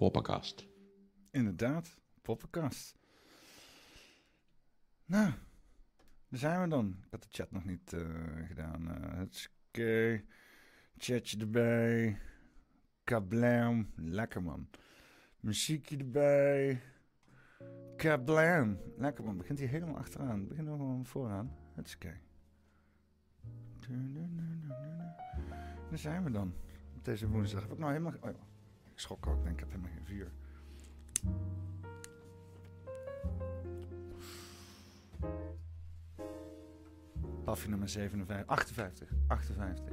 poppenkast. Inderdaad, poppenkast. Nou, daar zijn we dan. Ik had de chat nog niet gedaan. Het is oké. Chatje erbij. Kablam. Lekker man. Muziekje erbij. Kablam. Lekker man. Begint hier helemaal achteraan. Begint nog gewoon vooraan. Het is oké. Daar zijn we dan. Op deze woensdag. Heb ik nou helemaal... Oh ja. Ik schrok ook. Ik denk, ik heb helemaal geen vuur. Paffie nummer 58.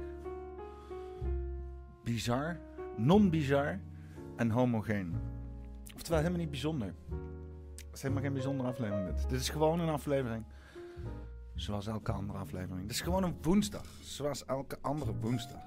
Bizar, non-bizar en homogeen. Oftewel helemaal niet bijzonder. Het is helemaal geen bijzondere aflevering dit. Dit is gewoon een aflevering. Zoals elke andere aflevering. Dit is gewoon een woensdag. Zoals elke andere woensdag.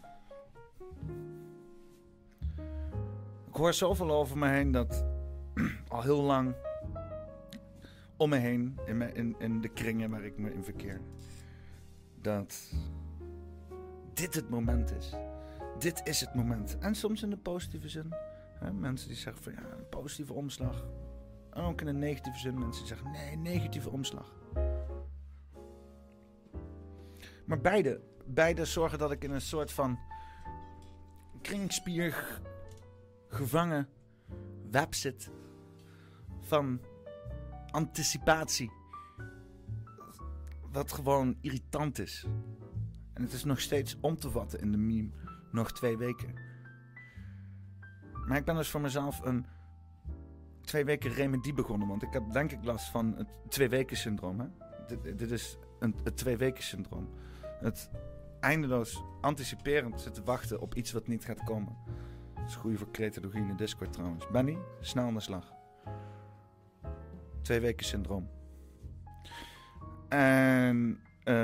Ik hoor zoveel over me heen dat al heel lang om me heen, in de kringen waar ik me in verkeer, dat dit het moment is. Dit is het moment. En soms in de positieve zin. Hè, mensen die zeggen van ja, een positieve omslag. En ook in de negatieve zin mensen die zeggen nee, negatieve omslag. Maar beide zorgen dat ik in een soort van kringspier gevangen web zit van anticipatie. Wat gewoon irritant is. En het is nog steeds om te vatten in de meme. Nog 2 weken. Maar ik ben dus voor mezelf een 2 weken remedie begonnen. Want ik heb denk ik last van het 2 weken syndroom. Hè? Dit is het 2 weken syndroom. Het eindeloos anticiperend zitten wachten op iets wat niet gaat komen. Dat is goed voor cretologie in de Discord trouwens. Benny, snel aan de slag. 2 weken syndroom. En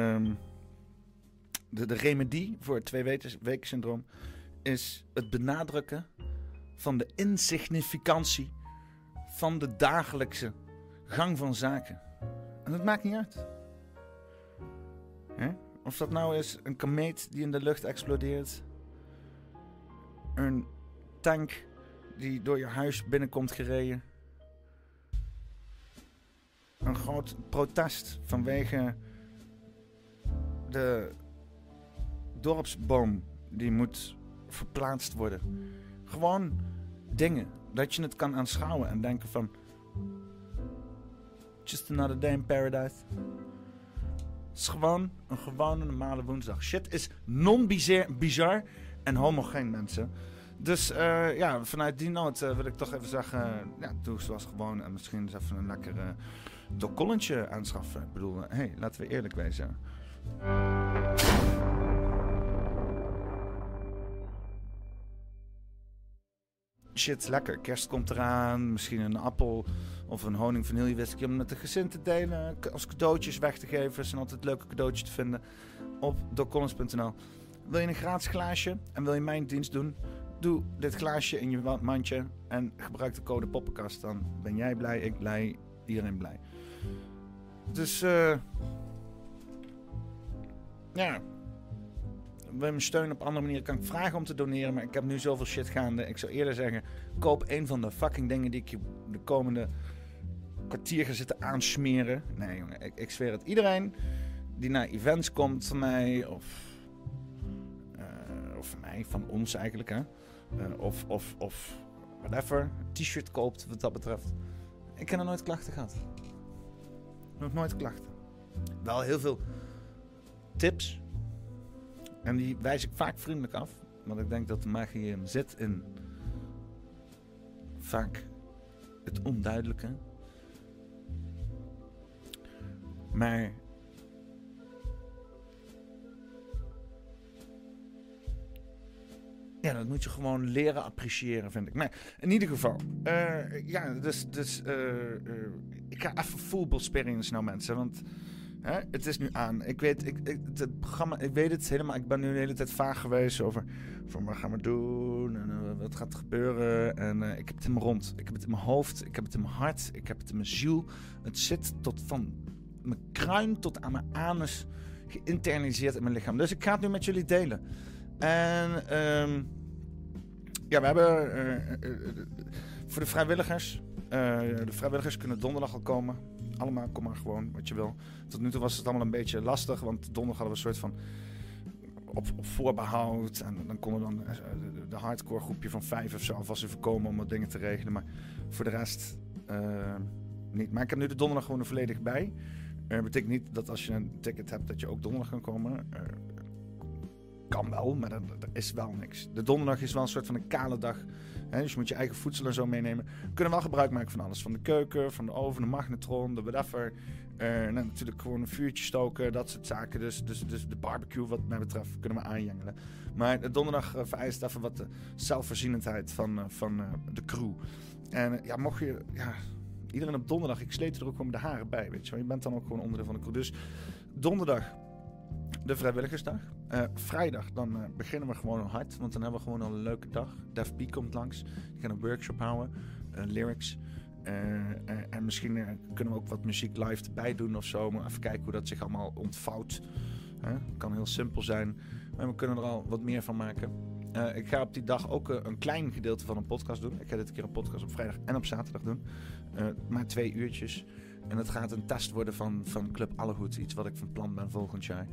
de remedie voor het 2 weken syndroom is het benadrukken van de insignificantie van de dagelijkse gang van zaken. En dat maakt niet uit. Hè? Of dat nou is een komeet die in de lucht explodeert, een tank die door je huis binnenkomt gereden, een groot protest vanwege de dorpsboom die moet verplaatst worden. Gewoon dingen dat je het kan aanschouwen en denken van just another day in paradise. Het is gewoon een gewone normale woensdag. Shit is non-bizar en homogeen, mensen. Dus ja, vanuit die noot wil ik toch even zeggen, ja, doe zoals gewoon en misschien eens even een lekker dokollentje aanschaffen. Ik bedoel, hey, laten we eerlijk wezen. Shit, lekker. Kerst komt eraan. Misschien een appel of een honing vanille whisky om met de gezin te delen. Als cadeautjes weg te geven. Zijn altijd leuke cadeautjes te vinden op doccollins.nl. Wil je een gratis glaasje en wil je mijn dienst doen? Doe dit glaasje in je mandje en gebruik de code poppenkast. Dan ben jij blij, ik blij, iedereen blij. Dus ja, wil je me steunen op andere manieren, kan ik vragen om te doneren. Maar ik heb nu zoveel shit gaande. Ik zou eerder zeggen, koop een van de fucking dingen die ik je de komende kwartier ga zitten aansmeren. Nee jongen, ik zweer het. Iedereen die naar events komt van mij of van mij, van ons eigenlijk, hè. Of whatever, een t-shirt koopt wat dat betreft. Ik heb nog nooit klachten gehad. Nog nooit klachten. Wel heel veel tips. En die wijs ik vaak vriendelijk af. Want ik denk dat de magie hem zit in vaak het onduidelijke. Maar ja, dat moet je gewoon leren appreciëren, vind ik. Maar in ieder geval, ja, dus ik ga even full experience nou, mensen, want het is nu aan. Ik weet, het programma, ik weet het helemaal. Ik ben nu de hele tijd vaag geweest over wat gaan we doen en wat gaat er gebeuren. En ik heb het in mijn rond. Ik heb het in mijn hoofd. Ik heb het in mijn hart. Ik heb het in mijn ziel. Het zit tot van mijn kruin tot aan mijn anus geïnternaliseerd in mijn lichaam. Dus ik ga het nu met jullie delen. En Ja, we hebben voor de vrijwilligers. De vrijwilligers kunnen donderdag al komen. Allemaal, kom maar gewoon wat je wil. Tot nu toe was het allemaal een beetje lastig, want donderdag hadden we een soort van op voorbehoud. En dan konden dan de hardcore groepje van 5 of zo alvast even komen om wat dingen te regelen. Maar voor de rest niet. Maar ik heb nu de donderdag gewoon er volledig bij. Betekent niet dat als je een ticket hebt dat je ook donderdag kan komen. Kan wel, maar er is wel niks. De donderdag is wel een soort van een kale dag. Hè, dus je moet je eigen voedsel en zo meenemen. We kunnen wel gebruik maken van alles. Van de keuken, van de oven, de magnetron, de whatever. Natuurlijk gewoon een vuurtje stoken, dat soort zaken. Dus de barbecue wat mij betreft kunnen we aanjengelen. Maar de donderdag vereist even wat de zelfvoorzienendheid van de crew. En mocht je... iedereen op donderdag, ik sleet er ook gewoon de haren bij, weet je wel. Je bent dan ook gewoon onderdeel van de crew. Dus donderdag de vrijwilligersdag. Vrijdag dan beginnen we gewoon hard, want dan hebben we gewoon al een leuke dag. Def P komt langs, die gaat een workshop houden, lyrics. En misschien kunnen we ook wat muziek live erbij doen of zo. Maar even kijken hoe dat zich allemaal ontvouwt. Kan heel simpel zijn, maar we kunnen er al wat meer van maken. Ik ga op die dag ook een klein gedeelte van een podcast doen. Ik ga dit keer een podcast op vrijdag en op zaterdag doen. Maar 2 uurtjes. En het gaat een test worden van Club Allegoed. Iets wat ik van plan ben volgend jaar.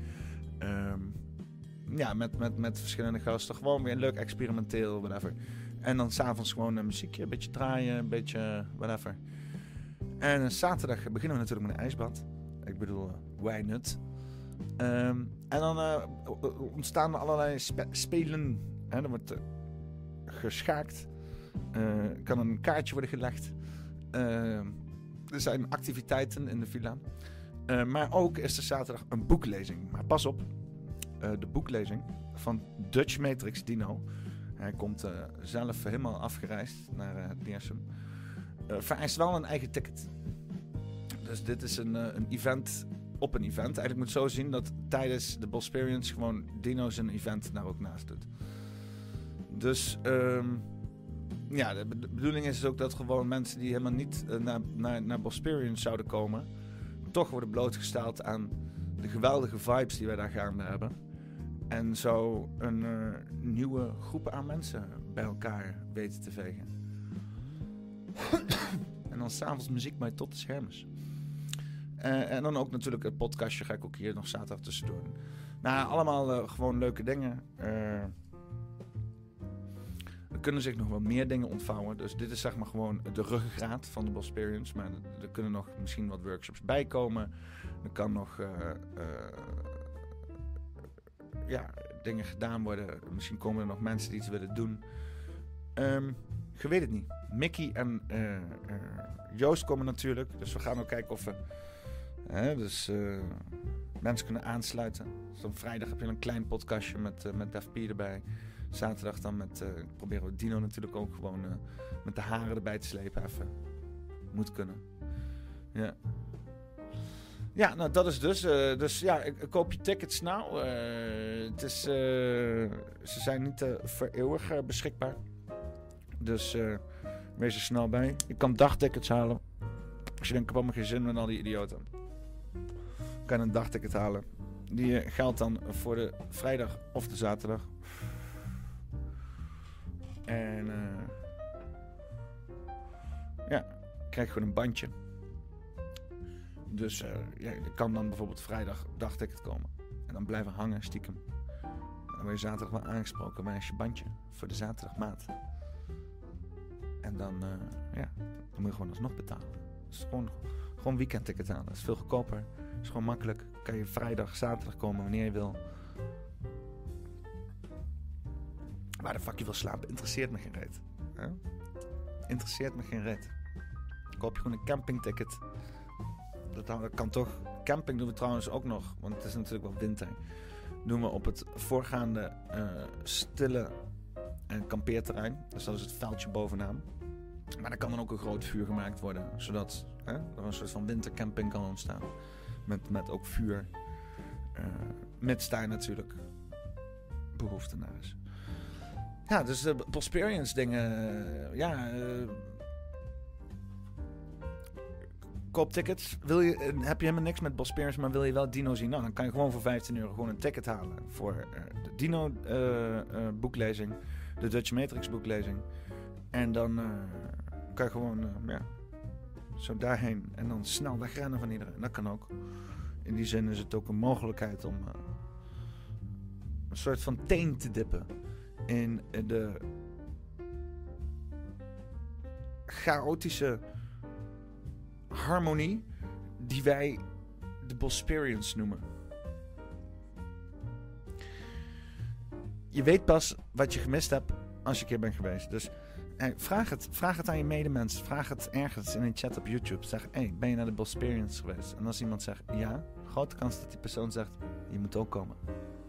Met verschillende gasten. Gewoon weer leuk experimenteel, whatever. En dan s'avonds gewoon een muziekje. Een beetje draaien, een beetje whatever. En zaterdag beginnen we natuurlijk met een ijsbad. Ik bedoel, why not? En dan ontstaan er allerlei spelen. Er wordt geschaakt. Kan een kaartje worden gelegd. Er zijn activiteiten in de villa. Maar ook is er zaterdag een boeklezing. Maar pas op, de boeklezing van Dutch Matrix Dino. Hij komt zelf helemaal afgereisd naar het Neersum. Vereist wel een eigen ticket. Dus dit is een event op een event. Eigenlijk moet het zo zien dat tijdens de Bosperience gewoon Dino zijn event daar ook naast doet. Dus de bedoeling is ook dat gewoon mensen die helemaal niet naar Bosperience zouden komen, toch worden blootgesteld aan de geweldige vibes die wij daar gaande hebben. En zo een nieuwe groep aan mensen bij elkaar weten te vegen. En dan s'avonds muziek bij tot de schermen. En dan ook natuurlijk het podcastje ga ik ook hier nog zaterdag tussendoor doen. Nou, allemaal gewoon leuke dingen. Er kunnen zich nog wel meer dingen ontvouwen. Dus dit is zeg maar gewoon de ruggengraat van de Bosperience. Maar er kunnen nog misschien wat workshops bij komen. Er kan nog dingen gedaan worden. Misschien komen er nog mensen die iets willen doen. Je weet het niet. Mickey en Joost komen natuurlijk. Dus we gaan ook kijken of we mensen kunnen aansluiten. Dus dan vrijdag heb je een klein podcastje met Def P erbij. Zaterdag dan proberen we Dino natuurlijk ook gewoon met de haren erbij te slepen even. Moet kunnen. Ja. Ja, nou dat is dus ik koop je tickets nou. Ze zijn niet voor eeuwig beschikbaar. Dus wees er snel bij. Je kan dagtickets halen. Als je denkt, ik heb allemaal geen zin met al die idioten. Je kan een dagticket halen. Die geldt dan voor de vrijdag of de zaterdag. En krijg je gewoon een bandje. Dus je kan dan bijvoorbeeld vrijdag dagticket komen. En dan blijven hangen stiekem. En dan word je zaterdag wel aangesproken bij je bandje. Voor de zaterdagmaat. En dan moet je gewoon alsnog betalen. Dus gewoon weekendticket halen. Dat is veel goedkoper. Dat is gewoon makkelijk. Kan je vrijdag, zaterdag komen wanneer je wil. Waar de fuck je wil slapen, interesseert me geen reet. Interesseert me geen reet. Koop je gewoon een campingticket. Dat kan toch. Camping doen we trouwens ook nog, want het is natuurlijk wel winter. Doen we op het voorgaande stille kampeerterrein. Dus dat is het veldje bovenaan. Maar er kan dan ook een groot vuur gemaakt worden, zodat er een soort van wintercamping kan ontstaan. Met ook vuur. Mits daar natuurlijk behoefte naar is. Ja, dus de Bosperience dingen. Koop tickets. Heb je helemaal niks met Bosperience, maar wil je wel Dino zien? Nou, dan kan je gewoon voor €15 gewoon een ticket halen voor de Dino boeklezing. de Dutch Matrix boeklezing. En dan kan je gewoon zo daarheen en dan snel wegrennen van iedereen. Dat kan ook. In die zin is het ook een mogelijkheid om een soort van teen te dippen in de chaotische harmonie die wij de Bosperians noemen. Je weet pas wat je gemist hebt als je een keer bent geweest. Dus vraag het aan je medemens. Vraag het ergens in een chat op YouTube. Zeg, ben je naar de Bosperians geweest? En als iemand zegt ja, grote kans dat die persoon zegt, je moet ook komen.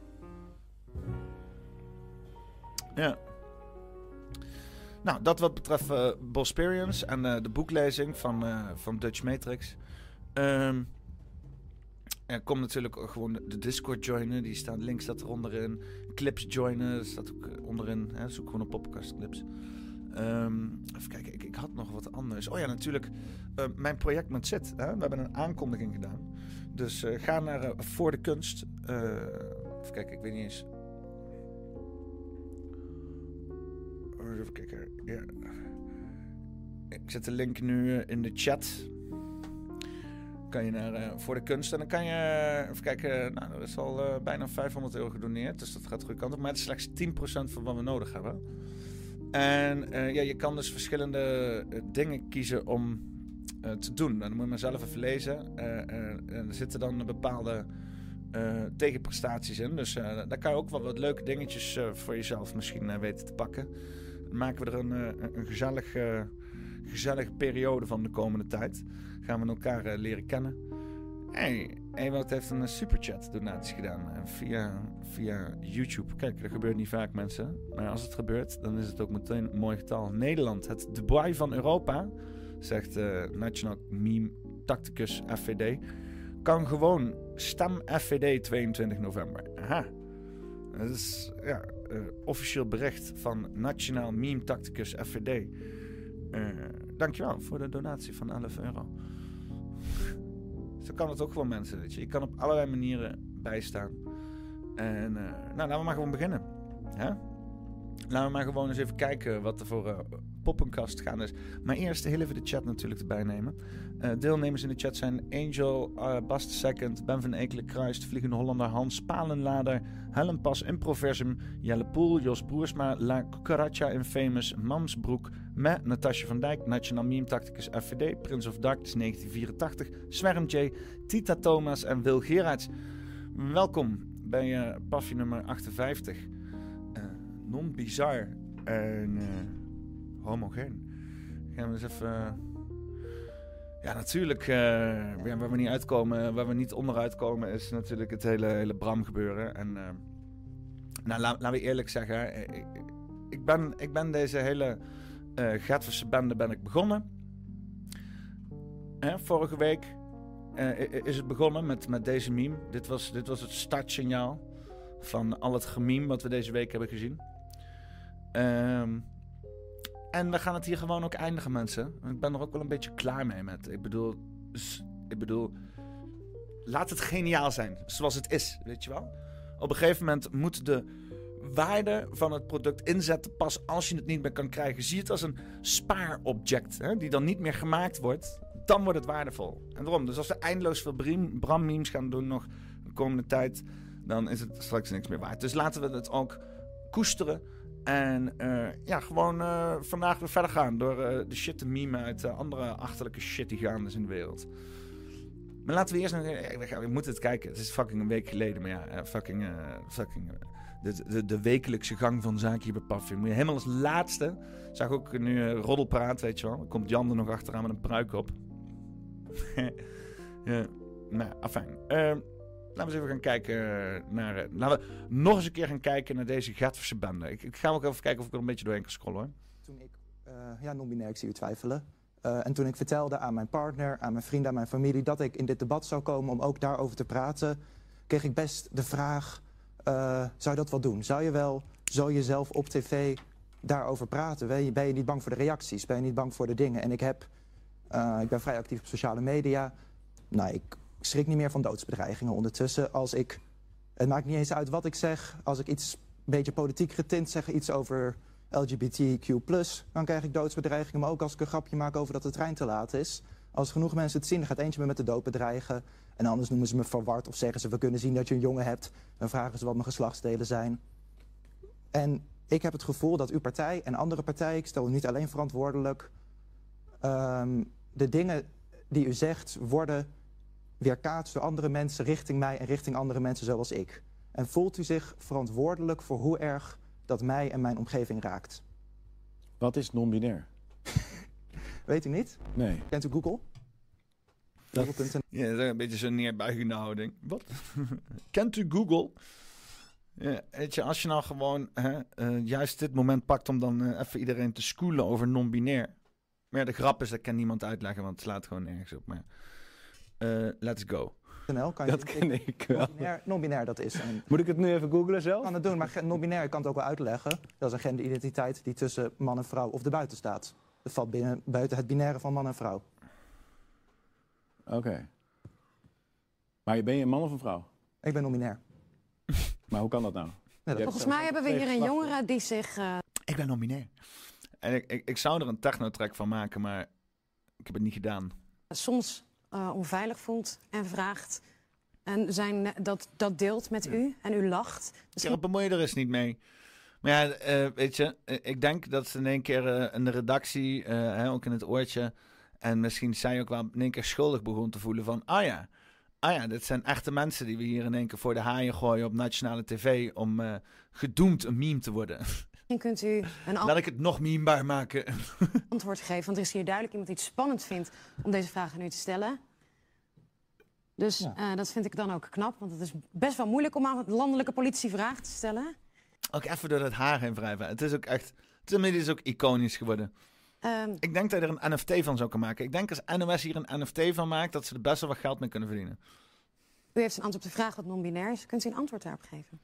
Ja. Nou, dat wat betreft Bosperians en de boeklezing van Dutch Matrix. Kom natuurlijk gewoon de Discord joinen. Die staat, link staat er onderin. Clips joinen, dat staat ook onderin. Hè? Zoek gewoon op podcast clips. Even kijken, ik had nog wat anders. Oh ja, natuurlijk mijn project met Sid. Hè? We hebben een aankondiging gedaan. Dus ga naar Voor de Kunst. Even kijken, ik weet niet eens. Even kijken. Ja. Ik zet de link nu in de chat. Kan je naar Voor de Kunst. En dan kan je even kijken. Nou, er is al bijna €500 gedoneerd. Dus dat gaat de goede kant op. Maar het is slechts 10% van wat we nodig hebben. En je kan dus verschillende dingen kiezen om te doen. Dan moet je maar zelf even lezen. Er zitten dan bepaalde tegenprestaties in. Dus daar kan je ook wel wat leuke dingetjes voor jezelf misschien weten te pakken. Dan maken we er een gezellige periode van de komende tijd. Gaan we elkaar leren kennen. Ewout heeft een superchat donaties gedaan via YouTube. Kijk, dat gebeurt niet vaak, mensen. Maar als het gebeurt, dan is het ook meteen een mooi getal. Nederland, het Dubai van Europa, zegt Nationaal Meme Tacticus FVD, kan gewoon stem FVD 22 november. Aha. Dat is officieel bericht van Nationaal Meme Tacticus FVD. Dankjewel voor de donatie van €11. Zo kan het ook gewoon, mensen. Weet je. Je kan op allerlei manieren bijstaan. En laten we maar gewoon beginnen. Hè? Laten we maar gewoon eens even kijken wat er voor poppenkast gaan is. Maar eerst heel even de chat natuurlijk erbij nemen. Deelnemers in de chat zijn Angel, Bast Second, Ben van Ekelen, Kruist, Vliegende Hollander, Hans, Palenlader, Helen Pas, Improversum, Jelle Poel, Jos Broersma, La Cucaracha Infamous, Mamsbroek, Natasja van Dijk, Nationaal Meme Tacticus FVD, Prince of Darkness 1984, Swerm J, Tita Thomas en Wil Gerards. Welkom bij Paffie nummer 58. Non-bizar en homogeen. Gaan we eens even... Ja, natuurlijk, waar we niet uitkomen, waar we niet onderuit komen, is natuurlijk het hele Bram gebeuren. En laten we eerlijk zeggen, ik ben deze hele Gatverse bende ben ik begonnen. Vorige week is het begonnen met deze meme. Dit was het startsignaal van al het gememe wat we deze week hebben gezien. En we gaan het hier gewoon ook eindigen, mensen. Ik ben er ook wel een beetje klaar mee met. Ik bedoel, laat het geniaal zijn, zoals het is, weet je wel. Op een gegeven moment moet de waarde van het product inzetten pas als je het niet meer kan krijgen. Zie het als een spaarobject, die dan niet meer gemaakt wordt. Dan wordt het waardevol. En daarom, dus als we eindeloos veel Bram-memes gaan doen nog de komende tijd, dan is het straks niks meer waard. Dus laten we het ook koesteren. En gewoon vandaag weer verder gaan door de shit te memen uit andere achterlijke shit die gaande is in de wereld. Maar laten we eerst nog... we moeten het kijken. Het is fucking een week geleden. Maar ja, de wekelijkse gang van zaken hier bij Paffie. Moet je helemaal als laatste... Zag ook nu roddelpraat, weet je wel. Dan komt Jan er nog achteraan met een pruik op. Ja, nou, afijn. Laten we eens even gaan kijken naar... laten we nog eens een keer gaan kijken naar deze Gatverse bende. Ik ga ook even kijken of ik er een beetje doorheen kan scrollen, hoor. Toen ik, non-binair, ik zie u twijfelen. En toen ik vertelde aan mijn partner, aan mijn vrienden, aan mijn familie... dat ik in dit debat zou komen om ook daarover te praten... kreeg ik best de vraag, zou je dat wel doen? Zou je wel zo jezelf op tv daarover praten? Ben je niet bang voor de reacties? Ben je niet bang voor de dingen? En ik ben vrij actief op sociale media. Nou, ik schrik niet meer van doodsbedreigingen ondertussen. Het maakt niet eens uit wat ik zeg. Als ik iets een beetje politiek getint zeg, iets over LGBTQ+, dan krijg ik doodsbedreigingen. Maar ook als ik een grapje maak over dat de trein te laat is. Als genoeg mensen het zien, dan gaat eentje me met de dood bedreigen. En anders noemen ze me verward of zeggen ze, we kunnen zien dat je een jongen hebt. Dan vragen ze wat mijn geslachtsdelen zijn. En ik heb het gevoel dat uw partij en andere partijen, ik stel u niet alleen verantwoordelijk, de dingen die u zegt worden weerkaatst door andere mensen richting mij en richting andere mensen zoals ik. En voelt u zich verantwoordelijk voor hoe erg dat mij en mijn omgeving raakt? Wat is non-binair? Weet u niet? Nee. Kent u Google? Google.nl. Ja, dat is een beetje zo'n neerbuigende houding. Wat? Kent u Google? Ja, weet je, als je nou gewoon juist dit moment pakt om dan even iedereen te schoolen over non-binair. Maar ja, de grap is, dat kan niemand uitleggen, want het slaat gewoon nergens op. Maar let's go. Kan Dat ken ik wel. Non-binair, dat is een... Moet ik het nu even googlen zelf? Ik kan het doen, maar non-binair, ik kan het ook wel uitleggen. Dat is een genderidentiteit die tussen man en vrouw of erbuiten staat. Het valt buiten het binaire van man en vrouw. Oké. Maar ben je een man of een vrouw? Ik ben non-binair. Maar hoe kan dat nou? Volgens mij hebben we hier een jongere die zich... Ik ben non-binair. En ik zou er een technotrack van maken, maar ik heb het niet gedaan. soms onveilig voelt en vraagt. En dat deelt met u en u lacht. Ja, bemoei je er eens niet mee. Maar ja, weet je, ik denk dat ze in één keer in de redactie, ook in het oortje, en misschien zij ook wel in één keer schuldig begon te voelen van, ah ja, dit zijn echte mensen die we hier in één keer voor de haaien gooien op nationale tv om gedoemd een meme te worden. Misschien kunt u een Laat ik het nog memebaar maken. antwoord geven, want er is hier duidelijk iemand die het spannend vindt om deze vraag aan u te stellen. Dus ja. Dat vind ik dan ook knap, want het is best wel moeilijk om aan landelijke politici vragen te stellen. Ook even door het haar heen wrijven. Het is ook echt, het is ook iconisch geworden. Ik denk dat je er een NFT van zou kunnen maken. Ik denk als NOS hier een NFT van maakt, dat ze er best wel wat geld mee kunnen verdienen. U heeft een antwoord op de vraag wat non-binair is. Kunt u een antwoord daarop geven?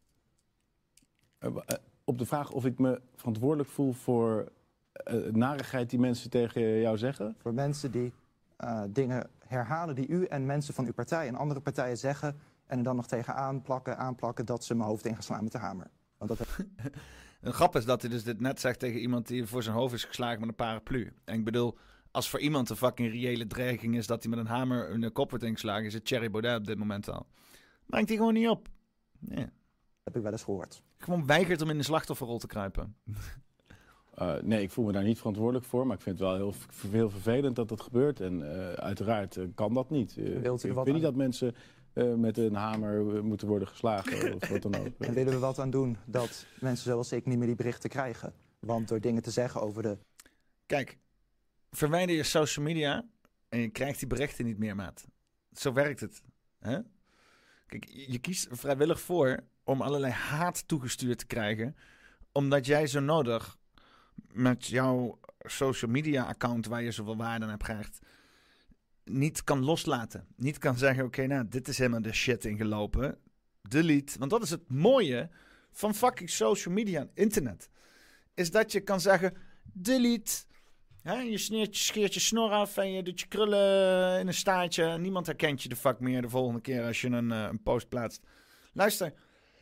Op de vraag of ik me verantwoordelijk voel voor narigheid die mensen tegen jou zeggen? Voor mensen die dingen herhalen die u en mensen van uw partij en andere partijen zeggen en er dan nog tegen aanplakken dat ze mijn hoofd ingeslaan met de hamer. Want dat... Een grap is dat hij dus dit net zegt tegen iemand die voor zijn hoofd is geslagen met een paraplu. En ik bedoel, als voor iemand een fucking reële dreiging is dat hij met een hamer in de kop wordt ingeslagen, is het Thierry Baudet op dit moment al. Brengt hij gewoon niet op. Yeah. Heb ik wel eens gehoord. Gewoon weigert om in de slachtofferrol te kruipen. Nee, ik voel me daar niet verantwoordelijk voor, maar ik vind het wel heel vervelend dat dat gebeurt. En uiteraard kan dat niet. Ik weet niet dat mensen met een hamer moeten worden geslagen of wat dan ook. En willen we wat aan doen dat mensen zoals ik niet meer die berichten krijgen? Want door dingen te zeggen over de... Kijk, verwijder je social media en je krijgt die berichten niet meer, maat. Zo werkt het. Hè? Kijk, je kiest er vrijwillig voor om allerlei haat toegestuurd te krijgen, omdat jij zo nodig met jouw social media account waar je zoveel waarde aan hebt gehecht, niet kan loslaten. Niet kan zeggen, oké, nou, dit is helemaal de shit ingelopen. Delete. Want dat is het mooie van fucking social media en internet. Is dat je kan zeggen, delete. Ja, je scheert je snor af en je doet je krullen in een staartje. En niemand herkent je de fuck meer de volgende keer als je een post plaatst. Luister.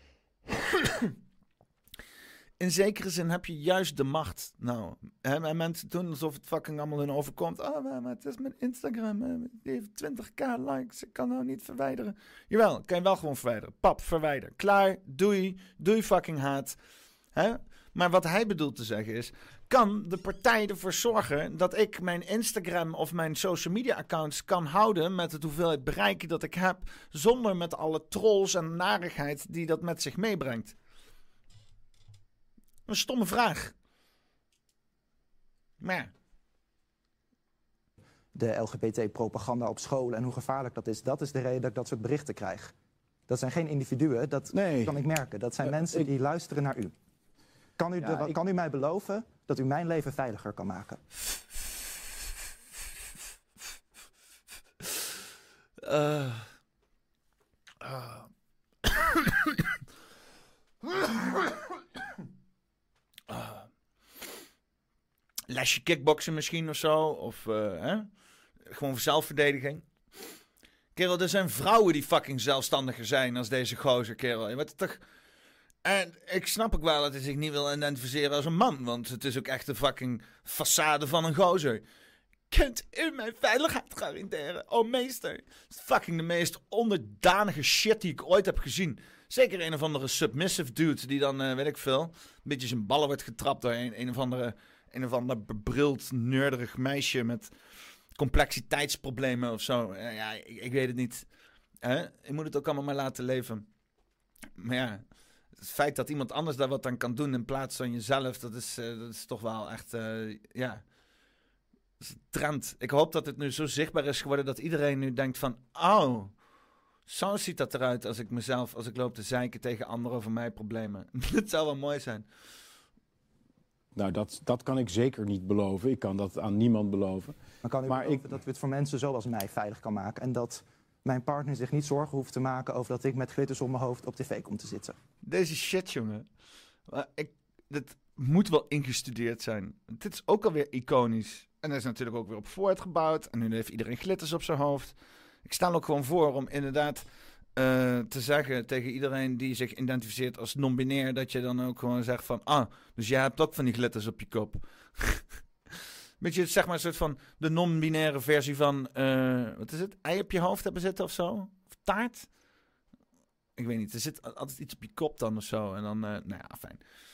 In zekere zin heb je juist de macht. Nou, en mensen doen alsof het fucking allemaal hun overkomt. Oh, maar het is mijn Instagram. Die heeft 20.000 likes. Ik kan nou niet verwijderen. Jawel, kan je wel gewoon verwijderen. Pap, verwijder. Klaar, doei fucking haat. Hè? Maar wat hij bedoelt te zeggen is, kan de partij ervoor zorgen dat ik mijn Instagram of mijn social media accounts kan houden met het hoeveelheid bereik dat ik heb, zonder met alle trolls en narigheid die dat met zich meebrengt? Een stomme vraag. Maar ja. De LGBT-propaganda op school en hoe gevaarlijk dat is de reden dat ik dat soort berichten krijg. Dat zijn geen individuen, dat kan ik merken. Dat zijn mensen die luisteren naar u. Kan u mij beloven dat u mijn leven veiliger kan maken? Lesje kickboksen misschien of zo. Of gewoon voor zelfverdediging. Kerel, er zijn vrouwen die fucking zelfstandiger zijn als deze gozer, kerel. Je weet toch... En ik snap ook wel dat hij zich niet wil identificeren als een man. Want het is ook echt de fucking façade van een gozer. Kunt u mijn veiligheid garanderen? Oh meester. Het is fucking de meest onderdanige shit die ik ooit heb gezien. Zeker een of andere submissive dude die dan, weet ik veel, een beetje zijn ballen wordt getrapt door een of ander bebrild, neurderig meisje met complexiteitsproblemen of zo. Ja, ik weet het niet. Je moet het ook allemaal maar laten leven. Maar ja, het feit dat iemand anders daar wat aan kan doen in plaats van jezelf, dat is toch wel echt, ja, dat is een trend. Ik hoop dat het nu zo zichtbaar is geworden dat iedereen nu denkt van, oh, zo ziet dat eruit als ik loop te zeiken tegen anderen over mijn problemen. Het zou wel mooi zijn. Nou, dat kan ik zeker niet beloven. Ik kan dat aan niemand beloven. Maar kan u beloven dat we het voor mensen zoals mij veilig kan maken en dat mijn partner zich niet zorgen hoeft te maken over dat ik met glitters op mijn hoofd op tv kom te zitten? Deze shit, jongen. Dit moet wel ingestudeerd zijn. Dit is ook alweer iconisch. En dat is natuurlijk ook weer op voortgebouwd. En nu heeft iedereen glitters op zijn hoofd. Ik sta er ook gewoon voor om inderdaad te zeggen tegen iedereen die zich identificeert als non-binair, dat je dan ook gewoon zegt van, dus jij hebt ook van die glitters op je kop. Beetje, zeg maar, een soort van de non-binaire versie van, wat is het? Ei op je hoofd hebben zitten of zo? Of taart? Ik weet niet, er zit altijd iets op je kop dan of zo. En dan, nou ja, fijn.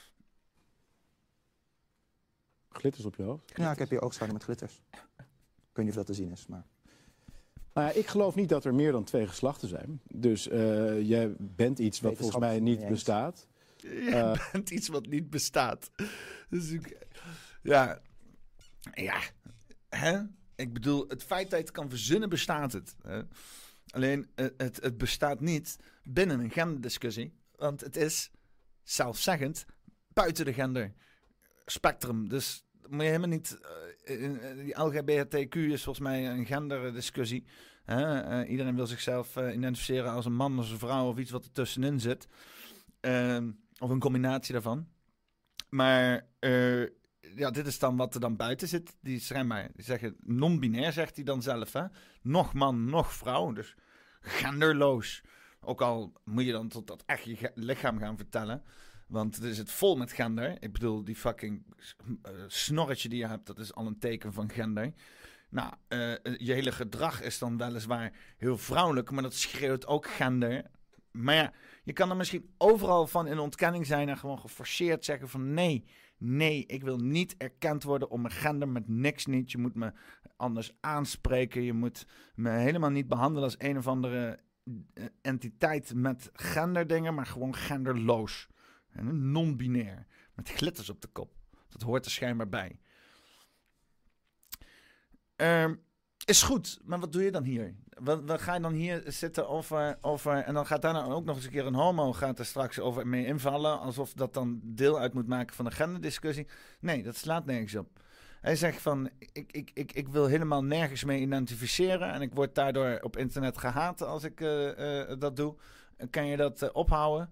Glitters op je hoofd? Ja, ik heb hier oogschaduw met glitters. Ik weet niet of dat te zien is, maar... Nou ja, ik geloof niet dat er meer dan 2 geslachten zijn. Dus jij bent iets wat volgens mij niet bestaat. Jij bent iets wat niet bestaat. Dus ja. Hè? Ik bedoel, het feit dat je het kan verzinnen, bestaat het. Hè? Alleen, het bestaat niet binnen een genderdiscussie. Want het is zelfzeggend buiten de genderspectrum. Dus moet je helemaal niet... die LGBTQ is volgens mij een genderdiscussie. Iedereen wil zichzelf identificeren als een man, als een vrouw of iets wat er tussenin zit. Of een combinatie daarvan. Maar ja, dit is dan wat er dan buiten zit. Die zeggen non-binair, zegt hij dan zelf. Hè? Nog man, nog vrouw. Dus genderloos. Ook al moet je dan tot dat echt je lichaam gaan vertellen. Want er is het vol met gender. Ik bedoel, die fucking snorretje die je hebt, dat is al een teken van gender. Nou, je hele gedrag is dan weliswaar heel vrouwelijk, maar dat schreeuwt ook gender. Maar ja, je kan er misschien overal van in ontkenning zijn en gewoon geforceerd zeggen van nee, ik wil niet erkend worden om mijn gender met niks niet. Je moet me anders aanspreken. Je moet me helemaal niet behandelen als een of andere entiteit met genderdingen, maar gewoon genderloos. En non-binair. Met glitters op de kop. Dat hoort er schijnbaar bij. Is goed, maar wat doe je dan hier? Wat ga je dan hier zitten over... En dan gaat daar nou ook nog eens een keer een homo gaat er straks over mee invallen. Alsof dat dan deel uit moet maken van de genderdiscussie. Nee, dat slaat nergens op. Hij zegt van, ik wil helemaal nergens mee identificeren. En ik word daardoor op internet gehaat als ik dat doe. Kan je dat ophouden?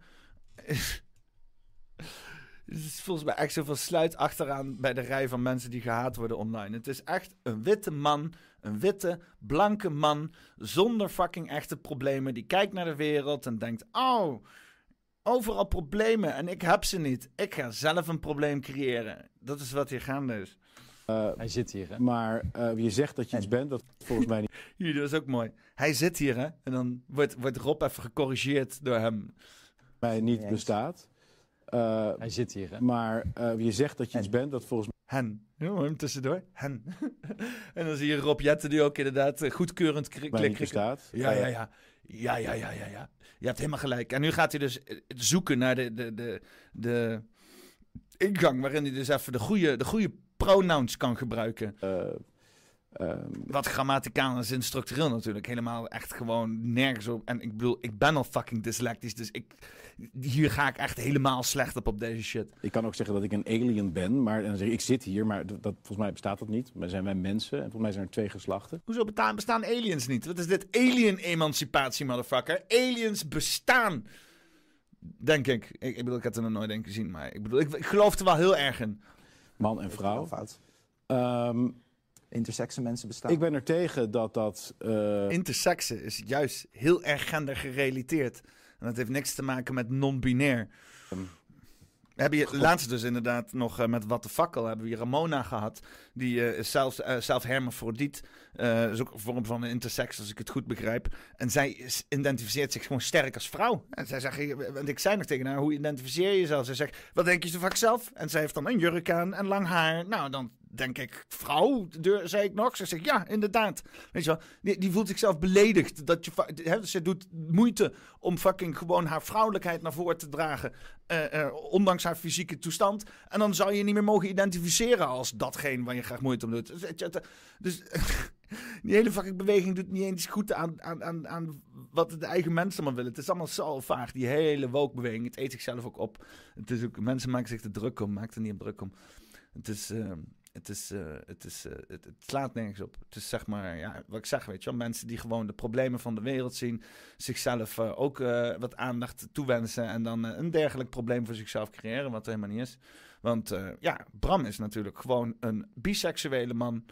Het is volgens mij echt zoveel sluit achteraan bij de rij van mensen die gehaat worden online. Het is echt een witte man, een witte, blanke man, zonder fucking echte problemen. Die kijkt naar de wereld en denkt, oh, overal problemen en ik heb ze niet. Ik ga zelf een probleem creëren. Dat is wat hier gaande is. Hij zit hier, hè? Maar je zegt dat je iets bent, dat volgens mij niet. Hier, dat is ook mooi. Hij zit hier, hè? En dan wordt Rob even gecorrigeerd door hem. Mij niet bestaat. Hij zit hier, hè? Maar je zegt dat je iets bent, dat volgens mij... Hen. Ja, hem tussendoor. Hen. En dan zie je Rob Jetten die ook inderdaad goedkeurend klikt. bestaat. Ja. Je hebt helemaal gelijk. En nu gaat hij dus zoeken naar de ingang waarin hij dus even de goede pronouns kan gebruiken. Wat grammaticaal en zinstructureel natuurlijk helemaal echt gewoon nergens op. En ik bedoel, ik ben al fucking dyslectisch, dus hier ga ik echt helemaal slecht op deze shit. Ik kan ook zeggen dat ik een alien ben, maar dan zeg ik zit hier, maar volgens mij bestaat dat niet. Maar zijn wij mensen en volgens mij zijn er 2 geslachten. Hoezo bestaan aliens niet? Wat is dit alien-emancipatie, motherfucker? Aliens bestaan, denk ik. Ik bedoel, ik heb er nog nooit een gezien, maar ik bedoel, ik geloof er wel heel erg in. Man en vrouw. Fout. Intersexe mensen bestaan. Ik ben er tegen dat... Intersexe is juist heel erg gendergerelateerd. En dat heeft niks te maken met non-binair. We hebben hier laatst dus inderdaad nog met Wat de Fakkel hebben we hier Ramona gehad. Die is zelf hermafrodiet. Is ook een vorm van een intersex, als ik het goed begrijp. En zij identificeert zich gewoon sterk als vrouw. En zij zegt, en ik zei nog tegen haar, hoe identificeer je jezelf? Zij zegt, wat denk je zo vaak zelf? En zij heeft dan een jurk aan en lang haar. Nou, dan denk ik, vrouw, zei ik nog. Ze zegt, ja, inderdaad. Weet je wel, die voelt zichzelf beledigd. Dus ze doet moeite om fucking gewoon haar vrouwelijkheid naar voren te dragen. Ondanks haar fysieke toestand. En dan zou je niet meer mogen identificeren als datgene waar je graag moeite om doet. Dus die hele fucking beweging doet niet eens goed aan wat de eigen mensen maar willen. Het is allemaal zo vaag, die hele woke-beweging. Het eet zichzelf ook op. Het is ook, mensen maken zich er druk om, maakt er niet op druk om. Het slaat nergens op. Het is zeg maar, ja, wat ik zeg, weet je wel. Mensen die gewoon de problemen van de wereld zien. Zichzelf ook wat aandacht toewensen. En dan een dergelijk probleem voor zichzelf creëren. Wat er helemaal niet is. Want Bram is natuurlijk gewoon een biseksuele man.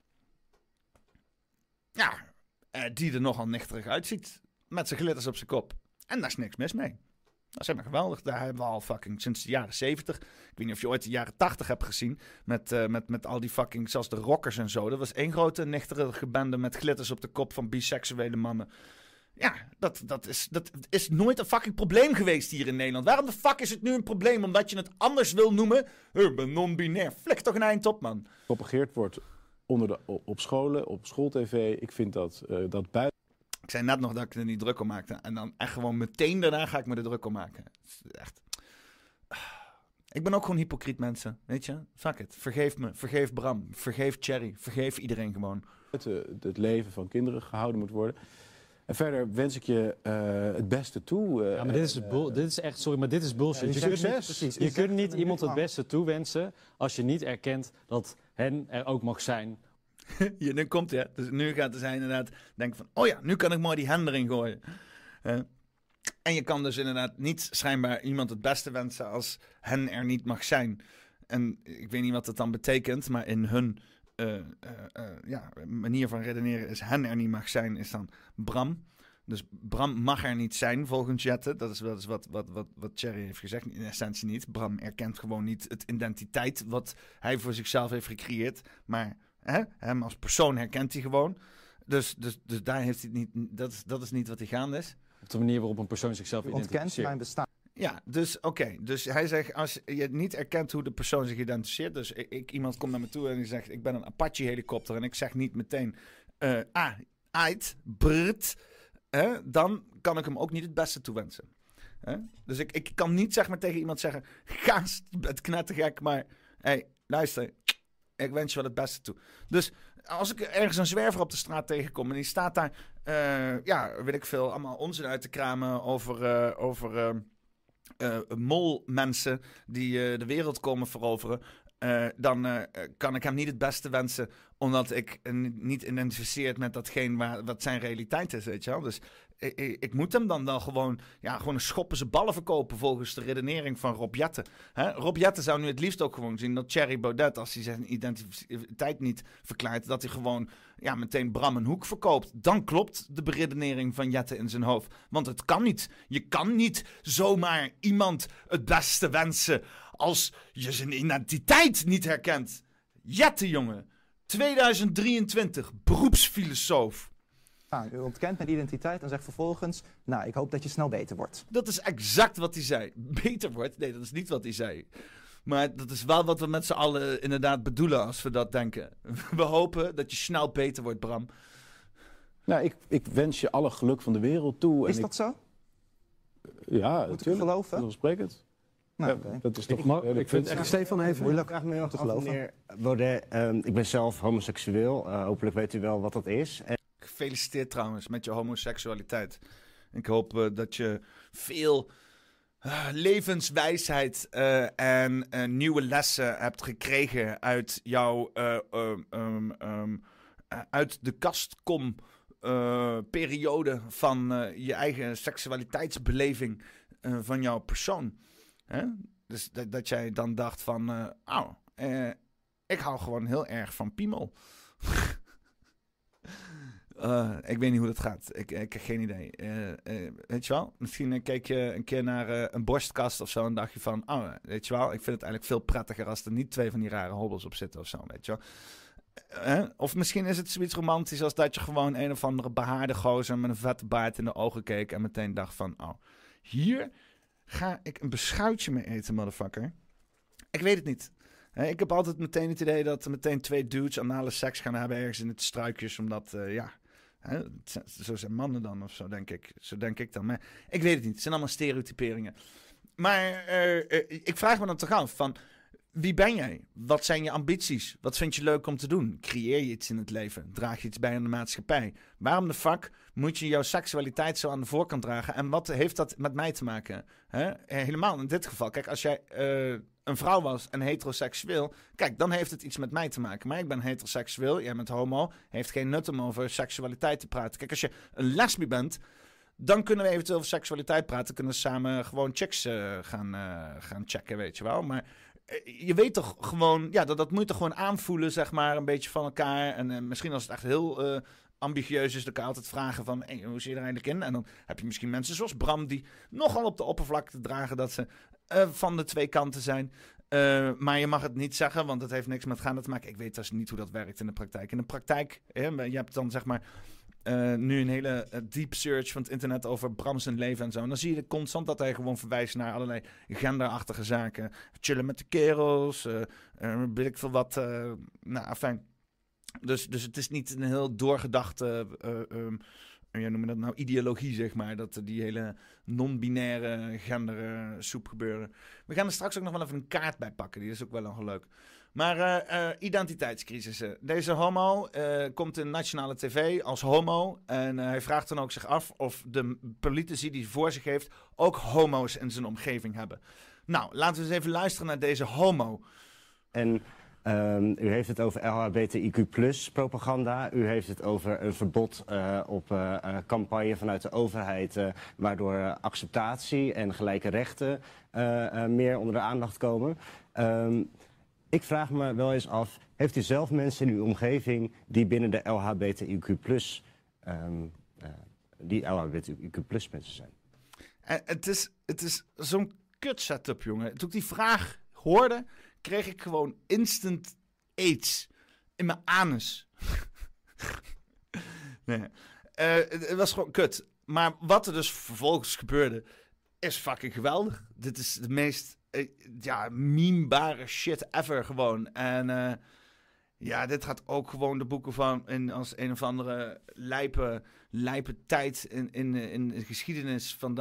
Ja, die er nogal nichterig uitziet. Met zijn glitters op zijn kop. En daar is niks mis mee. Dat is helemaal geweldig. Daar hebben we al fucking sinds de jaren 70. Ik weet niet of je ooit de jaren 80 hebt gezien. Met al die fucking, zoals de rockers en zo. Dat was één grote nichterige bende met glitters op de kop van biseksuele mannen. Ja, dat is nooit een fucking probleem geweest hier in Nederland. Waarom de fuck is het nu een probleem? Omdat je het anders wil noemen? Ik ben non-binair. Flik toch een eind op, man. Gepropageerd wordt op scholen, op schooltv. Ik vind dat buiten. Ik zei net nog dat ik er niet druk om maakte. En dan echt gewoon meteen daarna ga ik me er druk om maken. Echt. Ik ben ook gewoon hypocriet, mensen. Weet je? Fuck it. Vergeef me. Vergeef Bram. Vergeef Thierry. Vergeef iedereen gewoon. Het leven van kinderen gehouden moet worden. En verder wens ik je het beste toe. Ja, maar dit is echt, sorry, maar dit is bullshit. Je kunt niet iemand het beste toewensen als je niet erkent dat hen er ook mag zijn. Ja, nu komt het. Dus nu gaat het zijn inderdaad denken van, oh ja, nu kan ik mooi die hen erin gooien. En je kan dus inderdaad niet schijnbaar iemand het beste wensen als hen er niet mag zijn. En ik weet niet wat dat dan betekent, maar in hun manier van redeneren is hen er niet mag zijn, is dan Bram. Dus Bram mag er niet zijn volgens Jette. Dat is wel eens wat Thierry heeft gezegd. In essentie niet. Bram erkent gewoon niet het identiteit wat hij voor zichzelf heeft gecreëerd. Maar hem als persoon herkent hij gewoon. Dus daar heeft hij het niet. Dat is niet wat hij gaande is. Op de manier waarop een persoon zichzelf identificeert. Ontkent mijn bestaan. Ja, dus oké. Dus hij zegt, als je niet erkent hoe de persoon zich identificeert. Dus iemand komt naar me toe en die zegt, ik ben een Apache-helikopter. En ik zeg niet meteen, ait, brrt. Dan kan ik hem ook niet het beste toewensen. Dus ik kan niet zeg maar tegen iemand zeggen, gaas, je bent knettergek, maar hey, luister, ik wens je wel het beste toe. Dus als ik ergens een zwerver op de straat tegenkom en die staat daar, weet ik veel, allemaal onzin uit te kramen over molmensen die de wereld komen veroveren, dan kan ik hem niet het beste wensen, omdat ik niet identificeer met datgene wat zijn realiteit is, weet je wel. Dus ik moet hem dan wel gewoon een schop in zijn ballen verkopen volgens de redenering van Rob Jetten. Rob Jetten zou nu het liefst ook gewoon zien dat Thierry Baudet, als hij zijn identiteit niet verklaart, dat hij gewoon meteen Bram een hoek verkoopt. Dan klopt de beredenering van Jetten in zijn hoofd. Want het kan niet. Je kan niet zomaar iemand het beste wensen als je zijn identiteit niet herkent. Jetten, jongen. 2023, beroepsfilosoof. U ontkent mijn identiteit en zegt vervolgens, ik hoop dat je snel beter wordt. Dat is exact wat hij zei. Beter wordt? Nee, dat is niet wat hij zei. Maar dat is wel wat we met z'n allen inderdaad bedoelen als we dat denken. We hopen dat je snel beter wordt, Bram. Nou, ik wens je alle geluk van de wereld toe. Is dat zo? Ja, moet ik geloven? Vanzelfsprekend. Dat is toch. Ik vind echt, Stefan, even moeilijk te geloven. Meneer Baudet, ik ben zelf homoseksueel. Hopelijk weet u wel wat dat is. Gefeliciteerd trouwens met je homoseksualiteit. Ik hoop dat je veel levenswijsheid en nieuwe lessen hebt gekregen uit jouw uit de kastkom periode van je eigen seksualiteitsbeleving van jouw persoon. Dus dat jij dan dacht van, ik hou gewoon heel erg van piemel. Ik weet niet hoe dat gaat. Ik heb geen idee. Weet je wel? Misschien keek je een keer naar een borstkast of zo en dacht je van... weet je wel, ik vind het eigenlijk veel prettiger als er niet 2 van die rare hobbels op zitten of zo, weet je wel. Of misschien is het zoiets romantisch als dat je gewoon een of andere behaarde gozer met een vette baard in de ogen keek en meteen dacht van... hier ga ik een beschuitje mee eten, motherfucker. Ik weet het niet. Ik heb altijd meteen het idee dat er meteen 2 dudes anale seks gaan hebben ergens in het struikjes, omdat, zo zijn mannen dan of zo, denk ik. Zo denk ik dan. Maar ik weet het niet. Het zijn allemaal stereotyperingen. Maar ik vraag me dan toch af van... Wie ben jij? Wat zijn je ambities? Wat vind je leuk om te doen? Creëer je iets in het leven? Draag je iets bij aan de maatschappij? Waarom de fuck moet je jouw seksualiteit zo aan de voorkant dragen? En wat heeft dat met mij te maken? Helemaal in dit geval. Kijk, als jij een vrouw was en heteroseksueel... Kijk, dan heeft het iets met mij te maken. Maar ik ben heteroseksueel, jij bent homo. Heeft geen nut om over seksualiteit te praten. Kijk, als je een lesbi bent... Dan kunnen we eventueel over seksualiteit praten. Kunnen we samen gewoon chicks gaan checken, weet je wel. Maar... Je weet toch gewoon, ja, dat moet je toch gewoon aanvoelen, zeg maar, een beetje van elkaar. En misschien als het echt heel ambitieus is, dan kan je altijd vragen van, hoe zie je er eigenlijk in? En dan heb je misschien mensen zoals Bram, die nogal op de oppervlakte dragen dat ze van de 2 kanten zijn. Maar je mag het niet zeggen, want het heeft niks met gaan te maken. Ik weet dus niet hoe dat werkt in de praktijk. In de praktijk, je hebt dan zeg maar... nu een hele deep search van het internet over Bram zijn leven en zo. En dan zie je constant dat hij gewoon verwijst naar allerlei genderachtige zaken. Chillen met de kerels, weet ik veel wat. Afijn. Dus het is niet een heel doorgedachte, noem je dat nou, ideologie, zeg maar. Dat die hele non-binaire gender soep gebeuren. We gaan er straks ook nog wel even een kaart bij pakken. Die is ook wel nog leuk. Maar identiteitscrisissen. Deze homo komt in nationale tv als homo. En hij vraagt dan ook zich af of de politici die hij voor zich heeft... ook homo's in zijn omgeving hebben. Nou, laten we eens even luisteren naar deze homo. En u heeft het over LHBTIQ+ propaganda. U heeft het over een verbod op campagne vanuit de overheid... waardoor acceptatie en gelijke rechten meer onder de aandacht komen... Ik vraag me wel eens af, heeft u zelf mensen in uw omgeving die binnen de LHBTIQ+, mensen zijn? Het is zo'n kut setup, jongen. Toen ik die vraag hoorde, kreeg ik gewoon instant AIDS in mijn anus. Nee. Het was gewoon kut. Maar wat er dus vervolgens gebeurde, is fucking geweldig. Dit is de meest... memebare shit ever gewoon. En dit gaat ook gewoon de boeken van... als een of andere lijpe tijd in de geschiedenis... van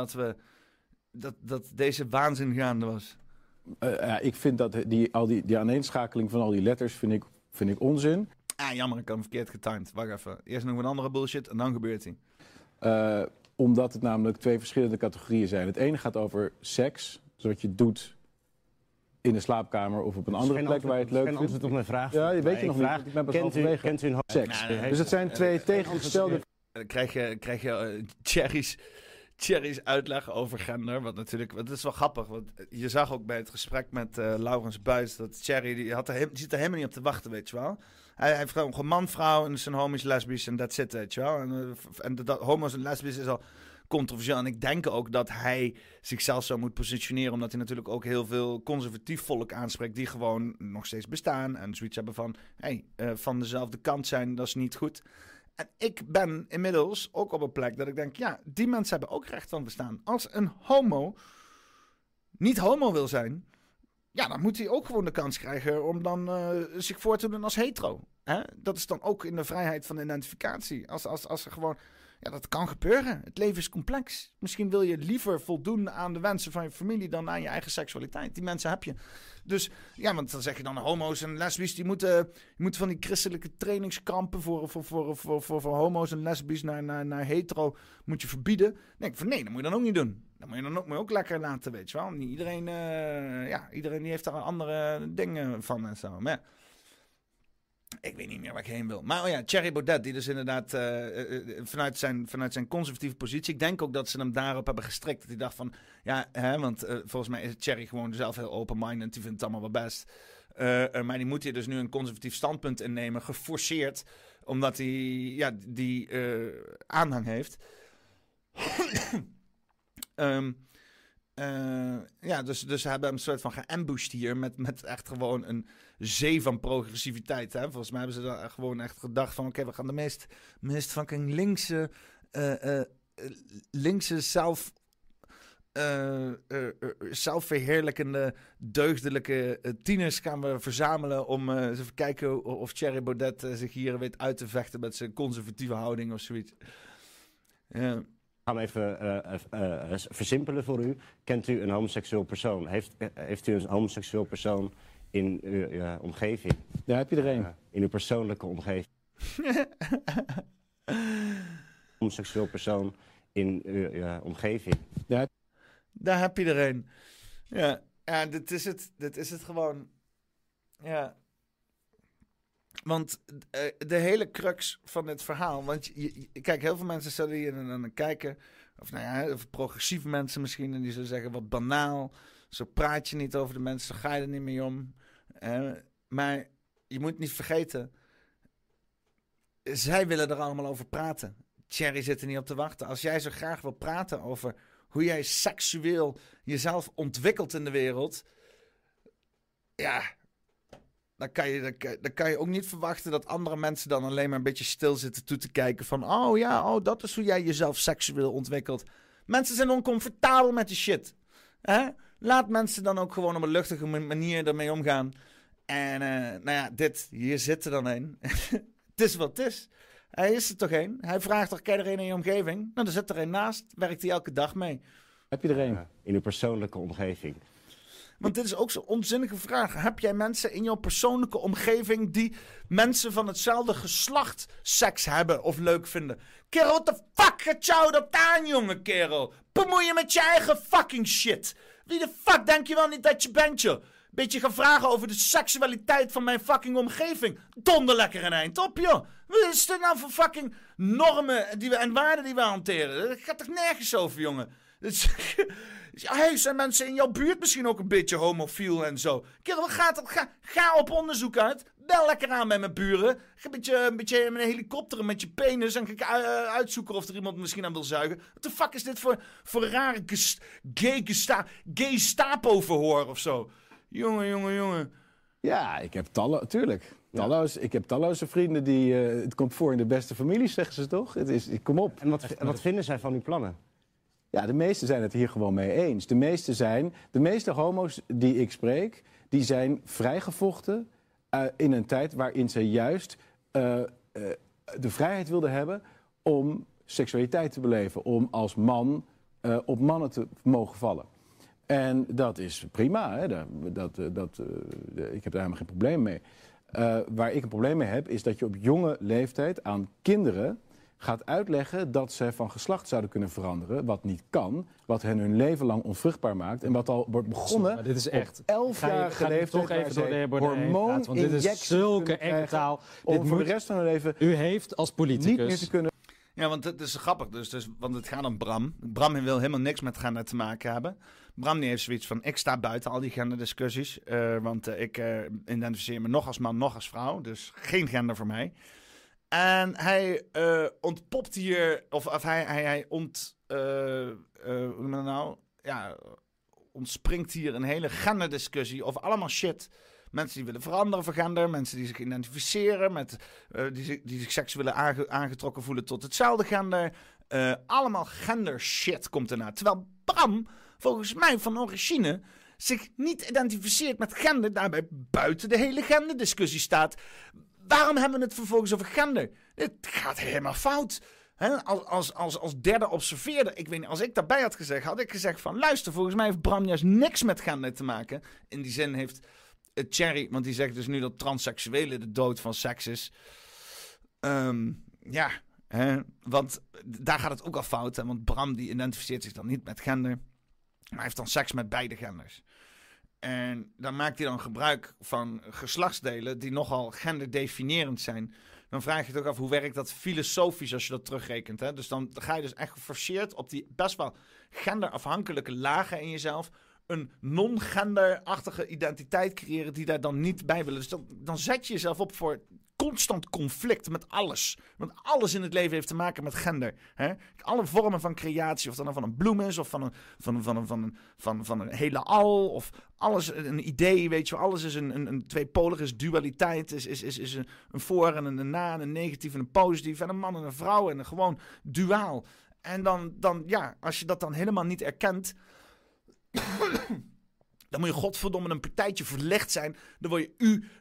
dat deze waanzin gaande was. Ik vind dat die aaneenschakeling van al die letters vind ik onzin. Jammer, ik had hem verkeerd getimed. Wacht even. Eerst nog een andere bullshit en dan gebeurt hij. Omdat het namelijk 2 verschillende categorieën zijn. Het ene gaat over seks, zoals je doet... in de slaapkamer of op een andere plek waar je het leuk vindt. Antwoord op mijn vraag. Ja, je weet je nog niet. Ik ben pas kent u een seks. Dus het zijn 2 tegengestelde... Dan krijg je Thierry's uitleg over gender. Want het is wel grappig. Want je zag ook bij het gesprek met Laurens Buijs... dat Thierry, die zit er helemaal niet op te wachten, weet je wel. Hij heeft gewoon man, vrouw en zijn homies, lesbisch en that's it, weet je wel. En dat homo's en lesbisch is al... controversieel. En ik denk ook dat hij zichzelf zo moet positioneren... omdat hij natuurlijk ook heel veel conservatief volk aanspreekt... die gewoon nog steeds bestaan en zoiets hebben van... van dezelfde kant zijn, dat is niet goed. En ik ben inmiddels ook op een plek dat ik denk... ja, die mensen hebben ook recht van bestaan. Als een homo niet homo wil zijn... ja, dan moet hij ook gewoon de kans krijgen... om dan zich voor te doen als hetero. Hè? Dat is dan ook in de vrijheid van identificatie. Als er gewoon... Ja, dat kan gebeuren. Het leven is complex. Misschien wil je liever voldoen aan de wensen van je familie... dan aan je eigen seksualiteit. Die mensen heb je. Dus ja, want dan zeg je dan... homo's en lesbisch, die moeten van die christelijke trainingskampen... voor homo's en lesbisch naar hetero moet je verbieden. Dan denk ik van nee, dat moet je dan ook niet doen. Dan moet je ook lekker laten, weet je wel. Niet iedereen, iedereen die heeft daar andere dingen van en zo. Maar ja. Ik weet niet meer waar ik heen wil. Maar Thierry Baudet, die dus inderdaad vanuit zijn conservatieve positie... ik denk ook dat ze hem daarop hebben gestrikt. Dat hij dacht van, want volgens mij is Thierry gewoon zelf heel open-minded... die vindt het allemaal wel best. Maar die moet hier dus nu een conservatief standpunt innemen, geforceerd... Omdat hij die aanhang heeft. Dus ze hebben hem een soort van geambushed hier met echt gewoon een zee van progressiviteit. Hè? Volgens mij hebben ze daar gewoon echt gedacht van... Oké, we gaan de meest fucking linkse zelfverheerlijkende, deugdelijke tieners gaan we verzamelen om eens even kijken of Thierry Baudet zich hier weet uit te vechten met zijn conservatieve houding of zoiets. Ja. Gaan we even versimpelen voor u. Kent u een homoseksueel persoon? Heeft u een homoseksueel persoon in uw omgeving? Ja, heb je er een? In uw persoonlijke omgeving? Homoseksueel persoon in uw omgeving? Ja. Daar heb je er een. Ja, dit is het gewoon. Ja. Want de hele crux van dit verhaal... Want kijk, heel veel mensen zullen hier dan kijken... Of progressieve mensen misschien... en die zullen zeggen, wat banaal. Zo praat je niet over de mensen, zo ga je er niet mee om. Maar je moet niet vergeten... Zij willen er allemaal over praten. Thierry zit er niet op te wachten. Als jij zo graag wil praten over... hoe jij seksueel jezelf ontwikkelt in de wereld... Ja... Dan kan je ook niet verwachten dat andere mensen dan alleen maar een beetje stil zitten toe te kijken van... dat is hoe jij jezelf seksueel ontwikkelt. Mensen zijn oncomfortabel met die shit. Laat mensen dan ook gewoon op een luchtige manier ermee omgaan. En hier zit er dan een. Het is wat het is. Hij is er toch een. Hij vraagt toch, ken er een in je omgeving? Nou, er zit er een naast. Werkt hij elke dag mee. Heb je er een? In uw persoonlijke omgeving. Want dit is ook zo'n onzinnige vraag. Heb jij mensen in jouw persoonlijke omgeving die mensen van hetzelfde geslacht seks hebben of leuk vinden? Kerel, what the fuck gaat jou dat aan, jonge kerel? Bemoei je met je eigen fucking shit. Wie de fuck denk je wel niet dat je bent, joh? Beetje gaan vragen over de seksualiteit van mijn fucking omgeving. Donder lekker een eind op, joh. Wat is dit nou voor fucking normen en waarden die we hanteren? Dat gaat toch nergens over, jongen? Zijn mensen in jouw buurt misschien ook een beetje homofiel en zo? Kerel, ga op onderzoek uit. Bel lekker aan bij mijn buren. Ga een beetje met een helikopter met je penis en ga uitzoeken of er iemand misschien aan wil zuigen. Wat de fuck is dit voor een rare Gestapo-verhoor of zo? Jongen. Ja, ik heb talloze vrienden die... het komt voor in de beste families, zeggen ze toch? Kom op. En wat vinden zij van uw plannen? Ja, de meesten zijn het hier gewoon mee eens. De meeste homo's die ik spreek, die zijn vrijgevochten in een tijd waarin ze juist de vrijheid wilden hebben om seksualiteit te beleven. Om als man op mannen te mogen vallen. En dat is prima, hè? Ik heb daar helemaal geen probleem mee. Waar ik een probleem mee heb, is dat je op jonge leeftijd aan kinderen gaat uitleggen dat ze van geslacht zouden kunnen veranderen, wat niet kan, wat hen hun leven lang onvruchtbaar maakt en wat al wordt begonnen. Maar dit is echt 11-jarige leeftijd, toch even door de heer Baudet want dit is zulke enge taal. Om voor de rest van hun leven u heeft als politicus niet meer te kunnen. Ja, want het is grappig want het gaat om Bram. Bram wil helemaal niks met gender te maken hebben. Bram die heeft zoiets van, ik sta buiten al die genderdiscussies, want ik identificeer me nog als man, nog als vrouw, dus geen gender voor mij. En hij ontpopt hier, of hij ontspringt hier een hele genderdiscussie over allemaal shit. Mensen die willen veranderen van gender, mensen die zich identificeren, die zich seksueel aangetrokken voelen tot hetzelfde gender. Allemaal gender shit komt erna. Terwijl Bram, volgens mij van origine, zich niet identificeert met gender, daarbij buiten de hele genderdiscussie staat. Waarom hebben we het vervolgens over gender? Het gaat helemaal fout. Als derde observeerder, ik weet niet, als ik daarbij had ik gezegd van, luister, volgens mij heeft Bram juist niks met gender te maken. In die zin heeft Thierry, want die zegt dus nu dat transseksuelen de dood van seks is. Want daar gaat het ook al fout. Hè? Want Bram die identificeert zich dan niet met gender, maar heeft dan seks met beide genders. En dan maakt hij dan gebruik van geslachtsdelen die nogal genderdefinierend zijn. Dan vraag je je toch af, hoe werkt dat filosofisch als je dat terugrekent? Hè? Dus dan ga je dus echt geforceerd op die best wel genderafhankelijke lagen in jezelf een non-genderachtige identiteit creëren die daar dan niet bij willen. Dus dan zet je jezelf op voor constant conflict met alles. Want alles in het leven heeft te maken met gender. Hè? Alle vormen van creatie, of dat nou van een bloem is, of van een hele al, of alles, een idee, weet je wel. Alles is een tweepolig, is dualiteit, is een voor en een na, en een negatief en een positief, en een man en een vrouw, en gewoon duaal. En dan ja, als je dat dan helemaal niet erkent, dan moet je godverdomme een partijtje verlegd zijn. Dan word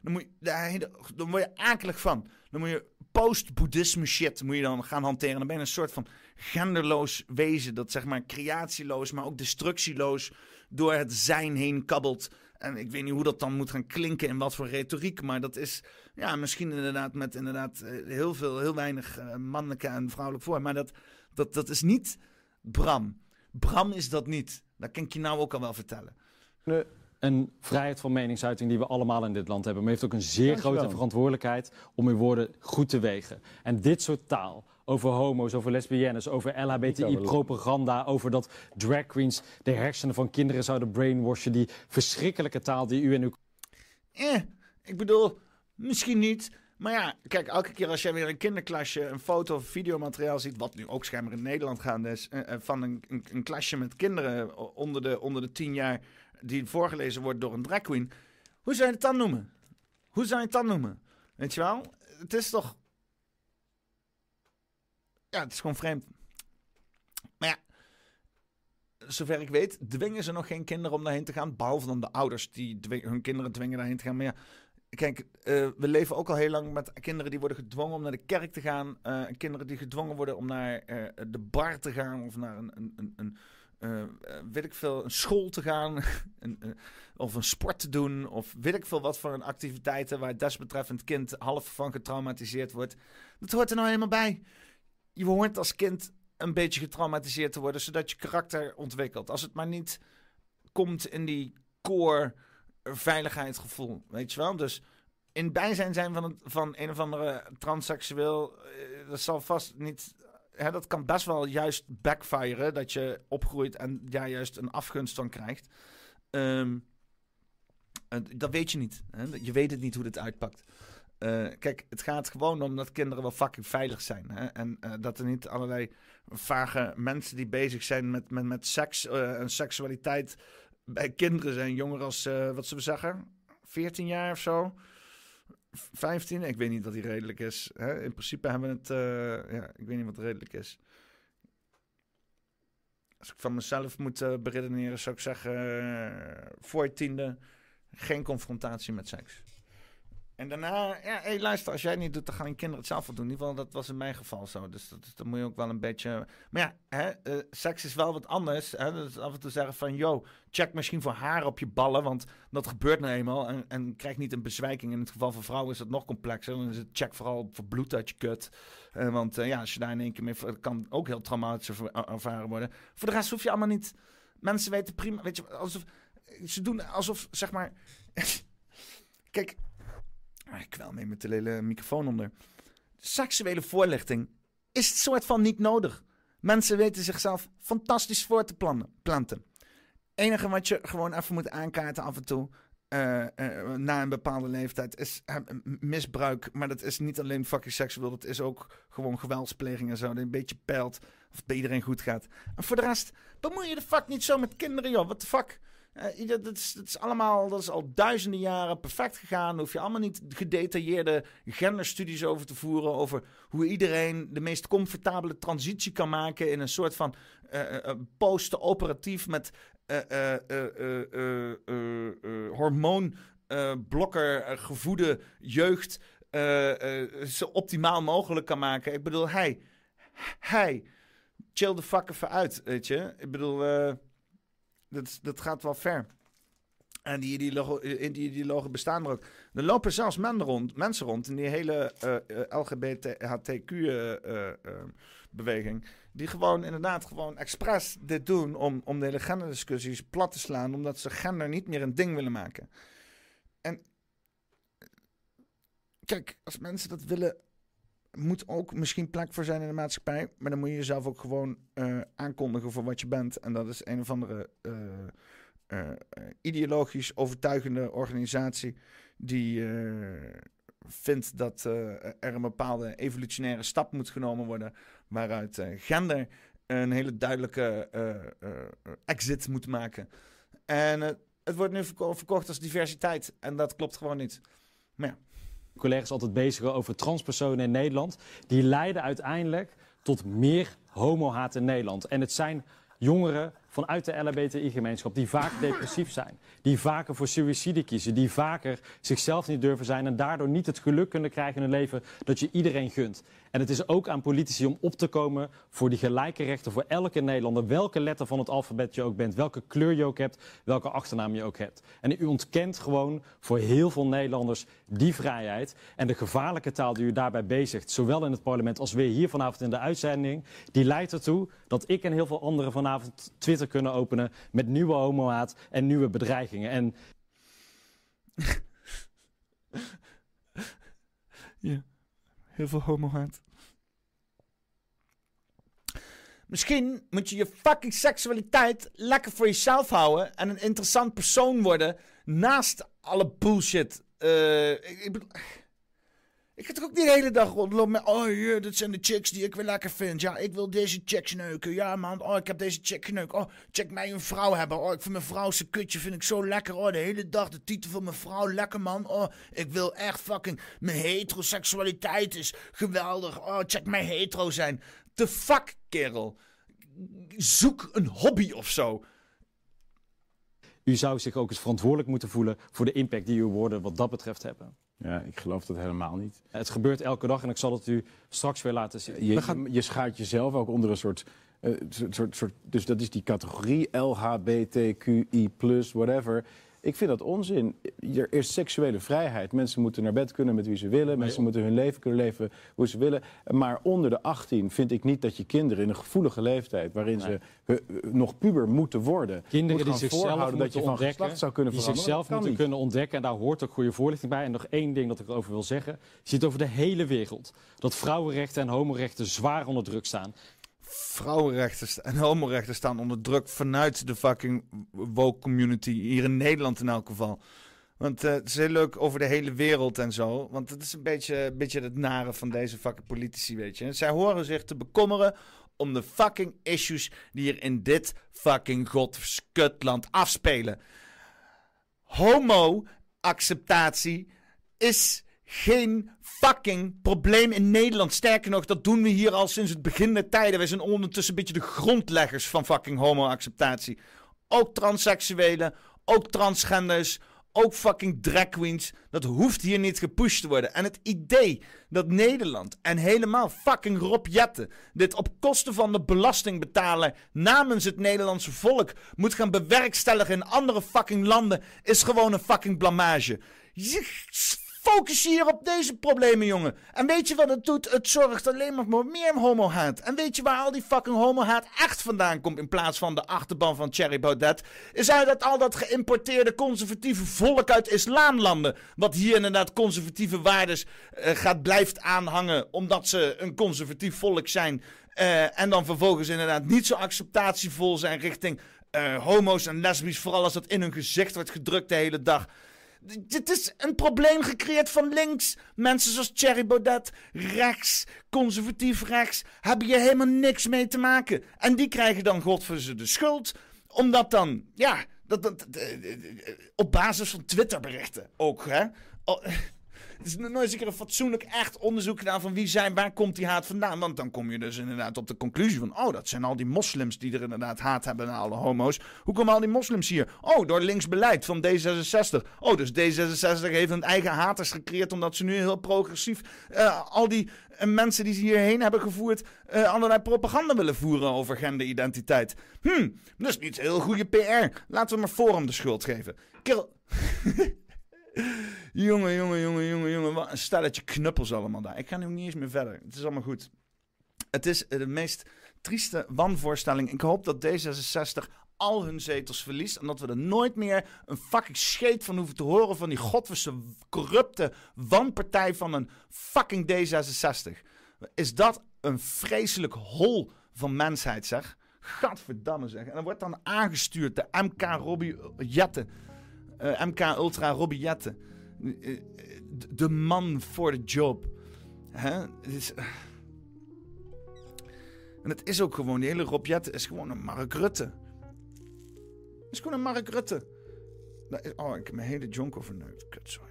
je akelig van. Dan moet je post-boeddhisme shit moet je dan gaan hanteren. Dan ben je een soort van genderloos wezen. Dat zeg maar creatieloos, maar ook destructieloos door het zijn heen kabbelt. En ik weet niet hoe dat dan moet gaan klinken en wat voor retoriek. Maar dat is ja, misschien inderdaad met heel weinig mannelijke en vrouwelijk voor. Maar dat is niet Bram. Bram is dat niet. Dat kan ik je nou ook al wel vertellen. Nee. Een vrijheid van meningsuiting die we allemaal in dit land hebben. Maar u heeft ook een zeer grote verantwoordelijkheid om uw woorden goed te wegen. En dit soort taal over homo's, over lesbiennes, over LHBTI-propaganda, over dat drag queens de hersenen van kinderen zouden brainwashen. Die verschrikkelijke taal die u en uw... Ik bedoel, misschien niet. Maar ja, kijk, elke keer als jij weer een kinderklasje een foto of videomateriaal ziet, wat nu ook schijnbaar in Nederland gaande is, van een klasje met kinderen onder de 10 jaar die voorgelezen wordt door een drag queen. Hoe zou je het dan noemen? Hoe zou je het dan noemen? Weet je wel? Het is toch... Ja, het is gewoon vreemd. Maar ja, zover ik weet, dwingen ze nog geen kinderen om daarheen te gaan. Behalve dan de ouders die hun kinderen dwingen daarheen te gaan. Maar ja, kijk, we leven ook al heel lang met kinderen die worden gedwongen om naar de kerk te gaan. Kinderen die gedwongen worden om naar de bar te gaan of naar weet ik veel, een school te gaan of een sport te doen of weet ik veel wat voor een activiteiten waar het desbetreffend kind half van getraumatiseerd wordt. Dat hoort er nou helemaal bij. Je hoort als kind een beetje getraumatiseerd te worden, zodat je karakter ontwikkelt. Als het maar niet komt in die core veiligheidsgevoel, weet je wel. Dus in bijzijn zijn van een of andere transseksueel, dat zal vast niet... Hè, dat kan best wel juist backfiren, dat je opgroeit en daar juist een afgunst van krijgt. Dat weet je niet. Hè? Je weet het niet hoe dit uitpakt. Kijk, het gaat gewoon om dat kinderen wel fucking veilig zijn. Hè? En dat er niet allerlei vage mensen die bezig zijn met seks en seksualiteit bij kinderen zijn. Jonger als, wat zullen we zeggen, 14 jaar of zo. 15, ik weet niet wat die redelijk is. Hè? In principe hebben we het... ik weet niet wat redelijk is. Als ik van mezelf moet beredeneren, zou ik zeggen... voor je 10e geen confrontatie met seks. En daarna... Ja, hey, luister, als jij het niet doet, dan gaan je kinderen het zelf wel doen. In ieder geval, dat was in mijn geval zo. Dus dat moet je ook wel een beetje... Maar ja, seks is wel wat anders. Hè? Dus af en toe zeggen van... Yo, check misschien voor haar op je ballen. Want dat gebeurt nou eenmaal. En krijg niet een bezwijking. In het geval van vrouwen is het nog complexer. Dan is het check vooral voor bloed uit je kut. Want ja, als je daar in één keer mee... kan ook heel traumatisch ervaren worden. Voor de rest hoef je allemaal niet... Mensen weten prima... Weet je, ze doen alsof, zeg maar... Kijk... Ik kwel mee met de hele microfoon onder. Seksuele voorlichting is het soort van niet nodig. Mensen weten zichzelf fantastisch voor te planten. Het enige wat je gewoon even moet aankaarten af en toe... na een bepaalde leeftijd is misbruik. Maar dat is niet alleen fucking seksueel. Dat is ook gewoon geweldspleging en zo. Dat een beetje peilt of het bij iedereen goed gaat. En voor de rest, bemoei je de fuck niet zo met kinderen, joh. What the fuck? Dat is allemaal, dat is al duizenden jaren perfect gegaan. Daar hoef je allemaal niet gedetailleerde genderstudies over te voeren. Over hoe iedereen de meest comfortabele transitie kan maken in een soort van post-operatief met hormoonblokker gevoede jeugd zo optimaal mogelijk kan maken. Ik bedoel, hey, chill de fuck even uit, weet je. Ik bedoel... Dat gaat wel ver. En die ideologen bestaan er ook. Er lopen zelfs mensen rond in die hele LGBTQ-beweging. Die gewoon inderdaad gewoon expres dit doen om de hele genderdiscussies plat te slaan. Omdat ze gender niet meer een ding willen maken. En kijk, als mensen dat willen... moet ook misschien plek voor zijn in de maatschappij. Maar dan moet je jezelf ook gewoon aankondigen voor wat je bent. En dat is een of andere ideologisch overtuigende organisatie... die vindt dat er een bepaalde evolutionaire stap moet genomen worden, waaruit gender een hele duidelijke exit moet maken. En het wordt nu verkocht als diversiteit. En dat klopt gewoon niet. Maar ja. Collega's altijd bezig over transpersonen in Nederland. Die leiden uiteindelijk tot meer homohaat in Nederland. En het zijn jongeren vanuit de LHBTI-gemeenschap die vaak depressief zijn. Die vaker voor suïcide kiezen. Die vaker zichzelf niet durven zijn en daardoor niet het geluk kunnen krijgen in hun leven dat je iedereen gunt. En het is ook aan politici om op te komen voor die gelijke rechten voor elke Nederlander. Welke letter van het alfabet je ook bent, welke kleur je ook hebt, welke achternaam je ook hebt. En u ontkent gewoon voor heel veel Nederlanders die vrijheid. En de gevaarlijke taal die u daarbij bezigt, zowel in het parlement als weer hier vanavond in de uitzending, die leidt ertoe dat ik en heel veel anderen vanavond Twitter kunnen openen met nieuwe homohaat en nieuwe bedreigingen. En ja, heel veel homohaat. Misschien moet je je fucking seksualiteit lekker voor jezelf houden en een interessant persoon worden naast alle bullshit. Ik bedoel, ik ga toch ook niet de hele dag rondlopen met, oh ja, dat zijn de chicks die ik weer lekker vind. Ja, ik wil deze chicks neuken. Ja man, oh ik heb deze chick geneukt. Oh, check mij een vrouw hebben. Oh, ik vind mijn vrouw zijn kutje vind ik zo lekker. Oh, de hele dag de titel van mijn vrouw, lekker man. Oh, ik wil echt fucking, mijn heteroseksualiteit is geweldig. Oh, check mij hetero zijn. The fuck, kerel. Zoek een hobby of zo. U zou zich ook eens verantwoordelijk moeten voelen voor de impact die uw woorden wat dat betreft hebben. Ja, ik geloof dat helemaal niet. Het gebeurt elke dag en ik zal het u straks weer laten zien. Je schaart jezelf ook onder een soort... dus dat is die categorie LHBTQI+, whatever. Ik vind dat onzin. Er is seksuele vrijheid. Mensen moeten naar bed kunnen met wie ze willen. Mensen moeten hun leven kunnen leven hoe ze willen. Maar onder de 18 vind ik niet dat je kinderen in een gevoelige leeftijd, waarin ze nog puber moeten worden, kinderen die zichzelf moeten ontdekken, zou kunnen die zichzelf moeten kunnen ontdekken. En daar hoort ook goede voorlichting bij. En nog één ding dat ik erover wil zeggen. Je ziet over de hele wereld dat vrouwenrechten en homorechten zwaar onder druk staan. Vrouwenrechten en homorechten staan onder druk vanuit de fucking woke community. Hier in Nederland in elk geval. Want het is heel leuk over de hele wereld en zo. Want het is een beetje het nare van deze fucking politici, weet je. Zij horen zich te bekommeren om de fucking issues die hier in dit fucking godskutland afspelen. Homo-acceptatie is geen fucking probleem in Nederland. Sterker nog, dat doen we hier al sinds het begin der tijden. Wij zijn ondertussen een beetje de grondleggers van fucking homo-acceptatie. Ook transseksuelen, ook transgenders, ook fucking drag queens. Dat hoeft hier niet gepusht te worden. En het idee dat Nederland en helemaal fucking Rob Jetten dit op kosten van de belastingbetaler namens het Nederlandse volk moet gaan bewerkstelligen in andere fucking landen is gewoon een fucking blamage. Focus je hier op deze problemen, jongen. En weet je wat het doet? Het zorgt alleen maar voor meer homohaat. En weet je waar al die fucking homohaat echt vandaan komt in plaats van de achterban van Thierry Baudet? Is uit dat al dat geïmporteerde conservatieve volk uit islamlanden, wat hier inderdaad conservatieve waardes blijft aanhangen, omdat ze een conservatief volk zijn. En dan vervolgens inderdaad niet zo acceptatievol zijn richting homo's en lesbisch, vooral als dat in hun gezicht wordt gedrukt de hele dag. Dit is een probleem gecreëerd van links. Mensen zoals Thierry Baudet, rechts, conservatief rechts, hebben hier helemaal niks mee te maken. En die krijgen dan godverdomme de schuld. Omdat dan, ja, op basis van Twitterberichten ook, hè. Het is nooit eens een keer een fatsoenlijk echt onderzoek gedaan van wie zijn, waar komt die haat vandaan. Want dan kom je dus inderdaad op de conclusie van, oh, dat zijn al die moslims die er inderdaad haat hebben naar alle homo's. Hoe komen al die moslims hier? Oh, door links beleid van D66. Oh, dus D66 heeft een eigen haters gecreëerd omdat ze nu heel progressief al die mensen die ze hierheen hebben gevoerd allerlei propaganda willen voeren over genderidentiteit. Dat is niet heel goede PR. Laten we maar Forum de schuld geven. Kerel... Jongen, wat een stelletje knuppels allemaal daar. Ik ga nu niet eens meer verder. Het is allemaal goed. Het is de meest trieste wanvoorstelling. Ik hoop dat D66 al hun zetels verliest en dat we er nooit meer een fucking scheet van hoeven te horen van die godverse corrupte wanpartij van een fucking D66. Is dat een vreselijk hol van mensheid, zeg. Gadverdamme, zeg. En dan wordt dan aangestuurd de MK Robbie Jetten. MK Ultra Robbie Jetten. de man voor de job. Hè? En het is ook gewoon, die hele Rob Jetten is gewoon een Mark Rutte. Het is gewoon een Mark Rutte. Ik heb mijn hele jonko verneukt. Kut, sorry.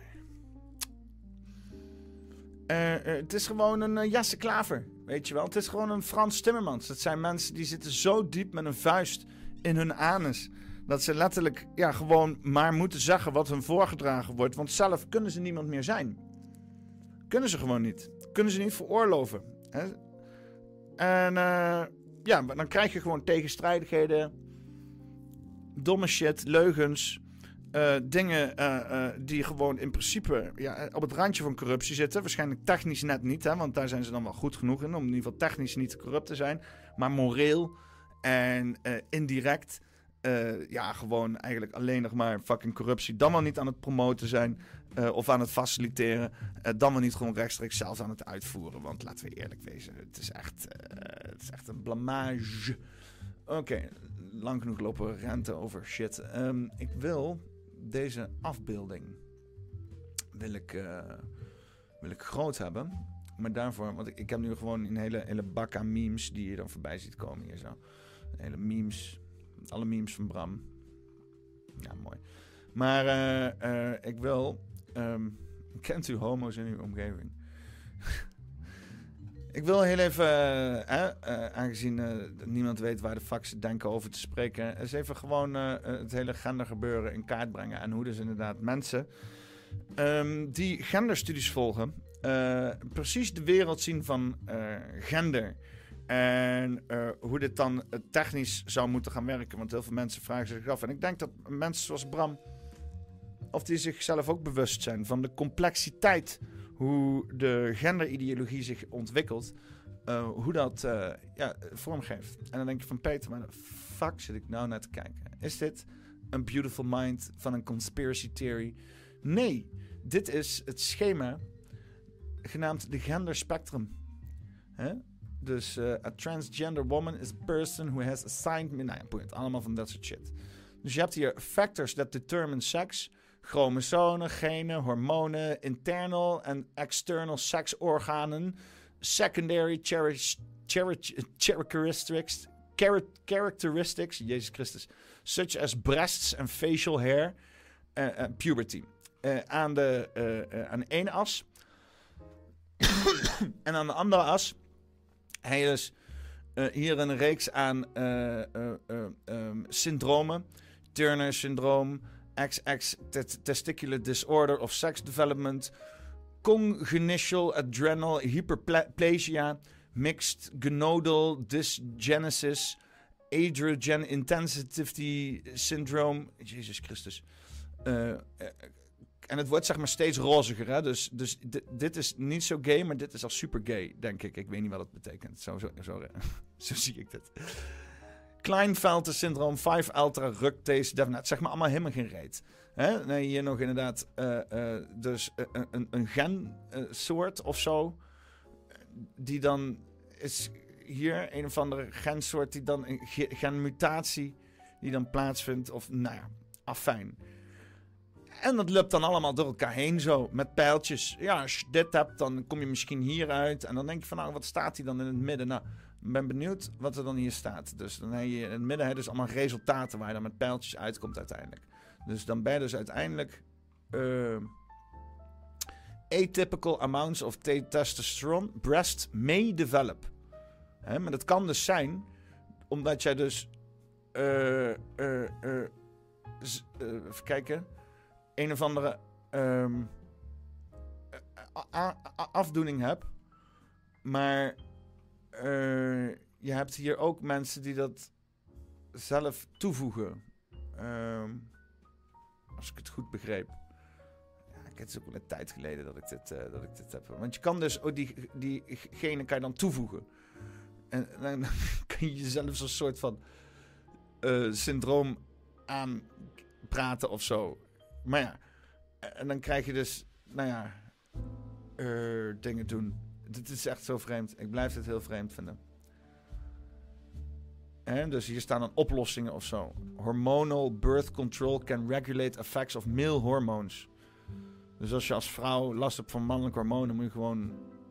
Het is gewoon een Jesse Klaver, weet je wel. Het is gewoon een Frans Timmermans. Dat zijn mensen die zitten zo diep met een vuist in hun anus... dat ze letterlijk gewoon maar moeten zeggen wat hun voorgedragen wordt. Want zelf kunnen ze niemand meer zijn. Kunnen ze gewoon niet. Kunnen ze niet veroorloven. Hè? En maar dan krijg je gewoon tegenstrijdigheden... domme shit, leugens... dingen die gewoon in principe op het randje van corruptie zitten. Waarschijnlijk technisch net niet, hè, want daar zijn ze dan wel goed genoeg in... om in ieder geval technisch niet te corrupt te zijn. Maar moreel en indirect... gewoon eigenlijk alleen nog maar fucking corruptie. Dan wel niet aan het promoten zijn of aan het faciliteren. Dan wel niet gewoon rechtstreeks zelf aan het uitvoeren. Want laten we eerlijk wezen, het is echt een blamage. Oké, lang genoeg lopen renten over shit. Ik wil deze afbeelding wil ik groot hebben. Maar daarvoor, want ik heb nu gewoon een hele bak aan memes die je dan voorbij ziet komen hier zo. Hele memes. Alle memes van Bram. Ja, mooi. Maar ik wil... kent u homo's in uw omgeving? Ik wil heel even... aangezien niemand weet waar de fuck ze denken over te spreken... eens even gewoon het hele gendergebeuren in kaart brengen. En hoe dus inderdaad mensen... die genderstudies volgen... precies de wereld zien van gender... En hoe dit dan technisch zou moeten gaan werken. Want heel veel mensen vragen zich af. En ik denk dat mensen zoals Bram... of die zichzelf ook bewust zijn van de complexiteit... hoe de genderideologie zich ontwikkelt... hoe dat vormgeeft. En dan denk je van Peter, maar de fuck zit ik nou naar te kijken? Is dit een beautiful mind van een conspiracy theory? Nee, dit is het schema... genaamd de genderspectrum. Hè? Dus a transgender woman is a person who has assigned... Nou ja, allemaal van dat soort shit. Dus je hebt hier factors that determine sex... chromosomen, genen, hormonen... internal en external seksorganen... secondary characteristics... Jezus Christus... such as breasts and facial hair... puberty. Aan de ene as... en aan de andere as... Hij is hier een reeks aan syndromen. Turner syndroom, XX testicular disorder of sex development, congenital adrenal hyperplasia, mixed gonadal dysgenesis, androgen intensity syndrome. Jezus Christus. En het wordt zeg maar steeds roziger. Hè? Dus dit is niet zo gay, maar dit is al super gay, denk ik. Ik weet niet wat het betekent. Zo zie ik dit. Klinefelter syndroom, 5 ultra reductase definite. Zeg maar allemaal helemaal geen reet. Hè? Nee, hier nog inderdaad dus een gensoort of zo. Die dan is hier een of andere gensoort die dan een genmutatie die dan plaatsvindt. Of nou ja, afijn. En dat loopt dan allemaal door elkaar heen zo, met pijltjes. Ja, als je dit hebt, dan kom je misschien hieruit. En dan denk je van, nou, wat staat hier dan in het midden? Nou, ik ben benieuwd wat er dan hier staat. Dus dan heb je in het midden dus allemaal resultaten waar je dan met pijltjes uitkomt uiteindelijk. Dus dan ben je dus uiteindelijk... atypical amounts of testosterone breast may develop. Hè, maar dat kan dus zijn, omdat jij dus... even kijken... een of andere afdoening heb. Maar je hebt hier ook mensen die dat zelf toevoegen. Als ik het goed begreep. Ja, het is ook wel een tijd geleden dat ik dit heb. Want je kan dus die genen kan je dan toevoegen. En dan kun je jezelf zo'n soort van syndroom aanpraten of zo. Maar ja, en dan krijg je dus, nou ja, dingen doen. Dit is echt zo vreemd. Ik blijf dit heel vreemd vinden. Dus hier staan dan oplossingen of zo. Hormonal birth control can regulate effects of male hormones. Dus als je als vrouw last hebt van mannelijke hormonen, moet je gewoon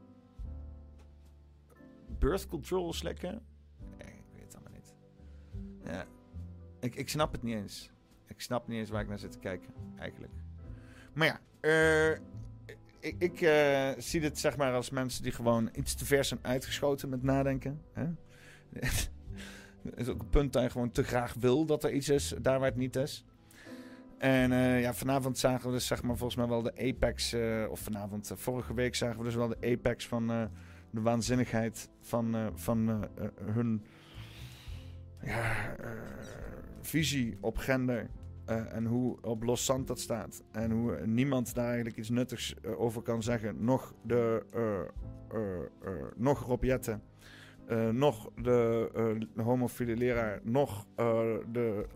birth control slikken. Nee, ik weet het allemaal niet. Ja, ik snap het niet eens. Ik snap niet eens waar ik naar zit te kijken, eigenlijk. Maar ja, ik zie dit zeg maar als mensen die gewoon iets te ver zijn uitgeschoten met nadenken. Hè? Het is ook een punt dat je gewoon te graag wil dat er iets is, daar waar het niet is. En vanavond zagen we dus zeg maar volgens mij wel de apex, of vanavond, vorige week zagen we dus wel de apex van de waanzinnigheid van hun visie op gender. En hoe op los zand dat staat. En hoe niemand daar eigenlijk iets nuttigs over kan zeggen. Nog Rob Jetten. Nog de homofiele leraar. Nog de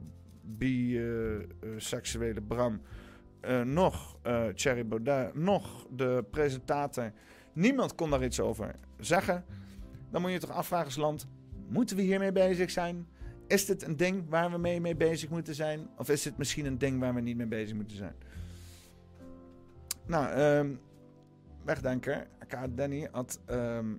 biseksuele Bram. Nog Thierry Baudet. Nog de presentator. Niemand kon daar iets over zeggen. Dan moet je toch afvragen als land. Moeten we hiermee bezig zijn? Is dit een ding waar we mee bezig moeten zijn? Of is dit misschien een ding waar we niet mee bezig moeten zijn? Nou, wegdenker. Danny had een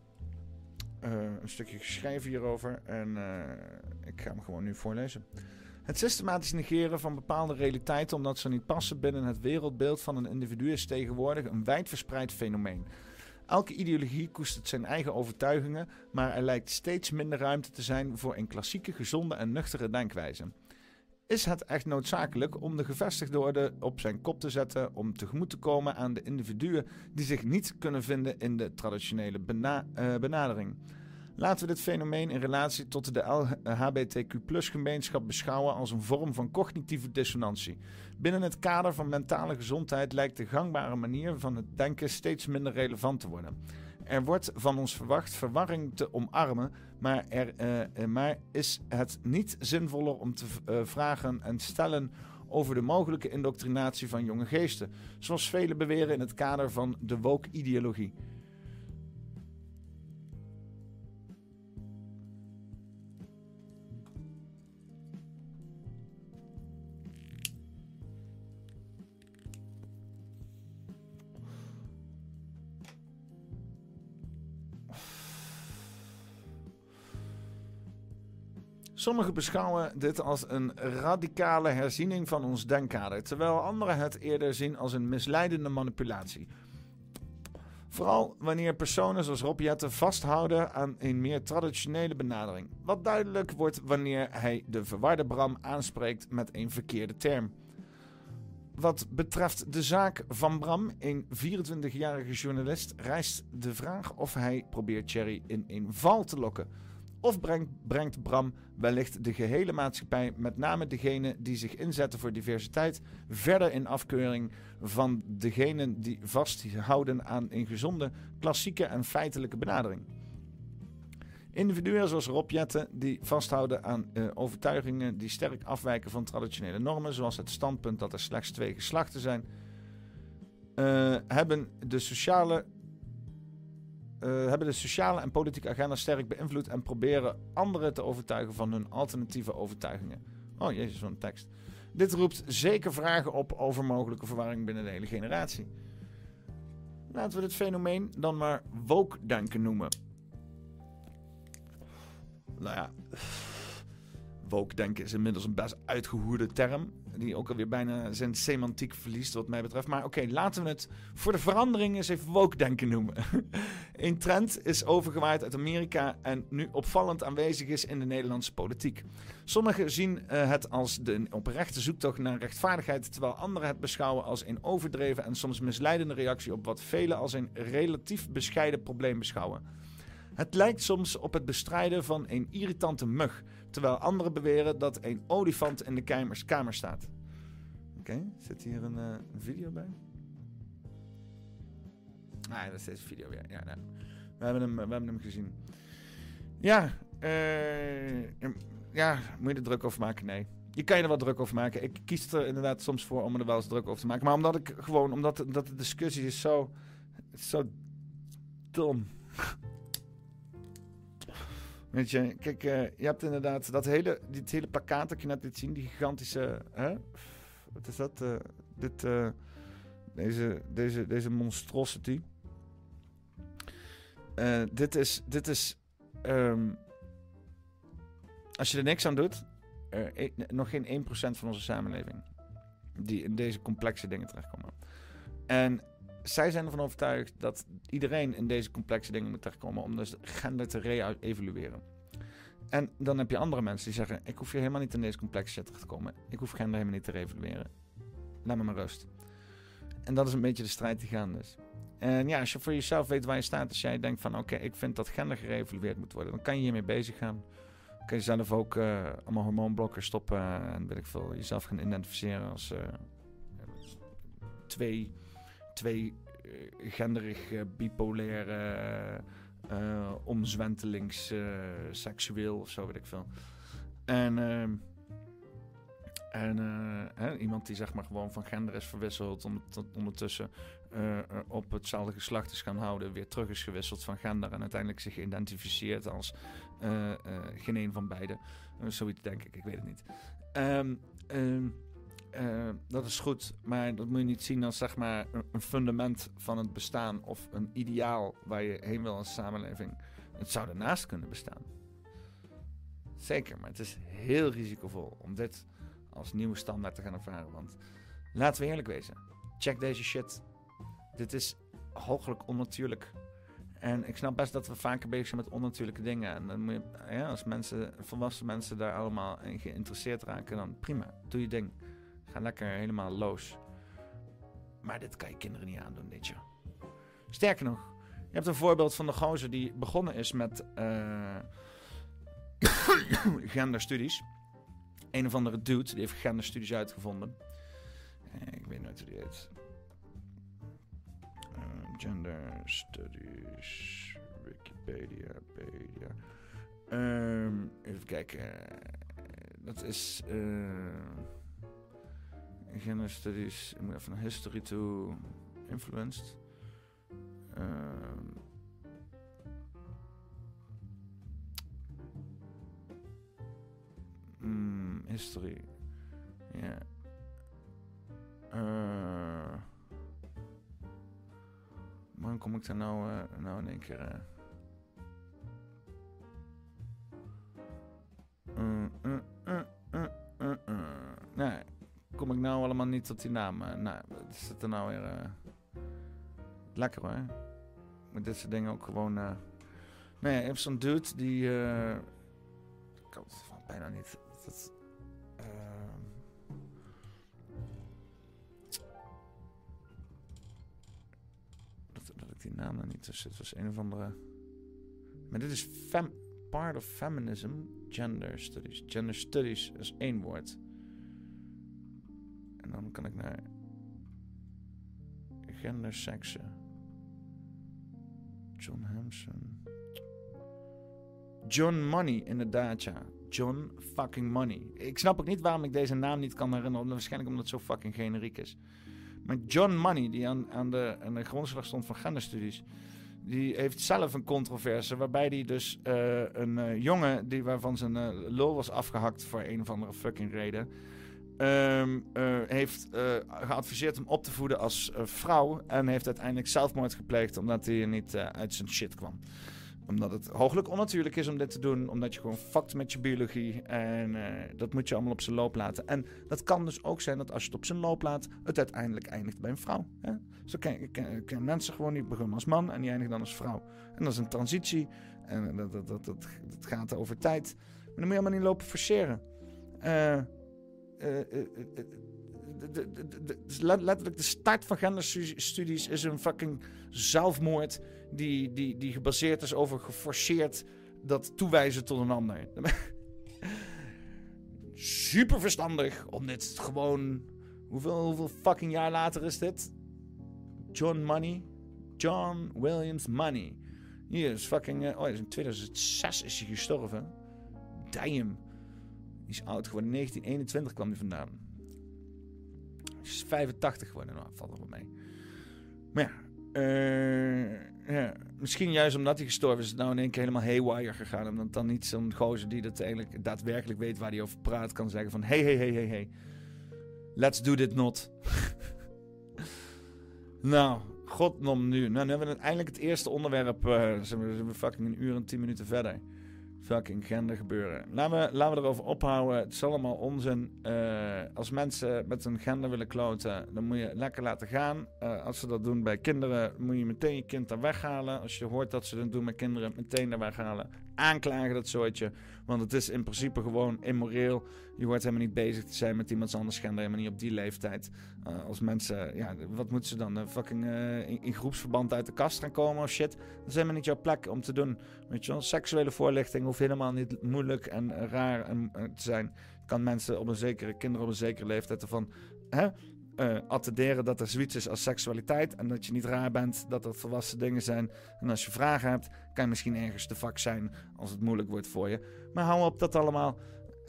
stukje geschreven hierover. En ik ga hem gewoon nu voorlezen. Het systematisch negeren van bepaalde realiteiten omdat ze niet passen binnen het wereldbeeld van een individu is tegenwoordig een wijdverspreid fenomeen. Elke ideologie koestert zijn eigen overtuigingen, maar er lijkt steeds minder ruimte te zijn voor een klassieke, gezonde en nuchtere denkwijze. Is het echt noodzakelijk om de gevestigde orde op zijn kop te zetten om tegemoet te komen aan de individuen die zich niet kunnen vinden in de traditionele benadering? Laten we dit fenomeen in relatie tot de LHBTQ+-gemeenschap beschouwen als een vorm van cognitieve dissonantie. Binnen het kader van mentale gezondheid lijkt de gangbare manier van het denken steeds minder relevant te worden. Er wordt van ons verwacht verwarring te omarmen, maar is het niet zinvoller om te vragen en stellen over de mogelijke indoctrinatie van jonge geesten, zoals velen beweren in het kader van de woke-ideologie? Sommigen beschouwen dit als een radicale herziening van ons denkkader, terwijl anderen het eerder zien als een misleidende manipulatie. Vooral wanneer personen zoals Rob Jetten vasthouden aan een meer traditionele benadering, wat duidelijk wordt wanneer hij de verwarde Bram aanspreekt met een verkeerde term. Wat betreft de zaak van Bram, een 24-jarige journalist, rijst de vraag of hij probeert Thierry in een val te lokken. Of brengt Bram wellicht de gehele maatschappij, met name degenen die zich inzetten voor diversiteit, verder in afkeuring van degenen die vasthouden aan een gezonde, klassieke en feitelijke benadering. Individuen zoals Rob Jetten die vasthouden aan overtuigingen die sterk afwijken van traditionele normen, zoals het standpunt dat er slechts 2 geslachten zijn, hebben de sociale en politieke agenda sterk beïnvloed en proberen anderen te overtuigen van hun alternatieve overtuigingen. Oh jezus, zo'n tekst. Dit roept zeker vragen op over mogelijke verwarring binnen de hele generatie. Laten we dit fenomeen dan maar woke-denken noemen. Nou ja, woke-denken is inmiddels een best uitgehoerde term, die ook alweer bijna zijn semantiek verliest wat mij betreft. Maar oké, laten we het voor de verandering eens even woke-denken noemen. Een trend is overgewaaid uit Amerika en nu opvallend aanwezig is in de Nederlandse politiek. Sommigen zien het als de oprechte zoektocht naar rechtvaardigheid, terwijl anderen het beschouwen als een overdreven en soms misleidende reactie op wat velen als een relatief bescheiden probleem beschouwen. Het lijkt soms op het bestrijden van een irritante mug, terwijl anderen beweren dat een olifant in de kamer staat. Oké, zit hier een video bij? Ah, dat is deze video weer. Ja, nou. We hebben hem gezien. Ja, moet je er druk over maken? Nee. Je kan je er wel druk over maken. Ik kies er inderdaad soms voor om er wel eens druk over te maken. Maar omdat de discussie is zo dom. Weet je, kijk, je hebt inderdaad dit hele plakkaat dat je net liet zien, die gigantische, wat is dat? Deze monstrosity. Dit is als je er niks aan doet, nog geen 1% van onze samenleving die in deze complexe dingen terechtkomen. En zij zijn ervan overtuigd dat iedereen in deze complexe dingen moet terechtkomen om dus gender te re-evalueren. En dan heb je andere mensen die zeggen, ik hoef hier helemaal niet in deze complexe shit terecht te komen. Ik hoef gender helemaal niet te re-evalueren. Laat me maar rust. En dat is een beetje de strijd die gaande is. En ja, als je voor jezelf weet waar je staat, als jij denkt van oké, ik vind dat gender gereëvalueerd moet worden, dan kan je hiermee bezig gaan. Dan kan je zelf ook allemaal hormoonblokkers stoppen en weet ik veel, jezelf gaan identificeren als twee genderig, bipolaire, omzwentelings, seksueel of zo, weet ik veel. En iemand die zeg maar gewoon van gender is verwisseld, ondertussen op hetzelfde geslacht is gaan houden, weer terug is gewisseld van gender en uiteindelijk zich identificeert als geen een van beide. Zoiets denk ik weet het niet. Dat is goed, maar dat moet je niet zien als zeg maar een fundament van het bestaan of een ideaal waar je heen wil als samenleving. Het zou ernaast kunnen bestaan. Zeker, maar het is heel risicovol om dit als nieuwe standaard te gaan ervaren. Want laten we eerlijk wezen, check deze shit. Dit is hooglijk onnatuurlijk. En ik snap best dat we vaker bezig zijn met onnatuurlijke dingen. En dan moet je, als volwassen mensen daar allemaal in geïnteresseerd raken, dan prima, doe je ding. Ga lekker helemaal los. Maar dit kan je kinderen niet aandoen, dit jaar. Sterker nog, je hebt een voorbeeld van de gozer die begonnen is met genderstudies. Een of andere dude, die heeft genderstudies uitgevonden. Ik weet nooit hoe die heet. Gender Studies, Wikipedia. Even kijken. Dat is Gender Studies. Ik moet even naar History to Influenced. History. Ja. Waarom kom ik daar nou in één keer... Nee, kom ik nou allemaal niet tot die naam. Nou, wat is het er nou weer... Lekker hoor. Met dit soort dingen ook gewoon... Nee, je hebt zo'n dude die... ik kan het bijna niet... Dat ik die naam er niet tussen zit. Het was een of andere... Maar dit is part of feminism. Gender studies. Gender studies is 1 woord. En dan kan ik naar... Gender, seksen. John Hampson. John Money, inderdaad, ja. John fucking Money. Ik snap ook niet waarom ik deze naam niet kan herinneren. Waarschijnlijk omdat het zo fucking generiek is. Maar John Money, die aan de grondslag stond van genderstudies... die heeft zelf een controverse... waarbij hij dus een jongen... waarvan zijn lul was afgehakt... voor een of andere fucking reden... heeft geadviseerd hem op te voeden als vrouw... en heeft uiteindelijk zelfmoord gepleegd... omdat hij niet uit zijn shit kwam. Omdat het hooglijk onnatuurlijk is om dit te doen. Omdat je gewoon fuckt met je biologie. En dat moet je allemaal op zijn loop laten. En dat kan dus ook zijn dat als je het op zijn loop laat... het uiteindelijk eindigt bij een vrouw. Hè? Zo ken mensen gewoon die beginnen als man... en die eindigen dan als vrouw. En dat is een transitie. En dat gaat over tijd. Maar dan moet je allemaal niet lopen forceren. Letterlijk de start van genderstudies is een fucking zelfmoord die gebaseerd is over geforceerd dat toewijzen tot een ander. Super verstandig om dit gewoon... Hoeveel fucking jaar later is dit? John Williams Money. Hier is fucking... in 2006 is hij gestorven. Damn. Die is oud geworden. 1921 kwam hij vandaan. Hij is 85 geworden. Nou, valt er wel mee. Maar ja, misschien juist omdat hij gestorven is... is het nou in één keer helemaal haywire gegaan. Omdat dan niet zo'n gozer die dat eigenlijk daadwerkelijk weet... waar hij over praat, kan zeggen van... Hey. Let's do this not. Nou, godnom nu. Nou, nu hebben we eindelijk het eerste onderwerp. Zijn we fucking 1 uur en 10 minuten verder. Fucking gender gebeuren. Laten we erover ophouden. Het is allemaal onzin. Als mensen met hun gender willen kloten, dan moet je lekker laten gaan. Als ze dat doen bij kinderen, moet je meteen je kind daar weghalen. Als je hoort dat ze dat doen met kinderen, meteen daar weghalen. Aanklagen dat soortje. Want het is in principe gewoon immoreel. Je hoort helemaal niet bezig te zijn met iemands anders gender. Helemaal niet op die leeftijd. Als mensen, ja, wat moeten ze dan? Fucking in groepsverband uit de kast gaan komen of shit? Dat is helemaal niet jouw plek om te doen. Weet je wel, seksuele voorlichting hoeft helemaal niet moeilijk en raar te zijn. Je kan mensen kinderen op een zekere leeftijd ervan attenderen dat er zoiets is als seksualiteit. En dat je niet raar bent, dat er volwassen dingen zijn. En als je vragen hebt, kan je misschien ergens te vak zijn als het moeilijk wordt voor je. Maar hou op dat allemaal...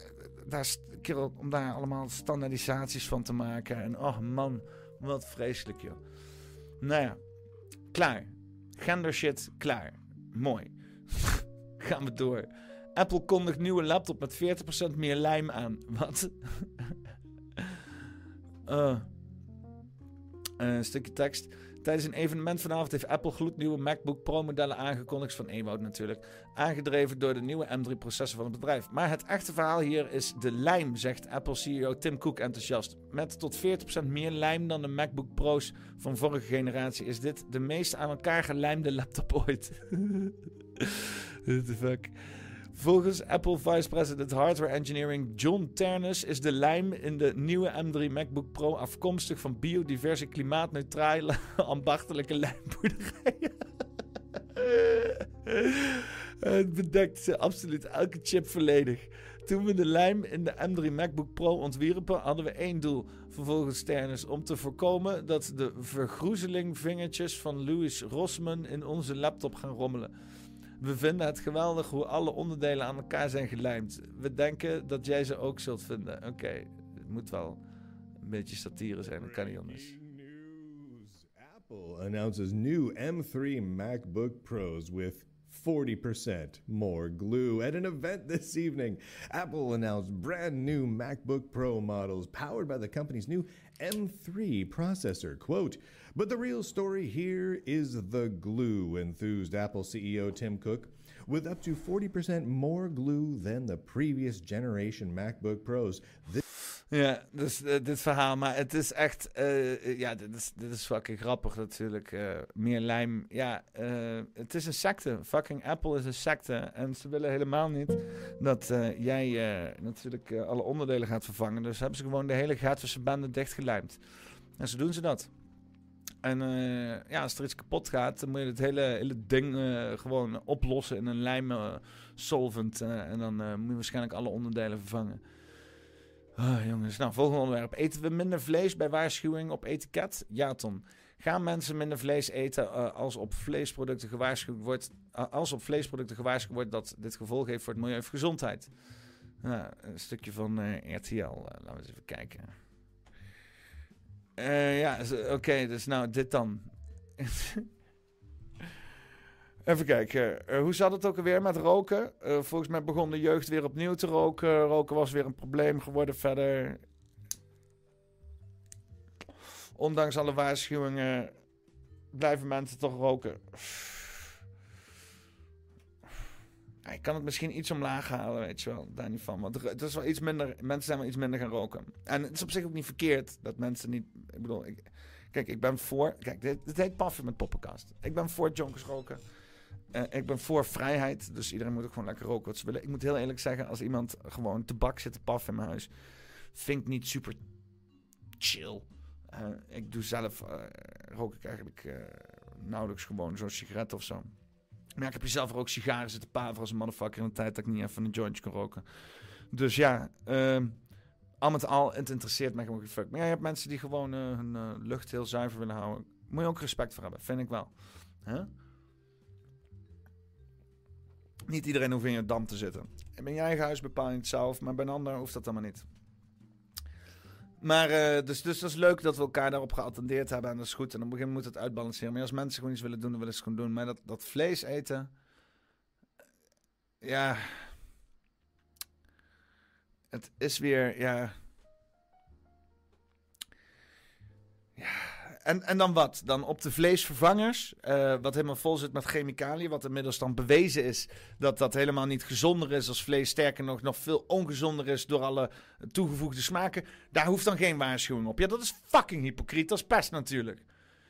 om daar allemaal standaardisaties van te maken. En oh man, wat vreselijk joh. Nou ja, klaar. Gender shit, klaar. Mooi. Gaan we door. Apple kondigt nieuwe laptop met 40% meer lijm aan. Wat? Een stukje tekst. Tijdens een evenement vanavond heeft Apple gloednieuwe MacBook Pro modellen aangekondigd van Ewout natuurlijk. Aangedreven door de nieuwe M3 processor van het bedrijf. Maar het echte verhaal hier is de lijm, zegt Apple CEO Tim Cook enthousiast. Met tot 40% meer lijm dan de MacBook Pro's van vorige generatie is dit de meest aan elkaar gelijmde laptop ooit. What the fuck? Volgens Apple Vice President Hardware Engineering John Ternus is de lijm in de nieuwe M3 MacBook Pro afkomstig van biodiverse, klimaatneutrale, ambachtelijke lijmboerderijen. Het bedekt absoluut elke chip volledig. Toen we de lijm in de M3 MacBook Pro ontwierpen, hadden we 1 doel. Vervolgens Ternus, om te voorkomen dat de vergroezelingvingertjes van Louis Rossmann in onze laptop gaan rommelen. We vinden het geweldig hoe alle onderdelen aan elkaar zijn gelijmd. We denken dat jij ze ook zult vinden. Oké, het moet wel een beetje satire zijn, dat kan niet anders. Apple announces new M3 MacBook Pros with 40% more glue. At an event this evening, Apple announced brand new MacBook Pro models powered by the company's new M3 processor. Quote, but the real story here is the glue, enthused Apple CEO Tim Cook. With up to 40% more glue than the previous generation MacBook Pros. Ja, dus dit verhaal, maar het is echt, dit is fucking grappig natuurlijk. Meer lijm, ja, het is een secte. Fucking Apple is een secte. En ze willen helemaal niet dat jij natuurlijk alle onderdelen gaat vervangen. Dus hebben ze gewoon de hele gaatverse banden dichtgelijmd. En zo doen ze dat. En als er iets kapot gaat, dan moet je het hele ding gewoon oplossen in een lijm solvent. En dan moet je waarschijnlijk alle onderdelen vervangen. Jongens, nou, volgende onderwerp. Eten we minder vlees bij waarschuwing op etiket? Ja, Tom. Gaan mensen minder vlees eten als op vleesproducten gewaarschuwd wordt dat dit gevolg heeft voor het milieu of gezondheid? Een stukje van RTL. Laten we eens even kijken. Oké, dus nou, dit dan. Even kijken. Hoe zat het ook alweer met roken? Volgens mij begon de jeugd weer opnieuw te roken. Roken was weer een probleem geworden verder. Ondanks alle waarschuwingen blijven mensen toch roken. Ik kan het misschien iets omlaag halen, weet je wel. Daar niet van. Want het is wel iets minder, mensen zijn wel iets minder gaan roken. En het is op zich ook niet verkeerd dat mensen niet... Ik bedoel, ik ben voor... Kijk, dit heet Paffen met Poppenkast. Ik ben voor jonkers roken. Ik ben voor vrijheid. Dus iedereen moet ook gewoon lekker roken wat ze willen. Ik moet heel eerlijk zeggen, als iemand gewoon tabak zit te paffen in mijn huis, vind ik niet super chill. Ik doe zelf... rook ik eigenlijk nauwelijks gewoon zo'n sigaret of zo. Maar ik heb jezelf er ook sigaren zitten paveren als een motherfucker in een tijd dat ik niet even een jointje kon roken. Dus ja, al met al, het interesseert mij gewoon geen fuck. Maar ja, je hebt mensen die gewoon hun lucht heel zuiver willen houden. Moet je ook respect voor hebben, vind ik wel. Huh? Niet iedereen hoeft in je dam te zitten. In je eigen huis bepaal je het zelf, maar bij een ander hoeft dat allemaal niet. Maar dus dat is leuk dat we elkaar daarop geattendeerd hebben en dat is goed. En op een gegeven moment moet het uitbalanceren. Maar als mensen gewoon iets willen doen, dan willen ze het gewoon doen. Maar dat vlees eten... Ja... Het is weer, ja... En dan wat? Dan op de vleesvervangers, wat helemaal vol zit met chemicaliën, wat inmiddels dan bewezen is dat dat helemaal niet gezonder is als vlees. Sterker nog veel ongezonder is door alle toegevoegde smaken. Daar hoeft dan geen waarschuwing op. Ja, dat is fucking hypocriet. Dat is pest natuurlijk.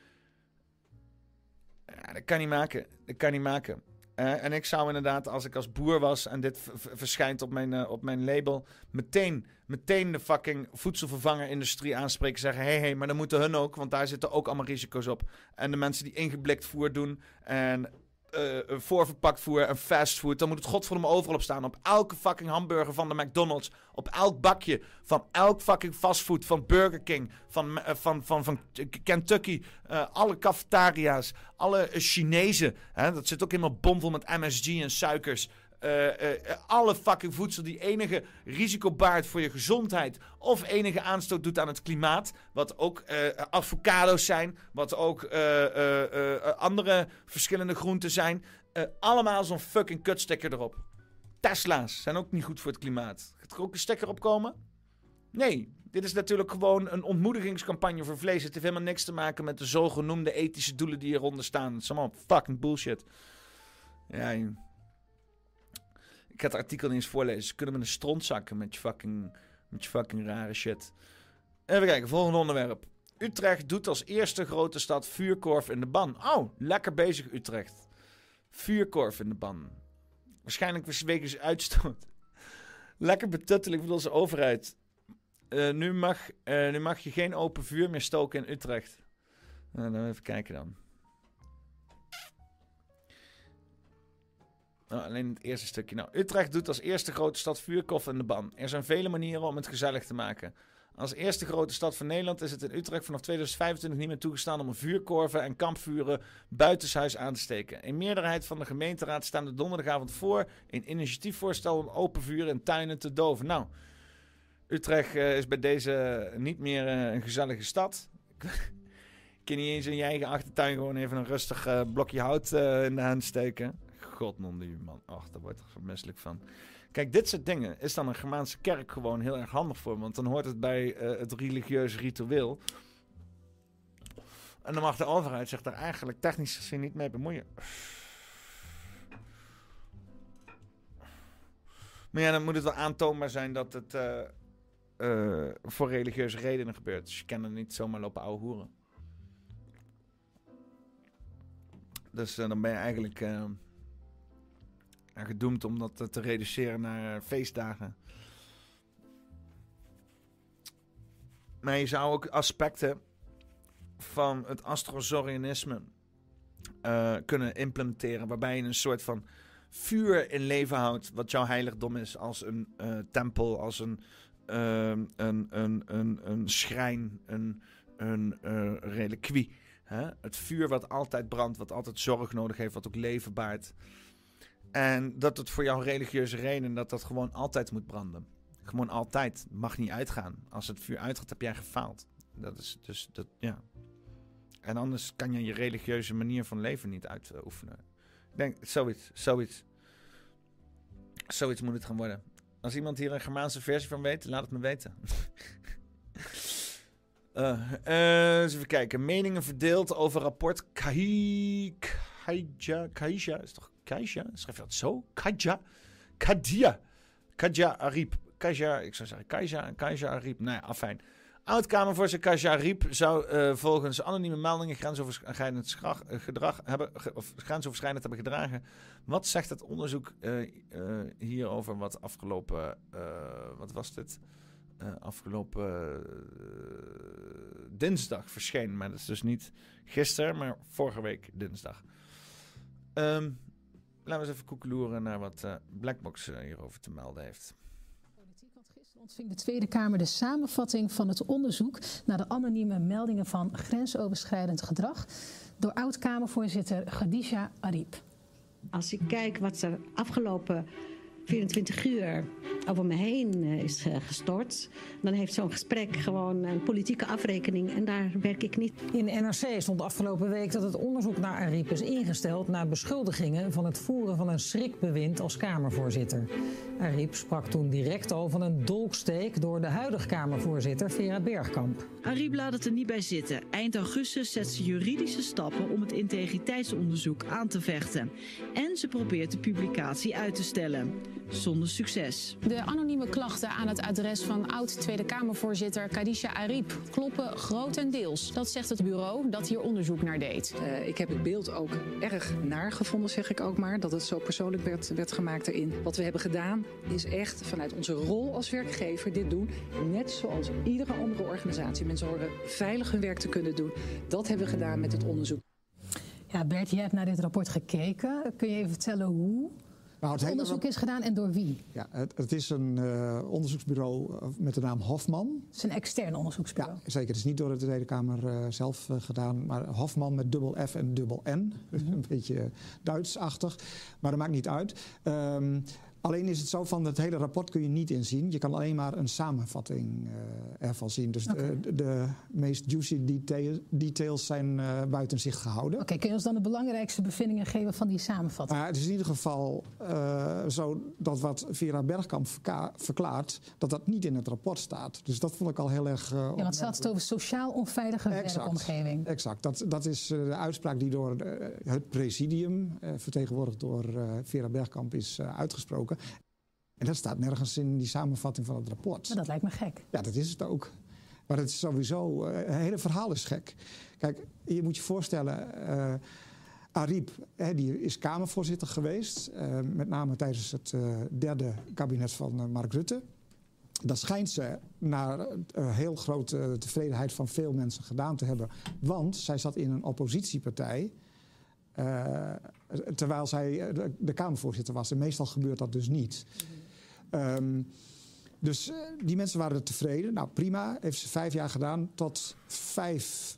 Ja, dat kan niet maken. En ik zou inderdaad, als ik als boer was en dit verschijnt op mijn label, meteen de fucking voedselvervangerindustrie aanspreken. Zeggen, hey, maar dan moeten hun ook, want daar zitten ook allemaal risico's op. En de mensen die ingeblikt voer doen en voorverpakt voer en fastfood, dan moet het godverdomme overal op staan. Op elke fucking hamburger van de McDonald's, op elk bakje van elk fucking fastfood, van Burger King, van Kentucky, alle cafetaria's, alle Chinezen. Dat zit ook helemaal bomvol met MSG en suikers. Alle fucking voedsel die enige risico baart voor je gezondheid of enige aanstoot doet aan het klimaat, wat ook avocado's zijn, wat ook andere verschillende groenten zijn, allemaal zo'n fucking kutsticker erop. Tesla's zijn ook niet goed voor het klimaat. Gaat er ook een sticker op komen? Nee, dit is natuurlijk gewoon een ontmoedigingscampagne voor vlees. Het heeft helemaal niks te maken met de zogenoemde ethische doelen die hieronder staan. Het is allemaal fucking bullshit. Ja, ik ga het artikel niet eens voorlezen. Ze kunnen me een stront zakken met je fucking rare shit. Even kijken, volgende onderwerp. Utrecht doet als eerste grote stad vuurkorf in de ban. Oh, lekker bezig Utrecht. Vuurkorf in de ban. Waarschijnlijk wegens uitstoot. Lekker betutteling van onze overheid. Nu mag je geen open vuur meer stoken in Utrecht. Nou, dan even kijken dan. Nou, alleen het eerste stukje. Nou, Utrecht doet als eerste grote stad vuurkorf in de ban. Er zijn vele manieren om het gezellig te maken. Als eerste grote stad van Nederland is het in Utrecht vanaf 2025 niet meer toegestaan om een vuurkorven en kampvuren buitenshuis aan te steken. Een meerderheid van de gemeenteraad stemde donderdagavond voor een initiatiefvoorstel om open vuren in tuinen te doven. Nou, Utrecht is bij deze niet meer een gezellige stad. Kun je niet eens in je eigen achtertuin gewoon even een rustig blokje hout in de hand steken? God, man. Ach, daar wordt er vermisselijk van. Kijk, dit soort dingen is dan een Germaanse kerk gewoon heel erg handig voor. Want dan hoort het bij het religieuze ritueel. En dan mag de overheid zich daar eigenlijk technisch gezien niet mee bemoeien. Maar ja, dan moet het wel aantoonbaar zijn dat het voor religieuze redenen gebeurt. Dus je kan er niet zomaar lopen ouwe hoeren. Dus dan ben je eigenlijk gedoemd om dat te reduceren naar feestdagen. Maar je zou ook aspecten van het astrozorianisme kunnen implementeren, waarbij je een soort van vuur in leven houdt, wat jouw heiligdom is, als een tempel, als een schrijn, een reliquie. Het vuur wat altijd brandt, wat altijd zorg nodig heeft, wat ook leven baart. En dat het voor jouw religieuze reden dat gewoon altijd moet branden. Gewoon altijd. Mag niet uitgaan. Als het vuur uitgaat, heb jij gefaald. Dat is dus, ja. En anders kan je religieuze manier van leven niet uitoefenen. Ik denk, zoiets moet het gaan worden. Als iemand hier een Germaanse versie van weet, laat het me weten. Eens even kijken. Meningen verdeeld over rapport Kaija, is toch Kaija? Schrijf je dat zo? Kadja Ariep. Ik zou zeggen Kaija Ariep. Nou ja, afijn. Oud-Kamervoorzitter Kaija Ariep zou volgens anonieme meldingen grensoverschrijdend hebben gedragen. Wat zegt het onderzoek hierover wat afgelopen... wat was dit? Afgelopen dinsdag verscheen. Maar dat is dus niet gisteren, maar vorige week dinsdag. Laten we eens even koekeloeren naar wat Blackbox hierover te melden heeft. Gisteren ontving de Tweede Kamer de samenvatting van het onderzoek naar de anonieme meldingen van grensoverschrijdend gedrag door oud-Kamervoorzitter Khadija Ariep. Als ik kijk wat er afgelopen 24 uur over me heen is gestort, dan heeft zo'n gesprek gewoon een politieke afrekening en daar werk ik niet. In NRC stond afgelopen week dat het onderzoek naar Ariep is ingesteld na beschuldigingen van het voeren van een schrikbewind als Kamervoorzitter. Ariep sprak toen direct al van een dolksteek door de huidige Kamervoorzitter Vera Bergkamp. Ariep laat het er niet bij zitten. Eind augustus zet ze juridische stappen om het integriteitsonderzoek aan te vechten. En ze probeert de publicatie uit te stellen. Zonder succes. De anonieme klachten aan het adres van oud-Tweede Kamervoorzitter Khadija Ariep kloppen grotendeels. Dat zegt het bureau dat hier onderzoek naar deed. Ik heb het beeld ook erg naar gevonden, zeg ik ook maar. Dat het zo persoonlijk werd gemaakt erin. Wat we hebben gedaan is echt vanuit onze rol als werkgever dit doen. Net zoals iedere andere organisatie. Mensen horen veilig hun werk te kunnen doen. Dat hebben we gedaan met het onderzoek. Ja, Bert, jij hebt naar dit rapport gekeken. Kun je even vertellen hoe het onderzoek is gedaan en door wie? Ja, het is een onderzoeksbureau met de naam Hofman. Het is een extern onderzoeksbureau. Ja, zeker. Het is niet door de Tweede Kamer zelf gedaan, maar Hofman met dubbel F en dubbel N. Een beetje Duitsachtig, maar dat maakt niet uit. Alleen is het zo van het hele rapport kun je niet inzien. Je kan alleen maar een samenvatting ervan zien. Dus de meest juicy details zijn buiten zicht gehouden. Oké, kun je ons dan de belangrijkste bevindingen geven van die samenvatting? Het is in ieder geval zo dat wat Vera Bergkamp verklaart, dat niet in het rapport staat. Dus dat vond ik al heel erg... ja, want ze had het over sociaal onveilige werkomgeving. Exact. Dat is de uitspraak die door het presidium, vertegenwoordigd door Vera Bergkamp, is uitgesproken. En dat staat nergens in die samenvatting van het rapport. Maar dat lijkt me gek. Ja, dat is het ook. Maar het is sowieso... het hele verhaal is gek. Kijk, je moet je voorstellen... Ariep, die is Kamervoorzitter geweest. Met name tijdens het derde kabinet van Mark Rutte. Dat schijnt ze naar heel grote tevredenheid van veel mensen gedaan te hebben. Want zij zat in een oppositiepartij... terwijl zij de Kamervoorzitter was. En meestal gebeurt dat dus niet. Dus die mensen waren tevreden. Nou, prima. Heeft ze 5 jaar gedaan tot 5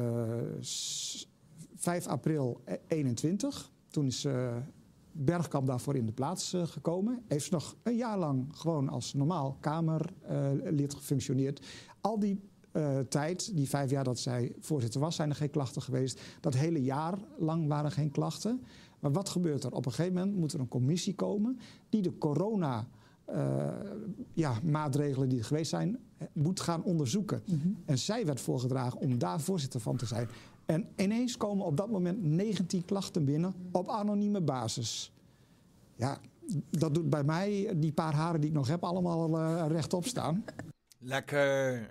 april 21. Toen is Bergkamp daarvoor in de plaats gekomen. Heeft ze nog een jaar lang gewoon als normaal Kamerlid gefunctioneerd. Al die tijd, die 5 jaar dat zij voorzitter was, zijn er geen klachten geweest. Dat hele jaar lang waren geen klachten. Maar wat gebeurt er? Op een gegeven moment moet er een commissie komen die de corona maatregelen die er geweest zijn, moet gaan onderzoeken. En zij werd voorgedragen om daar voorzitter van te zijn. En ineens komen op dat moment 19 klachten binnen op anonieme basis. Ja, dat doet bij mij die paar haren die ik nog heb allemaal rechtop staan. Lekker.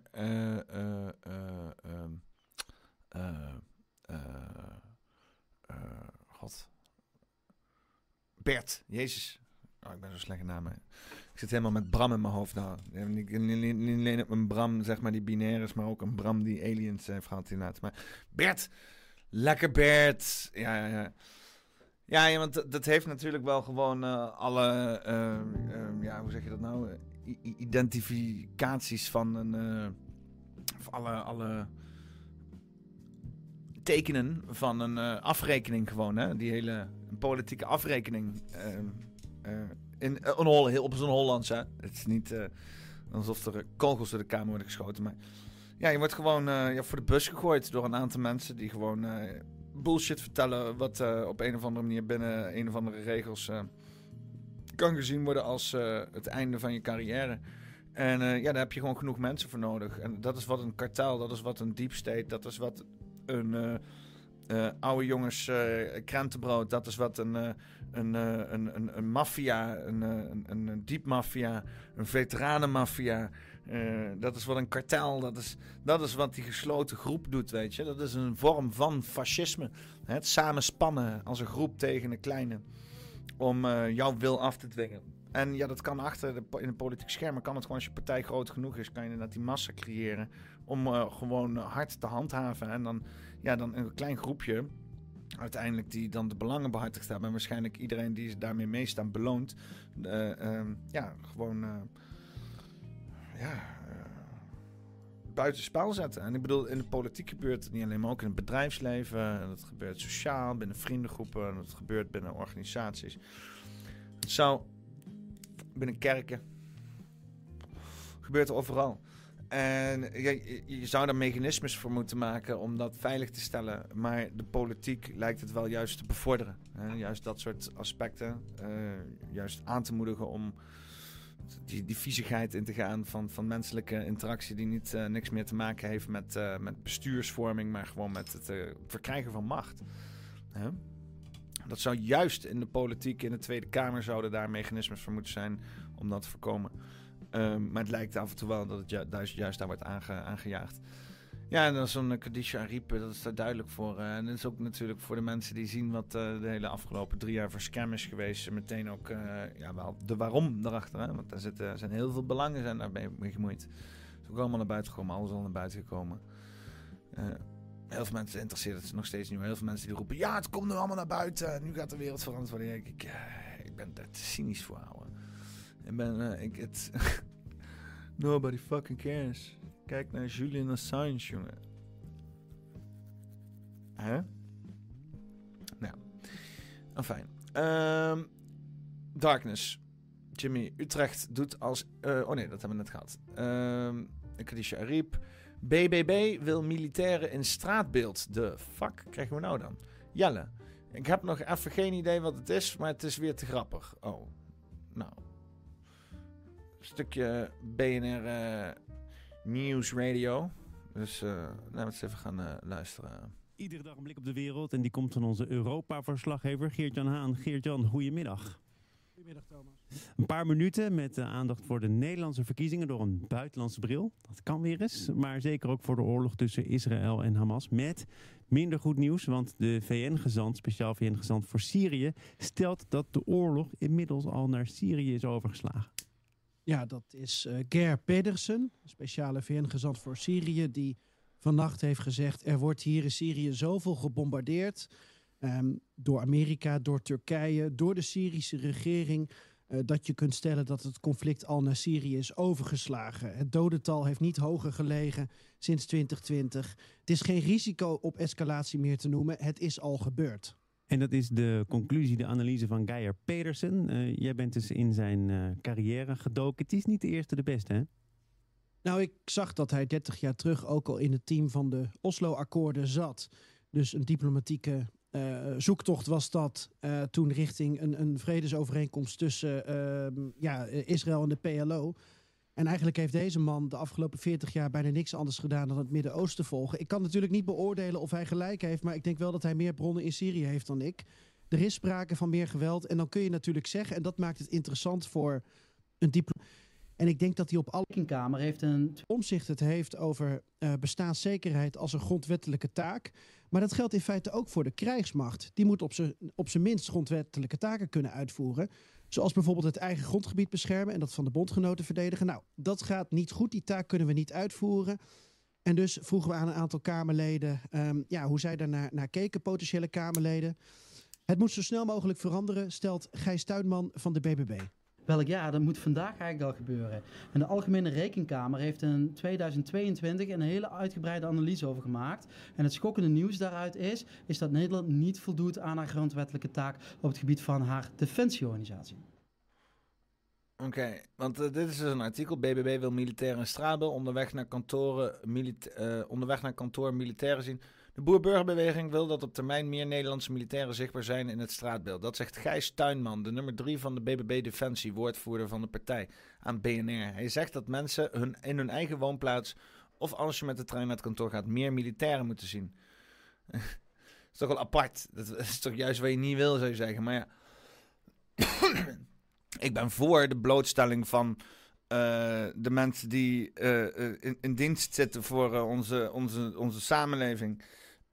God. Bert, Jezus. Oh, ik ben zo slecht in namen. Ik zit helemaal met Bram in mijn hoofd nou. Niet alleen een Bram, zeg maar, die binair is, maar ook een Bram die aliens heeft gehad inderdaad. Maar Bert, lekker Bert. Ja. Ja, want dat heeft natuurlijk wel gewoon alle, hoe zeg je dat nou? Identificaties van een, alle tekenen van een afrekening gewoon, hè? Die hele politieke afrekening op zo'n Hollands, hè? Het is niet alsof er kogels door de Kamer worden geschoten, maar ja, je wordt gewoon voor de bus gegooid door een aantal mensen die gewoon bullshit vertellen wat op een of andere manier binnen een of andere regels kan gezien worden als het einde van je carrière. En daar heb je gewoon genoeg mensen voor nodig. En dat is wat een kartel, dat is wat een deep state, dat is wat een oude jongens krentenbrood, dat is wat een maffia, een diep maffia, een veteranenmaffia, dat is wat een kartel, dat is wat die gesloten groep doet, weet je. Dat is een vorm van fascisme. Het samenspannen als een groep tegen een kleine om jouw wil af te dwingen. En ja, dat kan in de politieke schermen, kan het gewoon als je partij groot genoeg is, kan je inderdaad die massa creëren om gewoon hard te handhaven. En dan een klein groepje uiteindelijk die dan de belangen behartigd hebben en waarschijnlijk iedereen die daarmee meestaan beloont. Buitenspel zetten. En ik bedoel, in de politiek gebeurt het niet alleen, maar ook in het bedrijfsleven. Dat gebeurt sociaal, binnen vriendengroepen. Dat gebeurt binnen organisaties. Het zou binnen kerken. Gebeurt er overal. En je zou daar mechanismes voor moeten maken om dat veilig te stellen. Maar de politiek lijkt het wel juist te bevorderen. Juist dat soort aspecten. Juist aan te moedigen om die viezigheid in te gaan van menselijke interactie die niks meer te maken heeft met bestuursvorming, maar gewoon met het verkrijgen van macht. Dat zou juist in de politiek, in de Tweede Kamer, zouden daar mechanismes voor moeten zijn om dat te voorkomen. Maar het lijkt af en toe wel dat het juist daar wordt aangejaagd. Ja, en dan zo'n Khadija Arib, dat is daar duidelijk voor. En dat is ook natuurlijk voor de mensen die zien wat de hele afgelopen 3 jaar voor scam is geweest. Meteen ook wel de waarom daarachter. Hè? Want daar zijn heel veel belangen daarbij gemoeid. Het is ook allemaal naar buiten gekomen, alles al naar buiten gekomen. Heel veel mensen interesseert het nog steeds niet. Heel veel mensen die roepen, ja, het komt nu allemaal naar buiten. Nu gaat de wereld veranderd worden. Ik ben daar te cynisch voor, ouwe. Nobody fucking cares. Kijk naar Julian Assange, jongen. Nou. Enfin. Darkness. Jimmy, Utrecht doet als... dat hebben we net gehad. Khadija Arib. BBB wil militairen in straatbeeld. De fuck krijgen we nou dan? Jelle. Ik heb nog even geen idee wat het is, maar het is weer te grappig. Oh. Nou. Stukje BNR News Radio. Dus laten we eens even gaan luisteren. Iedere dag een blik op de wereld en die komt van onze Europa-verslaggever Geert-Jan Haan. Geert-Jan, goedemiddag. Goedemiddag, Thomas. Een paar minuten met aandacht voor de Nederlandse verkiezingen door een buitenlandse bril. Dat kan weer eens, maar zeker ook voor de oorlog tussen Israël en Hamas. Met minder goed nieuws, want de VN-gezant, speciaal VN-gezant voor Syrië, stelt dat de oorlog inmiddels al naar Syrië is overgeslagen. Ja, dat is Geir Pedersen, speciale VN-gezant voor Syrië, die vannacht heeft gezegd: er wordt hier in Syrië zoveel gebombardeerd door Amerika, door Turkije, door de Syrische regering, dat je kunt stellen dat het conflict al naar Syrië is overgeslagen. Het dodental heeft niet hoger gelegen sinds 2020. Het is geen risico op escalatie meer te noemen. Het is al gebeurd. En dat is de conclusie, de analyse van Geir Pedersen. Jij bent dus in zijn carrière gedoken. Het is niet de eerste de beste, hè? Nou, ik zag dat hij 30 jaar terug ook al in het team van de Oslo-akkoorden zat. Dus een diplomatieke zoektocht was dat toen richting een vredesovereenkomst tussen Israël en de PLO. En eigenlijk heeft deze man de afgelopen 40 jaar bijna niks anders gedaan dan het Midden-Oosten volgen. Ik kan natuurlijk niet beoordelen of hij gelijk heeft, maar ik denk wel dat hij meer bronnen in Syrië heeft dan ik. Er is sprake van meer geweld en dan kun je natuurlijk zeggen, en dat maakt het interessant voor een diplomaat. En ik denk dat hij op alle Kamer heeft een Omtzigt het heeft over bestaanszekerheid als een grondwettelijke taak. Maar dat geldt in feite ook voor de krijgsmacht. Die moet op zijn minst grondwettelijke taken kunnen uitvoeren. Zoals bijvoorbeeld het eigen grondgebied beschermen en dat van de bondgenoten verdedigen. Nou, dat gaat niet goed. Die taak kunnen we niet uitvoeren. En dus vroegen we aan een aantal Kamerleden hoe zij daarnaar keken, potentiële Kamerleden. Het moet zo snel mogelijk veranderen, stelt Gijs Tuinman van de BBB. Welk jaar? Dat moet vandaag eigenlijk al gebeuren. En de Algemene Rekenkamer heeft in 2022 een hele uitgebreide analyse over gemaakt. En het schokkende nieuws daaruit is dat Nederland niet voldoet aan haar grondwettelijke taak op het gebied van haar defensieorganisatie. Oké, want dit is dus een artikel. BBB wil militairen in straatbeeld onderweg naar kantoor militairen zien. De boer-burgerbeweging wil dat op termijn meer Nederlandse militairen zichtbaar zijn in het straatbeeld. Dat zegt Gijs Tuinman, de nummer 3 van de BBB Defensie, woordvoerder van de partij, aan BNR. Hij zegt dat mensen in hun eigen woonplaats of als je met de trein naar het kantoor gaat, meer militairen moeten zien. Dat is toch wel apart. Dat is toch juist wat je niet wil, zou je zeggen. Maar ja, ik ben voor de blootstelling van de mensen die in dienst zitten voor onze samenleving.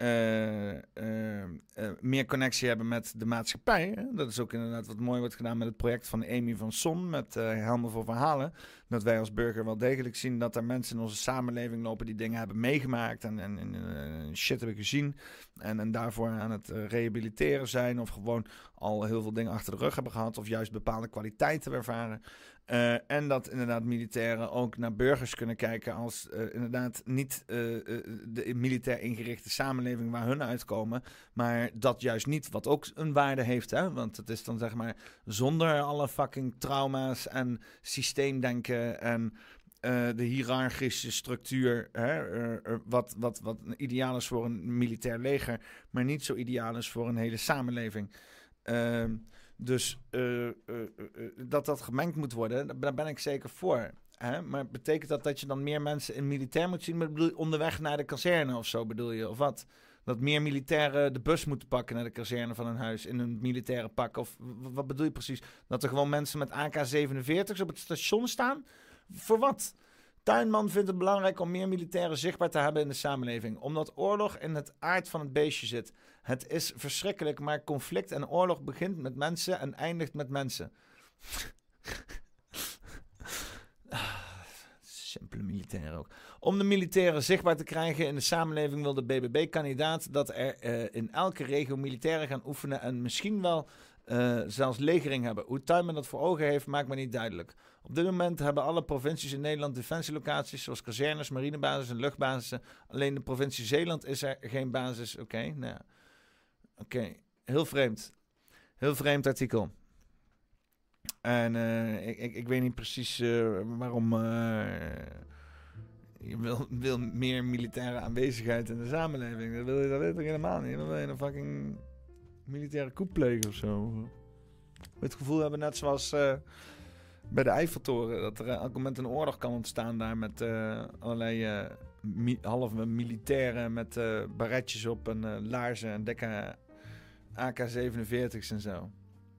Meer connectie hebben met de maatschappij. Hè? Dat is ook inderdaad wat mooi wordt gedaan met het project van Amy van Son, met Helmen voor Verhalen. Dat wij als burger wel degelijk zien dat er mensen in onze samenleving lopen die dingen hebben meegemaakt en shit hebben gezien. En daarvoor aan het rehabiliteren zijn of gewoon al heel veel dingen achter de rug hebben gehad of juist bepaalde kwaliteiten ervaren. En dat inderdaad militairen ook naar burgers kunnen kijken als inderdaad niet de militair ingerichte samenleving waar hun uitkomen, maar dat juist niet, wat ook een waarde heeft. Hè? Want het is dan zeg maar zonder alle fucking trauma's en systeemdenken en de hiërarchische structuur, wat ideaal is voor een militair leger, maar niet zo ideaal is voor een hele samenleving. Dus dat gemengd moet worden, daar ben ik zeker voor. Hè? Maar betekent dat je dan meer mensen in militair moet zien? Bedoel je onderweg naar de kazerne of zo, bedoel je? Of wat? Dat meer militairen de bus moeten pakken naar de kazerne van hun huis in een militaire pak? Of wat bedoel je precies? Dat er gewoon mensen met AK-47's op het station staan? Voor wat? Tuinman vindt het belangrijk om meer militairen zichtbaar te hebben in de samenleving. Omdat oorlog in het aard van het beestje zit. Het is verschrikkelijk, maar conflict en oorlog begint met mensen en eindigt met mensen. Simpele militairen ook. Om de militairen zichtbaar te krijgen in de samenleving wil de BBB-kandidaat dat er in elke regio militairen gaan oefenen en misschien wel zelfs legering hebben. Hoe Tuinman dat voor ogen heeft, maakt me niet duidelijk. Op dit moment hebben alle provincies in Nederland defensielocaties zoals kazernes, marinebasis en luchtbasissen. Alleen de provincie Zeeland is er geen basis. Oké. Heel vreemd. Heel vreemd artikel. En ik weet niet precies waarom je wil meer militaire aanwezigheid in de samenleving. Dat wil ik helemaal niet. Dan wil je een fucking militaire coup plegen of zo. We het gevoel hebben, net zoals bij de Eiffeltoren, dat er elk moment een oorlog kan ontstaan daar met allerlei halve militairen met baretjes op en laarzen en dikke AK-47's en zo.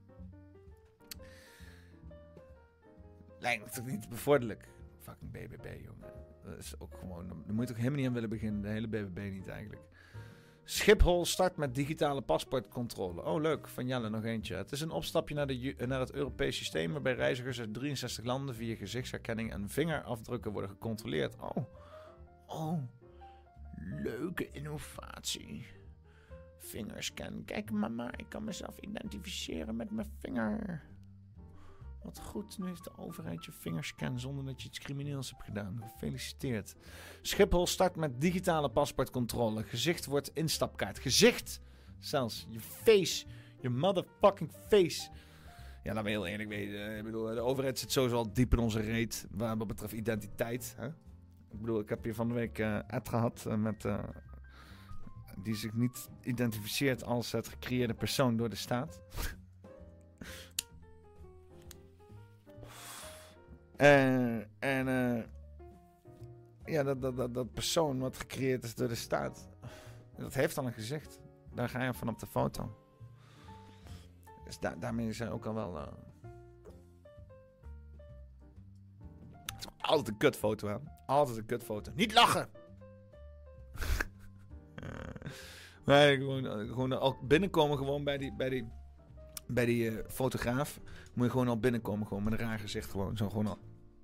Lijkt natuurlijk niet bevorderlijk. Fucking BBB, jongen. Dat is ook gewoon... Daar moet je ook helemaal niet aan willen beginnen. De hele BBB niet eigenlijk. Schiphol start met digitale paspoortcontrole. Oh, leuk. Van Jelle nog eentje. Het is een opstapje naar het Europees systeem waarbij reizigers uit 63 landen via gezichtsherkenning en vingerafdrukken worden gecontroleerd. Oh. Leuke innovatie. Vingerscan. Kijk mama, ik kan mezelf identificeren met mijn vinger. Wat goed, nu heeft de overheid je vingerscan zonder dat je iets crimineels hebt gedaan. Gefeliciteerd. Schiphol start met digitale paspoortcontrole. Gezicht wordt instapkaart. Gezicht! Zelfs. Je face. Je motherfucking face. Ja, laten we heel eerlijk weten. Ik bedoel, de overheid zit sowieso al diep in onze reet wat betreft identiteit. Hè? Ik bedoel, ik heb hier van de week Ed gehad met... die zich niet identificeert als het gecreëerde persoon door de staat. Dat persoon wat gecreëerd is door de staat, dat heeft al een gezicht. Daar ga je van op de foto. Dus daarmee is hij ook al wel... Het is altijd een kutfoto, hè. Altijd een kutfoto. Niet lachen! Nee, gewoon al binnenkomen gewoon bij die fotograaf. Moet je gewoon al binnenkomen, gewoon met een raar gezicht. Gewoon al.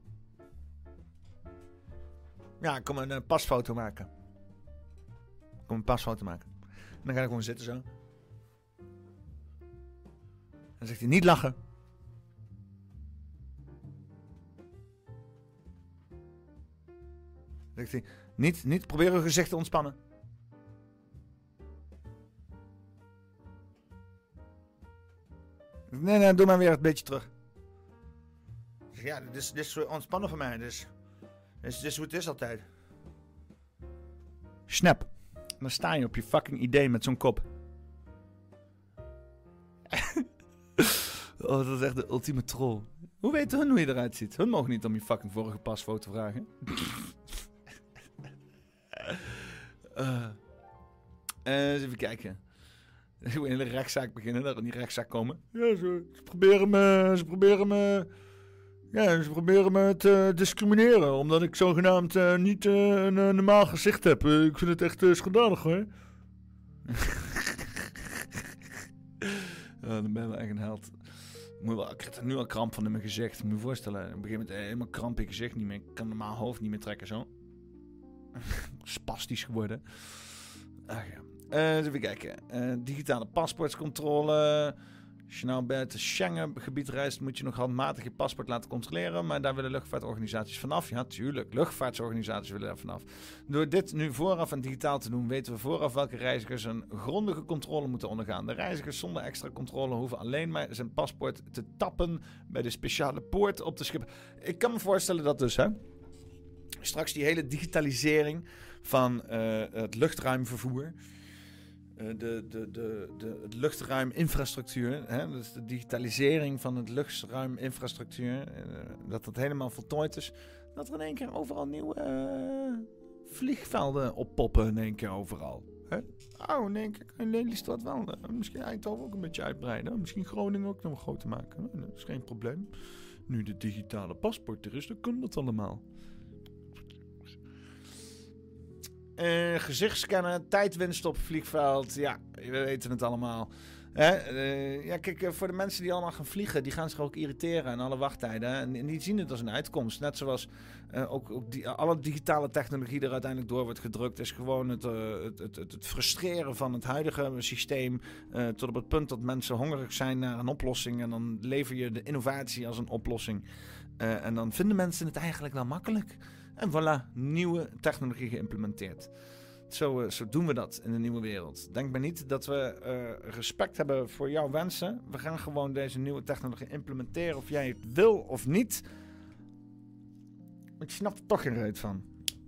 Ja, ik kom een pasfoto maken. En dan ga ik gewoon zitten zo. Dan zegt hij, niet lachen. Dan zegt hij, niet proberen uw gezicht te ontspannen. Nee, doe maar weer een beetje terug. Ja, dit is ontspannen voor mij. Dit is hoe het is altijd. Snap. En dan sta je op je fucking idee met zo'n kop. Oh, dat is echt de ultieme troll. Hoe weten hun hoe je eruit ziet? Hun mogen niet om je fucking vorige pasfoto vragen. Eens even kijken. Een hele rechtszaak beginnen, dat er niet rechtszaak komen. Ja, ze proberen me te discrimineren, omdat ik zogenaamd niet een normaal gezicht heb. Ik vind het echt schandalig, hoor. Dan ben je wel echt een held. Ik krijg er nu al kramp van in mijn gezicht. Moet je je voorstellen. Op een gegeven moment helemaal kramp in je gezicht niet meer. Ik kan normaal hoofd niet meer trekken, zo. Spastisch geworden. Ach ja. Even kijken. Digitale paspoortcontrole. Als je nou bij het Schengen-gebied reist, moet je nog handmatig je paspoort laten controleren. Maar daar willen luchtvaartorganisaties vanaf. Ja, tuurlijk. Luchtvaartorganisaties willen daar vanaf. Door dit nu vooraf en digitaal te doen, weten we vooraf welke reizigers een grondige controle moeten ondergaan. De reizigers zonder extra controle hoeven alleen maar zijn paspoort te tappen bij de speciale poort op de schip. Ik kan me voorstellen dat dus, hè, straks die hele digitalisering van het luchtruimvervoer... De luchtruiminfrastructuur, hè, dus de digitalisering van het luchtruiminfrastructuur, dat helemaal voltooid is, dat er in één keer overal nieuwe vliegvelden oppoppen in één keer overal. Hè? Oh, in één keer kan Lelystad wel, misschien Eindhoven ook een beetje uitbreiden, misschien Groningen ook nog groter maken. Dat is geen probleem. Nu de digitale paspoort er is, dan kan dat allemaal. Gezichtscannen, tijdwinst op vliegveld. Ja, we weten het allemaal. Ja, kijk, voor de mensen die allemaal gaan vliegen, die gaan zich ook irriteren aan alle wachttijden. En die zien het als een uitkomst. Net zoals alle digitale technologie er uiteindelijk door wordt gedrukt, is gewoon het frustreren van het huidige systeem. Tot op het punt dat mensen hongerig zijn naar een oplossing. En dan lever je de innovatie als een oplossing. En dan vinden mensen het eigenlijk wel makkelijk. En voilà, nieuwe technologie geïmplementeerd. Zo doen we dat in de nieuwe wereld. Denk maar niet dat we respect hebben voor jouw wensen. We gaan gewoon deze nieuwe technologie implementeren of jij het wil of niet. Ik snap er toch geen reet van.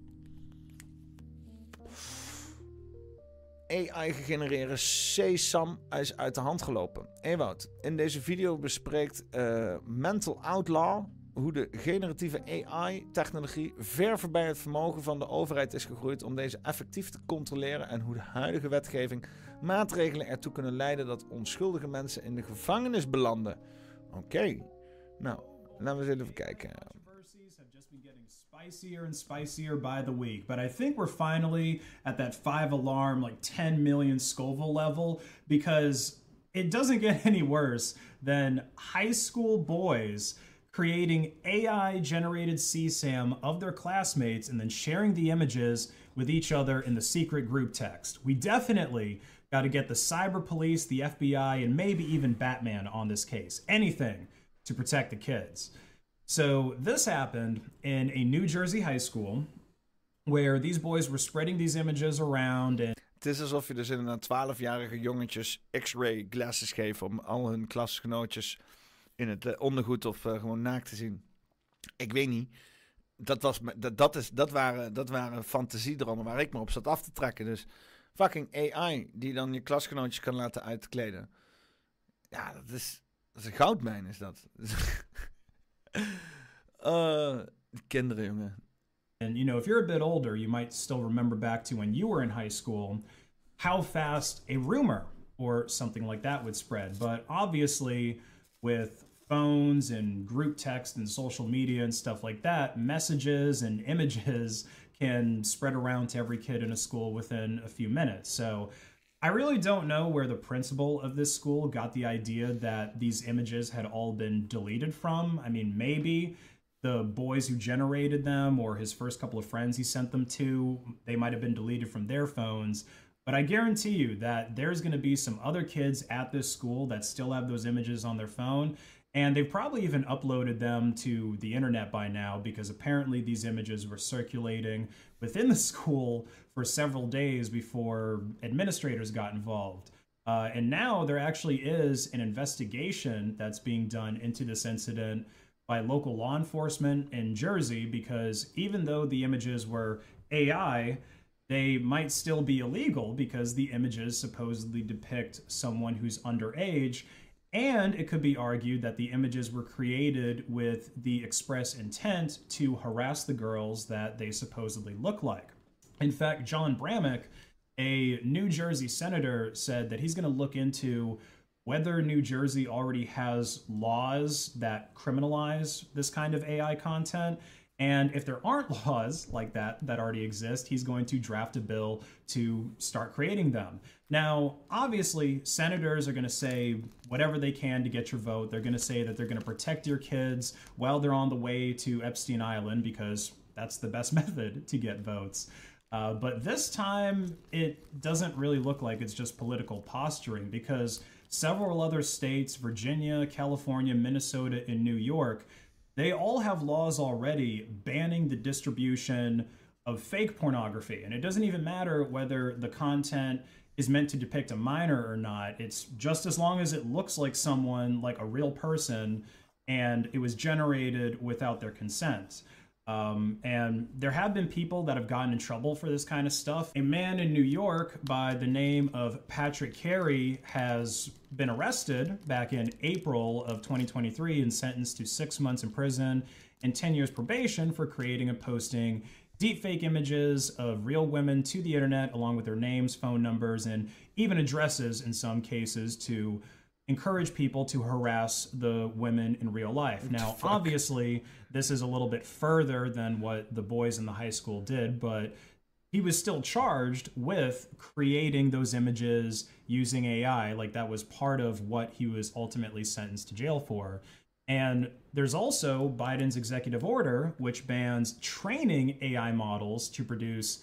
AI-gegenereerde Sesam is uit de hand gelopen. Ewout, in deze video bespreekt Mental Outlaw hoe de generatieve AI-technologie ver voorbij het vermogen van de overheid is gegroeid om deze effectief te controleren en hoe de huidige wetgeving maatregelen ertoe kunnen leiden dat onschuldige mensen in de gevangenis belanden. Oké. Nou, laten we eens even kijken. Spicier and spicier by the week, but I think we're finally at that 5-alarm, like 10 million Scoville level, because it doesn't get any worse than high school boys creating AI-generated CSAM of their classmates and then sharing the images with each other in the secret group text. We definitely got to get the cyber police, the FBI, and maybe even Batman on this case. Anything to protect the kids. So this happened in a New Jersey high school where these boys were spreading these images around. And het is alsof je dus inderdaad 12-jarige jongetjes X-ray glasses geeft om al hun klasgenootjes in het ondergoed of gewoon naakt te zien. Ik weet niet. Dat waren fantasiedromen waar ik me op zat af te trekken. Dus fucking AI die dan je klasgenootjes kan laten uitkleden. Ja, dat is een goudmijn is dat. Kinderen, jongen. And, you know, if you're a bit older, you might still remember back to when you were in high school, how fast a rumor or something like that would spread. But obviously, with phones and group text and social media and stuff like that, messages and images can spread around to every kid in a school within a few minutes. So I really don't know where the principal of this school got the idea that these images had all been deleted from. I mean, maybe the boys who generated them or his first couple of friends he sent them to, they might have been deleted from their phones. But I guarantee you that there's going to be some other kids at this school that still have those images on their phone. And they've probably even uploaded them to the internet by now, because apparently these images were circulating within the school for several days before administrators got involved. And now there actually is an investigation that's being done into this incident by local law enforcement in Jersey, because even though the images were AI, they might still be illegal because the images supposedly depict someone who's underage. And it could be argued that the images were created with the express intent to harass the girls that they supposedly look like. In fact, John Bramnick, a New Jersey senator, said that he's going to look into whether New Jersey already has laws that criminalize this kind of AI content. And if there aren't laws like that already exist, he's going to draft a bill to start creating them. Now, obviously, senators are going to say whatever they can to get your vote. They're going to say that they're going to protect your kids while they're on the way to Epstein Island, because that's the best method to get votes. But this time, it doesn't really look like it's just political posturing, because several other states, Virginia, California, Minnesota, and New York, they all have laws already banning the distribution of fake pornography. And it doesn't even matter whether the content is meant to depict a minor or not. It's just as long as it looks like someone, like a real person, and it was generated without their consent. And there have been people that have gotten in trouble for this kind of stuff. A man in New York by the name of Patrick Carey has been arrested back in April of 2023 and sentenced to 6 months in prison and 10 years probation for creating and posting deepfake images of real women to the internet, along with their names, phone numbers, and even addresses in some cases, to encourage people to harass the women in real life. Now, obviously, this is a little bit further than what the boys in the high school did, but he was still charged with creating those images using AI. Like, that was part of what he was ultimately sentenced to jail for. And there's also Biden's executive order, which bans training AI models to produce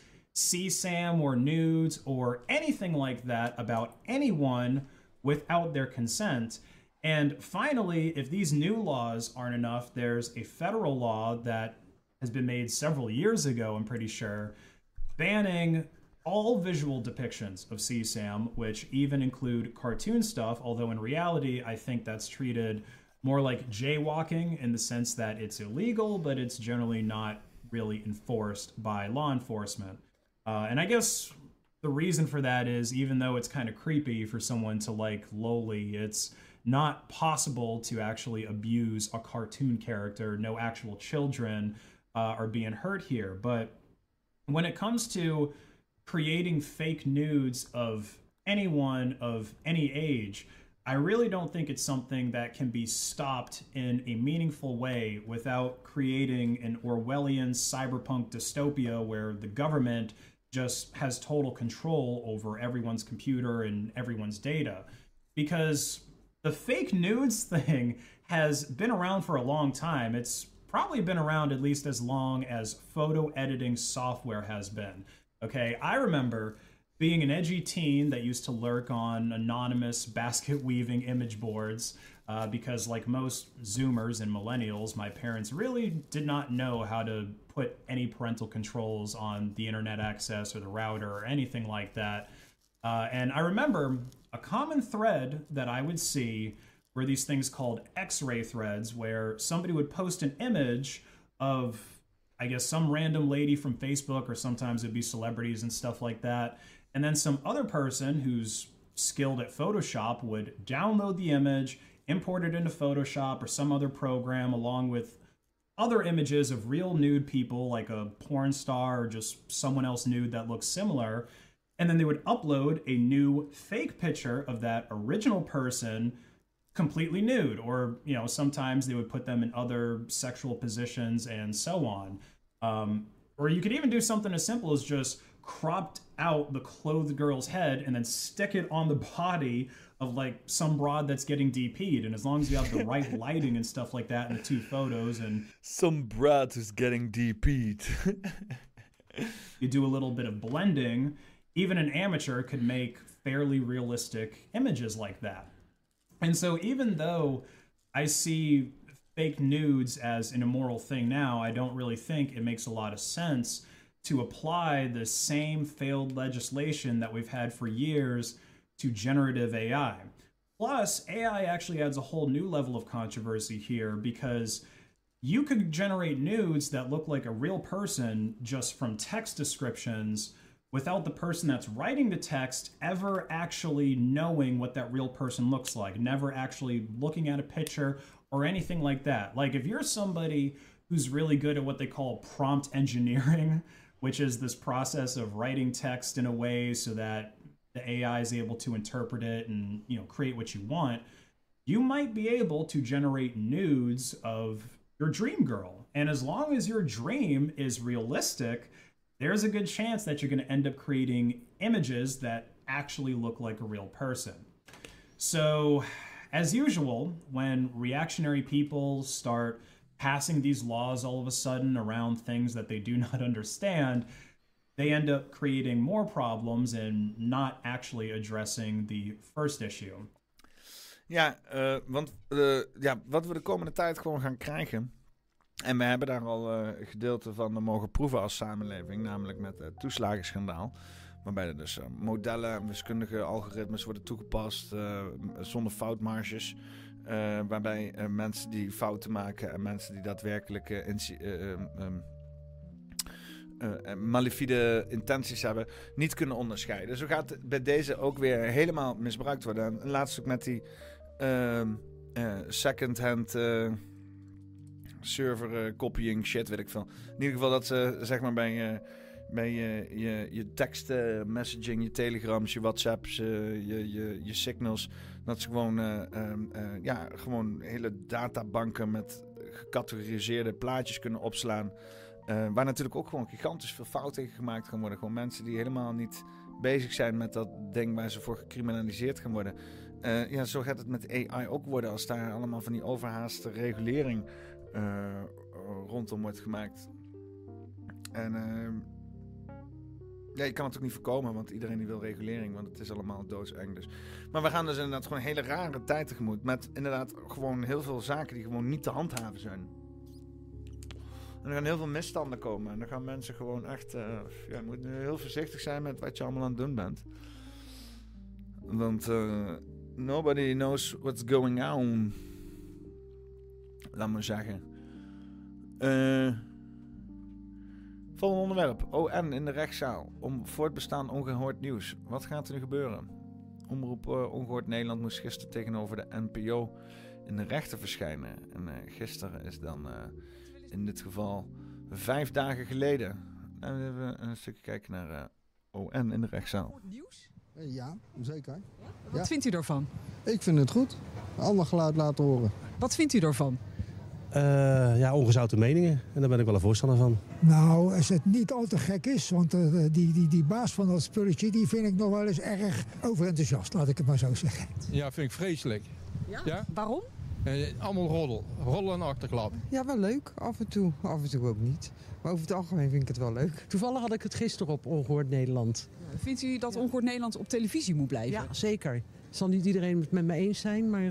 CSAM or nudes or anything like that about anyone without their consent. And finally, if these new laws aren't enough, there's a federal law that has been made several years ago, I'm pretty sure, banning all visual depictions of CSAM, which even include cartoon stuff, although in reality, I think that's treated more like jaywalking in the sense that it's illegal, but it's generally not really enforced by law enforcement. And I guess the reason for that is, even though it's kind of creepy for someone to like Loli, it's not possible to actually abuse a cartoon character. No actual children are being hurt here. But when it comes to creating fake nudes of anyone of any age, I really don't think it's something that can be stopped in a meaningful way without creating an Orwellian cyberpunk dystopia where the government just has total control over everyone's computer and everyone's data. Because the fake nudes thing has been around for a long time. It's probably been around at least as long as photo editing software has been. Okay, I remember being an edgy teen that used to lurk on anonymous basket weaving image boards because, like most Zoomers and millennials, my parents really did not know how to put any parental controls on the internet access or the router or anything like that. And I remember a common thread that I would see were these things called X-ray threads, where somebody would post an image of, I guess, some random lady from Facebook, or sometimes it'd be celebrities and stuff like that. And then some other person who's skilled at Photoshop would download the image, import it into Photoshop or some other program, along with other images of real nude people, like a porn star or just someone else nude that looks similar. And then they would upload a new fake picture of that original person completely nude, or, you know, sometimes they would put them in other sexual positions and so on. Or you could even do something as simple as just cropped out the clothed girl's head and then stick it on the body of like some broad that's getting DP'd. And as long as you have the right lighting and stuff like that in the two photos, and some broad who's getting DP'd, you do a little bit of blending, even an amateur could make fairly realistic images like that. And so even though I see fake nudes as an immoral thing now, I don't really think it makes a lot of sense to apply the same failed legislation that we've had for years to generative AI. Plus, AI actually adds a whole new level of controversy here, because you could generate nudes that look like a real person just from text descriptions without the person that's writing the text ever actually knowing what that real person looks like, never actually looking at a picture or anything like that. Like, if you're somebody who's really good at what they call prompt engineering, which is this process of writing text in a way so that the AI is able to interpret it and, you know, create what you want, you might be able to generate nudes of your dream girl. And as long as your dream is realistic, there's a good chance that you're going to end up creating images that actually look like a real person. So, as usual, when reactionary people start passing these laws all of a sudden around things that they do not understand, they end up creating more problems and not actually addressing the first issue. Ja, want wat we de komende tijd gewoon gaan krijgen... En we hebben daar al gedeelte van mogen proeven als samenleving, namelijk met het toeslagenschandaal. Waarbij er dus modellen en wiskundige algoritmes worden toegepast zonder foutmarges. Waarbij mensen die fouten maken en mensen die daadwerkelijk malafide intenties hebben, niet kunnen onderscheiden. Zo gaat het bij deze ook weer helemaal misbruikt worden. En laatst ook met die second-hand... server copying shit, weet ik veel. In ieder geval dat ze zeg maar bij je tekst messaging, je telegrams, je whatsapps, je signals, dat ze gewoon hele databanken met gecategoriseerde plaatjes kunnen opslaan. Waar natuurlijk ook gewoon gigantisch veel fouten in gemaakt gaan worden. Gewoon mensen die helemaal niet bezig zijn met dat ding waar ze voor gecriminaliseerd gaan worden. Zo gaat het met AI ook worden als daar allemaal van die overhaaste regulering rondom wordt gemaakt. En je kan het ook niet voorkomen, want iedereen die wil regulering, want het is allemaal doodseng. Dus. Maar we gaan dus inderdaad gewoon een hele rare tijd tegemoet, met inderdaad gewoon heel veel zaken die gewoon niet te handhaven zijn. En er gaan heel veel misstanden komen en dan gaan mensen gewoon echt, je moet nu heel voorzichtig zijn met wat je allemaal aan het doen bent. Want nobody knows what's going on. Laat maar zeggen. Volgende onderwerp. ON in de rechtszaal. Om voortbestaan ongehoord nieuws. Wat gaat er nu gebeuren? Omroep Ongehoord Nederland moest gisteren tegenover de NPO in de rechter verschijnen. En gisteren is dan in dit geval 5 dagen geleden. Nou, we even een stukje kijken naar ON in de rechtszaal. Nieuws? Ja, zeker. Ja? Wat vindt u daarvan? Ik vind het goed. Een ander geluid laten horen. Wat vindt u daarvan? Ongezouten meningen. En daar ben ik wel een voorstander van. Nou, als het niet al te gek is, want die baas van dat spulletje, die vind ik nog wel eens erg overenthousiast, laat ik het maar zo zeggen. Ja, vind ik vreselijk. Ja? Waarom? Allemaal roddel en achterklap. Ja, wel leuk. Af en toe ook niet. Maar over het algemeen vind ik het wel leuk. Toevallig had ik het gisteren op Ongehoord Nederland. Vindt u dat Ongehoord Nederland op televisie moet blijven? Ja, zeker. Zal niet iedereen het met me eens zijn, maar...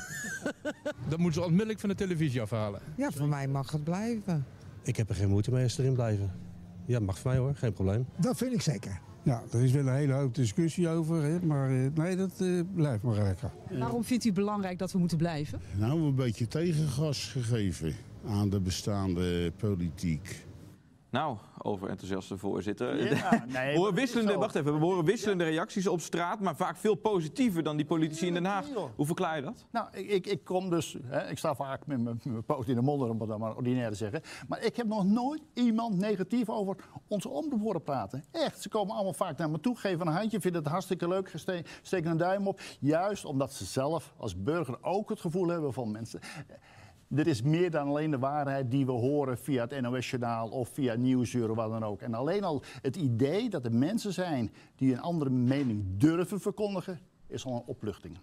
Dat moeten ze onmiddellijk van de televisie afhalen. Ja, voor mij mag het blijven. Ik heb er geen moeite mee als ze erin blijven. Ja, mag voor mij hoor, geen probleem. Dat vind ik zeker. Ja, er is wel een hele hoop discussie over, hè, maar nee, dat blijft maar lekker. Waarom vindt u het belangrijk dat we moeten blijven? Nou, een beetje tegengas gegeven aan de bestaande politiek. Nou, overenthousiaste voorzitter. Ja, nee, we horen wisselende reacties op straat, maar vaak veel positiever dan die politici in Den Haag. Hoe verklaar je dat? Nou, ik kom dus, ik sta vaak met mijn poot in de mond, om het dan maar ordinair te zeggen. Maar ik heb nog nooit iemand negatief over onze omroep horen praten. Echt, ze komen allemaal vaak naar me toe, geven een handje, vinden het hartstikke leuk, steken een duim op. Juist omdat ze zelf als burger ook het gevoel hebben van mensen... Er is meer dan alleen de waarheid die we horen via het NOS-journaal of via Nieuwsuur of wat dan ook. En alleen al het idee dat er mensen zijn die een andere mening durven verkondigen, is al een opluchting.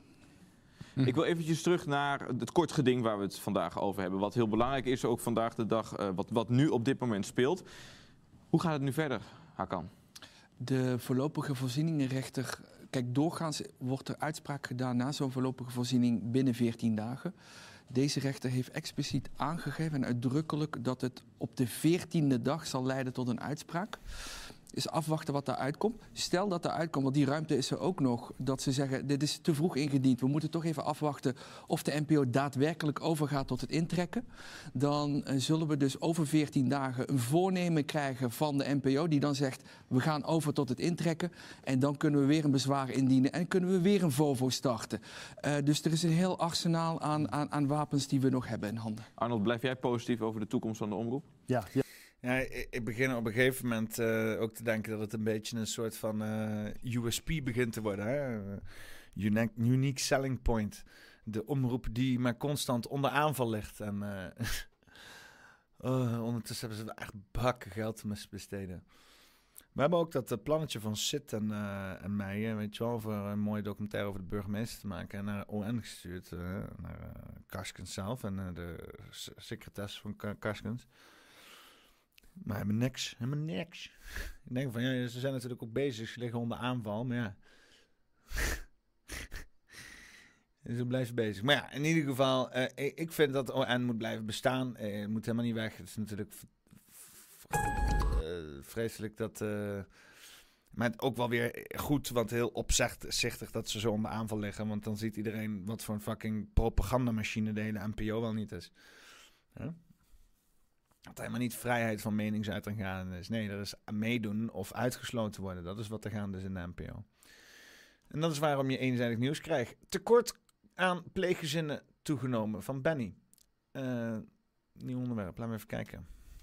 Ik wil eventjes terug naar het kort geding waar we het vandaag over hebben. Wat heel belangrijk is, ook vandaag de dag, wat nu op dit moment speelt. Hoe gaat het nu verder, Hakan? De voorlopige voorzieningenrechter... Kijk, doorgaans wordt er uitspraak gedaan na zo'n voorlopige voorziening binnen 14 dagen. Deze rechter heeft expliciet aangegeven en uitdrukkelijk dat het op de 14e dag zal leiden tot een uitspraak. Is afwachten wat daaruit komt. Stel dat eruit komt, want die ruimte is er ook nog, dat ze zeggen, dit is te vroeg ingediend. We moeten toch even afwachten of de NPO daadwerkelijk overgaat tot het intrekken. Dan zullen we dus over 14 dagen een voornemen krijgen van de NPO die dan zegt, we gaan over tot het intrekken. En dan kunnen we weer een bezwaar indienen en kunnen we weer een VOVO starten. Dus er is een heel arsenaal aan wapens die we nog hebben in handen. Arnold, blijf jij positief over de toekomst van de omroep? Ja. Ja, ik begin op een gegeven moment ook te denken dat het een beetje een soort van USP begint te worden. Hè? Unique selling point. De omroep die maar constant onder aanval ligt. En ondertussen hebben ze echt bakken geld te besteden. We hebben ook dat plannetje van Sid en mij, weet je wel, voor een mooie documentaire over de burgemeester te maken. En naar ON gestuurd, naar Karskens zelf en de secretaris van Karskens. Maar helemaal niks. Ik denk van, ja, ze zijn natuurlijk ook bezig, ze liggen onder aanval, maar ja. Dus we blijven bezig. Maar ja, in ieder geval, ik vind dat ON moet blijven bestaan. Het moet helemaal niet weg. Het is natuurlijk vreselijk dat... maar ook wel weer goed, want heel opzichtig dat ze zo onder aanval liggen. Want dan ziet iedereen wat voor een fucking propagandamachine de hele NPO wel niet is. Ja? Dat helemaal niet vrijheid van meningsuiting gaan is. Nee, er is meedoen of uitgesloten worden. Dat is wat er gaande is in de NPO. En dat is waarom je eenzijdig nieuws krijgt. Tekort aan pleeggezinnen toegenomen van Benny. Nieuw onderwerp, laten we even kijken.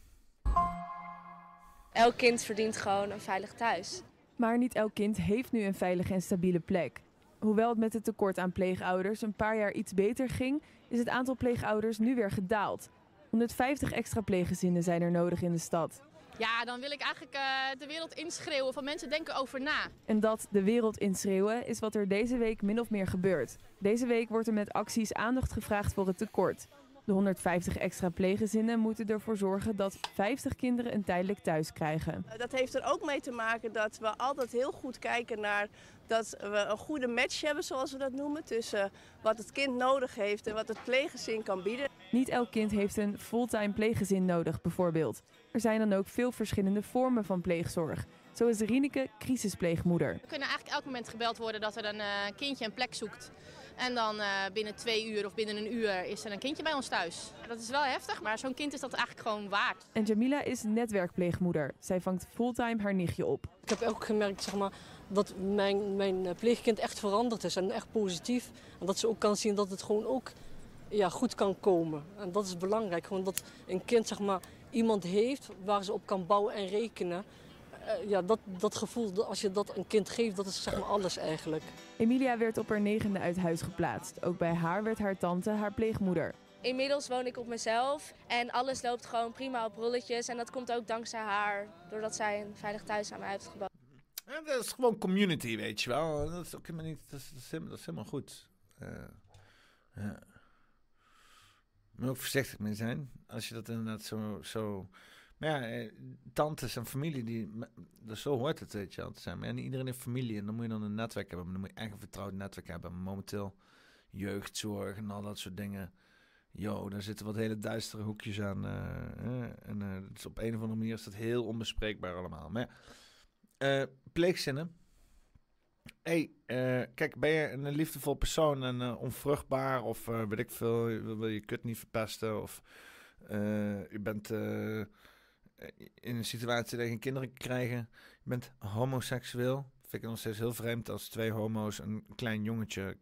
Elk kind verdient gewoon een veilig thuis. Maar niet elk kind heeft nu een veilige en stabiele plek. Hoewel het met het tekort aan pleegouders een paar jaar iets beter ging, is het aantal pleegouders nu weer gedaald. 150 extra pleeggezinnen zijn er nodig in de stad. Ja, dan wil ik eigenlijk de wereld inschreeuwen van mensen denken over na. En dat de wereld inschreeuwen is wat er deze week min of meer gebeurt. Deze week wordt er met acties aandacht gevraagd voor het tekort. De 150 extra pleeggezinnen moeten ervoor zorgen dat 50 kinderen een tijdelijk thuis krijgen. Dat heeft er ook mee te maken dat we altijd heel goed kijken naar dat we een goede match hebben, zoals we dat noemen, tussen wat het kind nodig heeft en wat het pleeggezin kan bieden. Niet elk kind heeft een fulltime pleeggezin nodig, bijvoorbeeld. Er zijn dan ook veel verschillende vormen van pleegzorg. Zo is Rieneke crisispleegmoeder. We kunnen eigenlijk elk moment gebeld worden dat er een kindje een plek zoekt. En dan binnen 2 uur of binnen een uur is er een kindje bij ons thuis. Dat is wel heftig, maar zo'n kind is dat eigenlijk gewoon waard. En Jamila is netwerkpleegmoeder. Zij vangt fulltime haar nichtje op. Ik heb ook gemerkt dat mijn pleegkind echt veranderd is en echt positief. En dat ze ook kan zien dat het gewoon ook goed kan komen. En dat is belangrijk, gewoon dat een kind iemand heeft waar ze op kan bouwen en rekenen. Dat gevoel, als je dat een kind geeft, dat is alles eigenlijk. Emilia werd op haar 9e uit huis geplaatst. Ook bij haar werd haar tante haar pleegmoeder. Inmiddels woon ik op mezelf en alles loopt gewoon prima op rolletjes. En dat komt ook dankzij haar, doordat zij een veilig thuis aan mij heeft gebouwd. Ja, dat is gewoon community, weet je wel. Dat is ook helemaal niet, dat is helemaal goed. Ja. Moet ook voorzichtig mee zijn. Als je dat inderdaad zo... Maar ja, tantes en familie, dus zo hoort het, weet je wel, te zijn. Maar ja, niet iedereen heeft familie en dan moet je dan een netwerk hebben. Maar dan moet je echt een vertrouwd netwerk hebben. Maar momenteel jeugdzorg en al dat soort dingen. Daar zitten wat hele duistere hoekjes aan. Dus op een of andere manier is dat heel onbespreekbaar allemaal. Maar ja, pleegzinnen. Kijk, ben je een liefdevol persoon en onvruchtbaar of weet ik veel, wil je kut niet verpesten of je bent in een situatie dat je geen kinderen kan krijgen, je bent homoseksueel, vind ik het nog steeds heel vreemd als 2 homo's een klein jongetje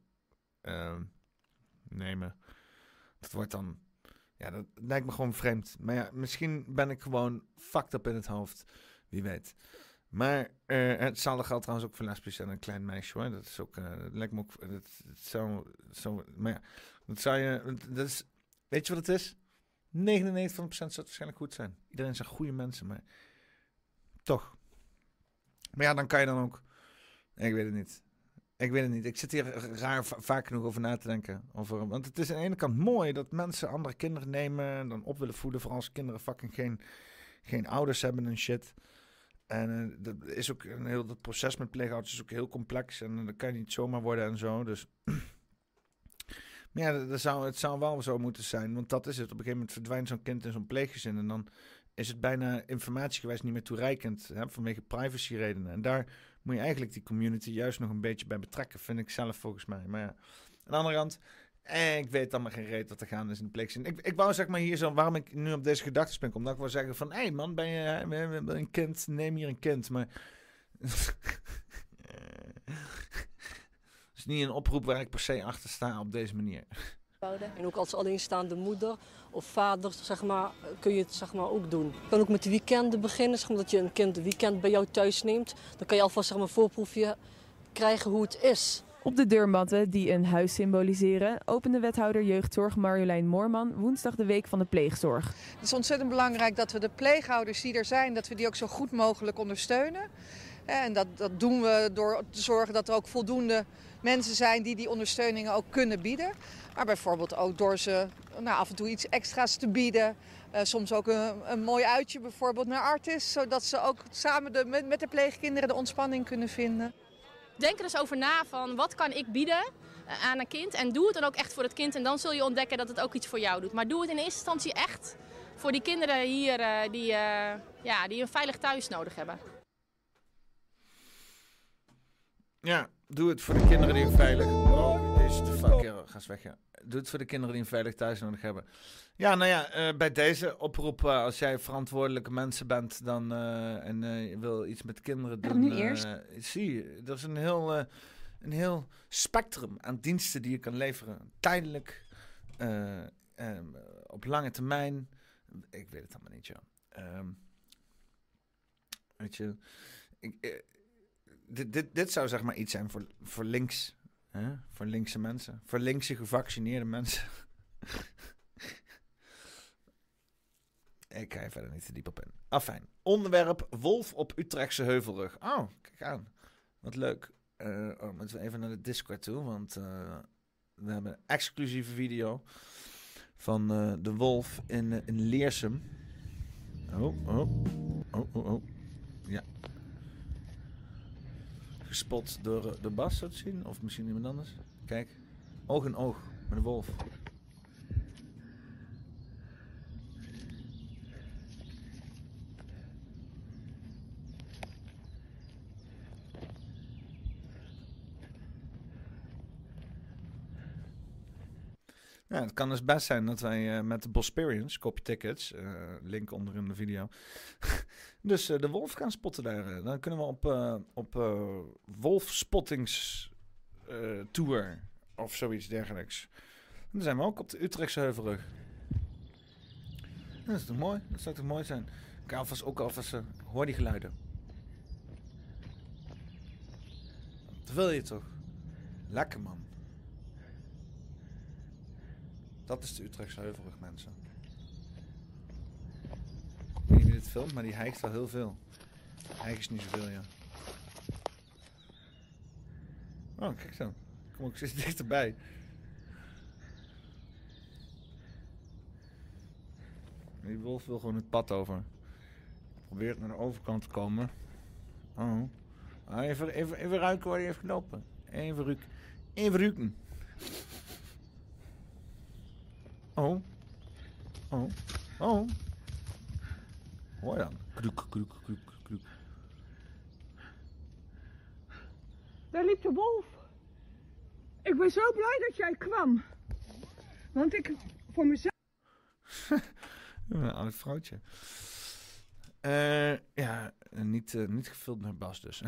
nemen. Dat wordt dan, dat lijkt me gewoon vreemd. Maar ja, misschien ben ik gewoon fucked up in het hoofd, wie weet. Maar hetzelfde geldt trouwens ook voor lesbisch en een klein meisje, hoor. Dat is ook, dat lijkt me ook, maar ja, dat zou je, dat is, weet je wat het is? 99% zou het waarschijnlijk goed zijn. Iedereen zijn goede mensen, maar toch. Maar ja, dan kan je dan ook, ik weet het niet. Ik zit hier vaak genoeg over na te denken. Want het is aan de ene kant mooi dat mensen andere kinderen nemen en dan op willen voeden, vooral als kinderen fucking geen ouders hebben en shit. En dat is ook dat proces met pleegouders is ook heel complex en dat kan je niet zomaar worden en zo. Dus maar ja, het zou wel zo moeten zijn, want dat is het. Op een gegeven moment verdwijnt zo'n kind in zo'n pleeggezin en dan is het bijna informatiegewijs niet meer toereikend, vanwege privacyredenen. En daar moet je eigenlijk die community juist nog een beetje bij betrekken, vind ik zelf volgens mij. Maar ja, aan de andere kant, ik weet dan maar geen reet wat er gaan is in de pleegzin. Ik wou hier zo, waarom ik nu op deze gedachten ben, omdat ik wil zeggen van, hé man, ben je een kind, neem hier een kind. Maar het is niet een oproep waar ik per se achter sta op deze manier. En ook als alleenstaande moeder of vader, kun je het ook doen. Je kan ook met de weekenden beginnen, dat je een kind een weekend bij jou thuis neemt. Dan kan je alvast een voorproefje krijgen hoe het is. Op de deurmatten, die een huis symboliseren, opende wethouder jeugdzorg Marjolein Moorman woensdag de week van de pleegzorg. Het is ontzettend belangrijk dat we de pleegouders die er zijn, dat we die ook zo goed mogelijk ondersteunen. En dat doen we door te zorgen dat er ook voldoende mensen zijn die ondersteuningen ook kunnen bieden. Maar bijvoorbeeld ook door ze af en toe iets extra's te bieden. Soms ook een mooi uitje bijvoorbeeld naar Artis, zodat ze ook samen met de pleegkinderen de ontspanning kunnen vinden. Denk er eens over na van wat kan ik bieden aan een kind. En doe het dan ook echt voor het kind. En dan zul je ontdekken dat het ook iets voor jou doet. Maar doe het in eerste instantie echt voor die kinderen hier die een veilig thuis nodig hebben. Ja, doe het voor de kinderen die een veilig... Oh, deze te fuck, ja, ga eens weg, ja. Doe het voor de kinderen die een veilig thuis nodig hebben. Ja, nou ja, bij deze oproep, als jij verantwoordelijke mensen bent dan, en je wil iets met kinderen doen... nu eerst. Zie je, er is een heel spectrum aan diensten die je kan leveren. Tijdelijk, op lange termijn. Ik weet het allemaal niet, ja. Weet je, dit zou zeg maar iets zijn voor links. Hè? Voor linkse mensen. Voor linkse gevaccineerde mensen. Ik ga er verder niet te diep op in. Afijn. Onderwerp wolf op Utrechtse Heuvelrug. Oh, kijk aan. Wat leuk. Moeten we even naar de Discord toe. Want we hebben een exclusieve video van de wolf in Leersum. Oh. Ja. Gespot door de Bas, zo te zien. Of misschien iemand anders. Kijk. Oog in oog met de wolf. Ja, het kan dus best zijn dat wij met de Bosperians, koop je tickets, link onder in de video, dus de wolf gaan spotten daar. Dan kunnen we op wolfspottingstour of zoiets dergelijks. En dan zijn we ook op de Utrechtse Heuvelrug. Dat is toch mooi? Dat zou toch mooi zijn? Ik alvast hoor die geluiden. Dat wil je toch? Lekker, man. Dat is de Utrechtse Heuvelrug, mensen. Ik weet niet wie dit filmt, maar die hijgt wel heel veel. Hijgt is niet zoveel, ja. Oh, kijk dan. Kom ik steeds dichterbij. Die wolf wil gewoon het pad over. Probeert naar de overkant te komen. Oh. Even ruiken waar hij heeft gelopen. Even ruiken. Oh. Hoor dan. Kroek. Daar liep de wolf. Ik ben zo blij dat jij kwam. Want ik voor mezelf... Een oud vrouwtje. Niet gevuld met Bas dus.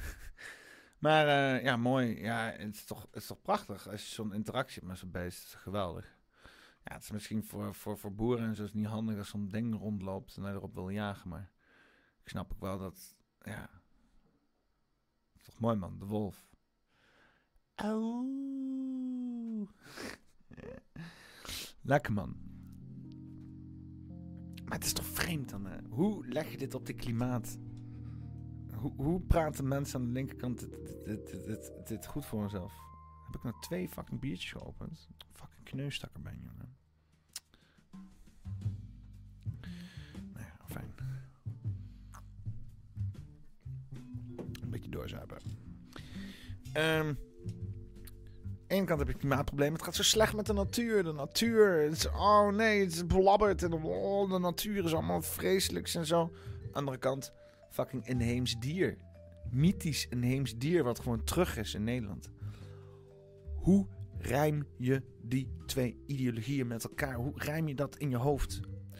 Maar mooi. Ja, het is toch prachtig als je zo'n interactie hebt met zo'n beest. Het is geweldig. Ja, het is misschien voor boeren en zo is het niet handig als zo'n ding rondloopt en hij erop wil jagen, maar ik snap ook wel dat, ja, het is toch mooi, man, de wolf. Auw. Lekker, man. Maar het is toch vreemd dan, hè? Hoe leg je dit op dit klimaat? Hoe praten mensen aan de linkerkant dit goed voor mezelf? Heb ik nou 2 fucking biertjes geopend? Fucking kneustak erbij, jongen. Nou ja, fijn. Een beetje doorzuipen. Aan de ene kant heb je klimaatproblemen. Het gaat zo slecht met de natuur. De natuur. Het is belabberd. En de natuur is allemaal vreselijks en zo. Aan de andere kant, fucking inheems dier. Mythisch inheems dier wat gewoon terug is in Nederland. Hoe rijm je die 2 ideologieën met elkaar? Hoe rijm je dat in je hoofd?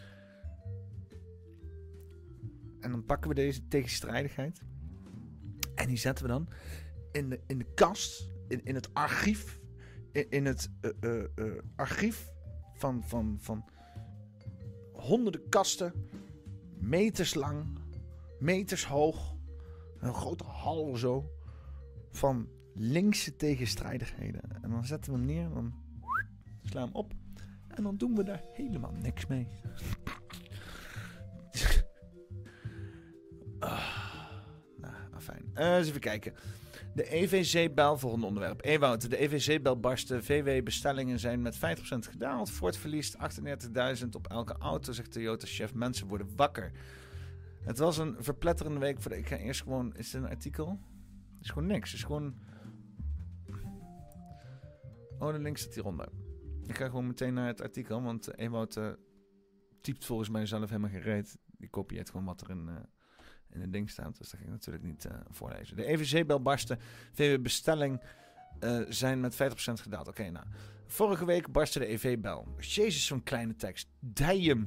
En dan pakken we deze tegenstrijdigheid. En die zetten we dan in de kast. In het archief. In het archief van honderden kasten. Meters lang. Meters hoog. Een grote hal zo. Van linkse tegenstrijdigheden. En dan zetten we hem neer. En dan slaan we hem op. En dan doen we daar helemaal niks mee. Fijn. Eens even kijken. De EVZ-bel, volgende onderwerp. Ewout, de EVZ-bel barstte. VW-bestellingen zijn met 50% gedaald. Ford verliest 38.000 op elke auto, zegt Toyota-chef. Mensen worden wakker. Het was een verpletterende week. Ik ga eerst gewoon... Is dit een artikel? Het is gewoon niks. Het is gewoon... de link staat hieronder. Ik ga gewoon meteen naar het artikel, want Ewout typt volgens mij zelf helemaal geen reet. Die kopieert gewoon wat er in het ding staat. Dus dat ga ik natuurlijk niet voorlezen. De EVZ-bel barstte. VW bestelling zijn met 50% gedaald. Oké, nou. Vorige week barstte de EV-bel. Jezus, zo'n kleine tekst. Damn.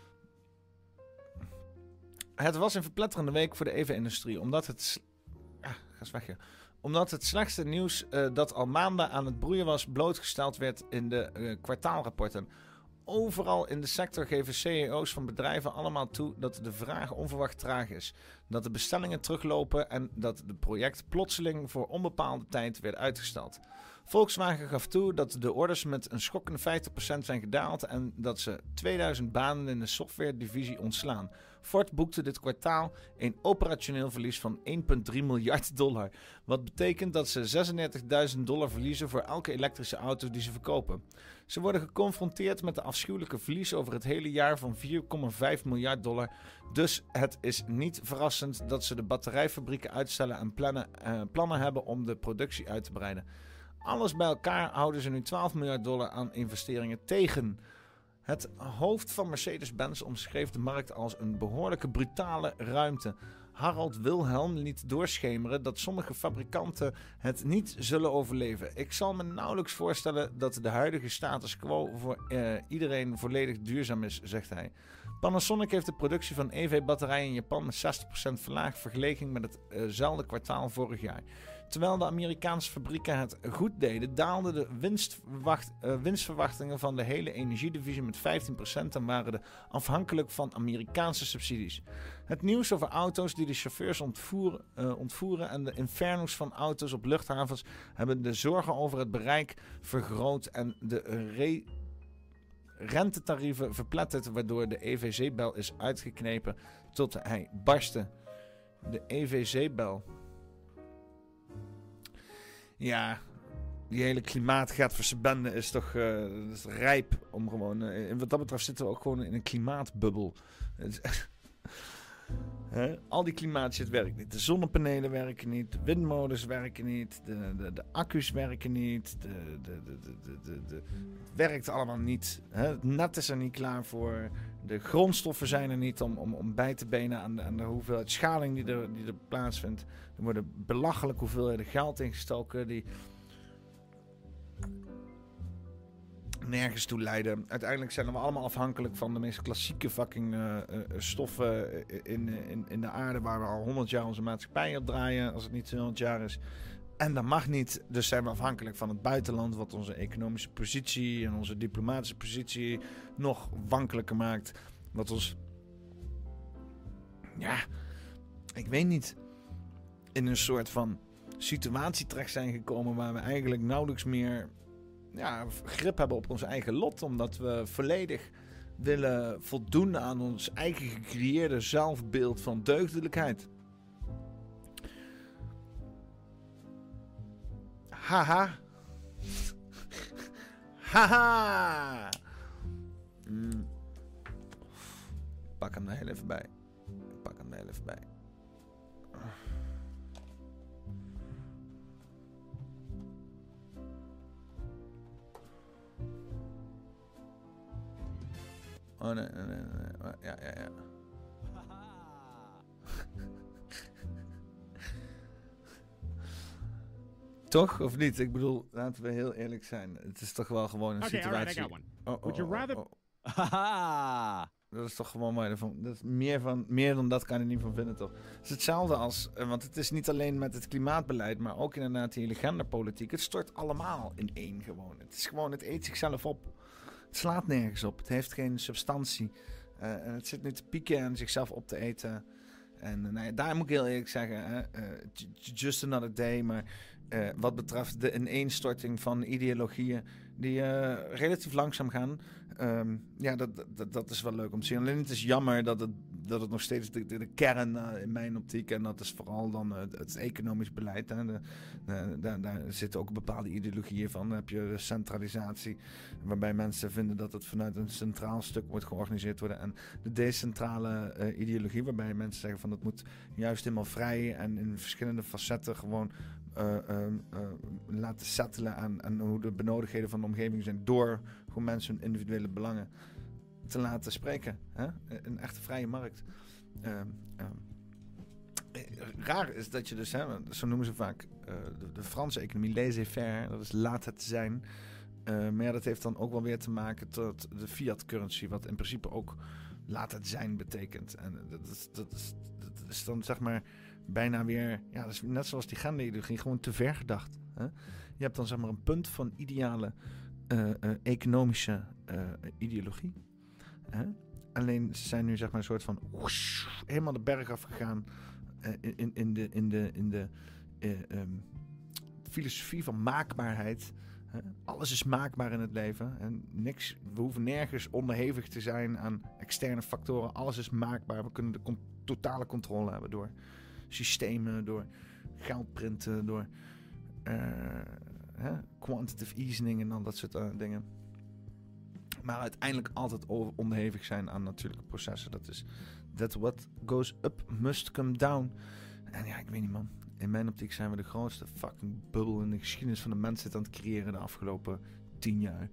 Het was een verpletterende week voor de EV-industrie, omdat het... ga eens weg, joh. Omdat het slechtste nieuws dat al maanden aan het broeien was, blootgesteld werd in de kwartaalrapporten. Overal in de sector geven CEO's van bedrijven allemaal toe dat de vraag onverwacht traag is. Dat de bestellingen teruglopen en dat het project plotseling voor onbepaalde tijd werd uitgesteld. Volkswagen gaf toe dat de orders met een schokkende 50% zijn gedaald en dat ze 2000 banen in de softwaredivisie ontslaan. Ford boekte dit kwartaal een operationeel verlies van $1,3 miljard. Wat betekent dat ze $36.000 verliezen voor elke elektrische auto die ze verkopen. Ze worden geconfronteerd met de afschuwelijke verlies over het hele jaar van $4,5 miljard. Dus het is niet verrassend dat ze de batterijfabrieken uitstellen en plannen hebben om de productie uit te breiden. Alles bij elkaar houden ze nu $12 miljard aan investeringen tegen. Het hoofd van Mercedes-Benz omschreef de markt als een behoorlijke brutale ruimte. Harald Wilhelm liet doorschemeren dat sommige fabrikanten het niet zullen overleven. Ik zal me nauwelijks voorstellen dat de huidige status quo voor iedereen volledig duurzaam is, zegt hij. Panasonic heeft de productie van EV-batterijen in Japan met 60% verlaagd vergeleken met hetzelfde kwartaal vorig jaar. Terwijl de Amerikaanse fabrieken het goed deden, daalden de winstverwachtingen van de hele energiedivisie met 15% en waren de afhankelijk van Amerikaanse subsidies. Het nieuws over auto's die de chauffeurs ontvoeren en de inferno's van auto's op luchthavens hebben de zorgen over het bereik vergroot en de rentetarieven verpletterd, waardoor de EVZ-bel is uitgeknepen tot hij barstte. De EVZ-bel. Ja, die hele klimaatgat voor zijn bende is toch is rijp om gewoon... wat dat betreft zitten we ook gewoon in een klimaatbubbel. Al die klimaatshit werkt niet. De zonnepanelen werken niet. De windmolens werken niet. De accu's werken niet. Het werkt allemaal niet. Het net is er niet klaar voor. De grondstoffen zijn er niet om bij te benen aan de hoeveelheid schaling die er plaatsvindt. Er worden belachelijk hoeveelheden geld ingestoken die nergens toe leiden. Uiteindelijk zijn we allemaal afhankelijk van de meest klassieke fucking stoffen in de aarde waar we al 100 jaar onze maatschappij op draaien, als het niet 200 jaar is. En dat mag niet, dus zijn we afhankelijk van het buitenland, wat onze economische positie en onze diplomatische positie nog wankelijker maakt. Wat ons, ja, ik weet niet, in een soort van situatie terecht zijn gekomen waar we eigenlijk nauwelijks meer grip hebben op ons eigen lot, omdat we volledig willen voldoen aan ons eigen gecreëerde zelfbeeld van deugdelijkheid. Haha. Haha. Pak hem er heel even bij. Oh nee. Ja. Toch? Of niet? Ik bedoel, laten we heel eerlijk zijn. Het is toch wel gewoon een situatie... Alright, I got one. Would you rather... Haha! Dat is toch gewoon meer dan dat kan je niet van vinden, toch? Het is hetzelfde als... Want het is niet alleen met het klimaatbeleid, maar ook inderdaad die hele genderpolitiek. Het stort allemaal in één gewoon. Het is gewoon, het eet zichzelf op. Het slaat nergens op. Het heeft geen substantie. En het zit nu te pieken en zichzelf op te eten. En daar moet ik heel eerlijk zeggen, just another day. Maar wat betreft de ineenstorting van ideologieën die relatief langzaam gaan. Dat is wel leuk om te zien. Alleen het is jammer dat het nog steeds de kern in mijn optiek. En dat is vooral dan het economisch beleid. Hè. Daar zitten ook bepaalde ideologieën van. Dan heb je de centralisatie. Waarbij mensen vinden dat het vanuit een centraal stuk moet georganiseerd worden. En de decentrale ideologie. Waarbij mensen zeggen van dat moet juist helemaal vrij. En in verschillende facetten gewoon laten settelen aan hoe de benodigdheden van de omgeving zijn. Door gewoon mensen hun individuele belangen te laten spreken. Hè? Een echte vrije markt. Raar is dat je dus, zo noemen ze vaak de Franse economie, laissez-faire, dat is laat het zijn. Maar ja, dat heeft dan ook wel weer te maken tot de fiat currency, wat in principe ook laat het zijn betekent. En dat is dan zeg maar bijna weer, ja, dat is net zoals die genderideologie, gewoon te ver gedacht. Hè? Je hebt dan zeg maar een punt van ideale economische ideologie. Hè? Alleen ze zijn nu zeg maar een soort van helemaal de berg afgegaan in de filosofie van maakbaarheid. Alles is maakbaar in het leven. En we hoeven nergens onderhevig te zijn aan externe factoren. Alles is maakbaar. We kunnen de totale controle hebben door systemen, door geldprinten, door quantitative easing en al dat soort dingen. Maar uiteindelijk altijd onderhevig zijn aan natuurlijke processen. Dat is that what goes up must come down. En ja, ik weet niet, man. In mijn optiek zijn we de grootste fucking bubbel in de geschiedenis van de mensheid aan het creëren de afgelopen 10 jaar.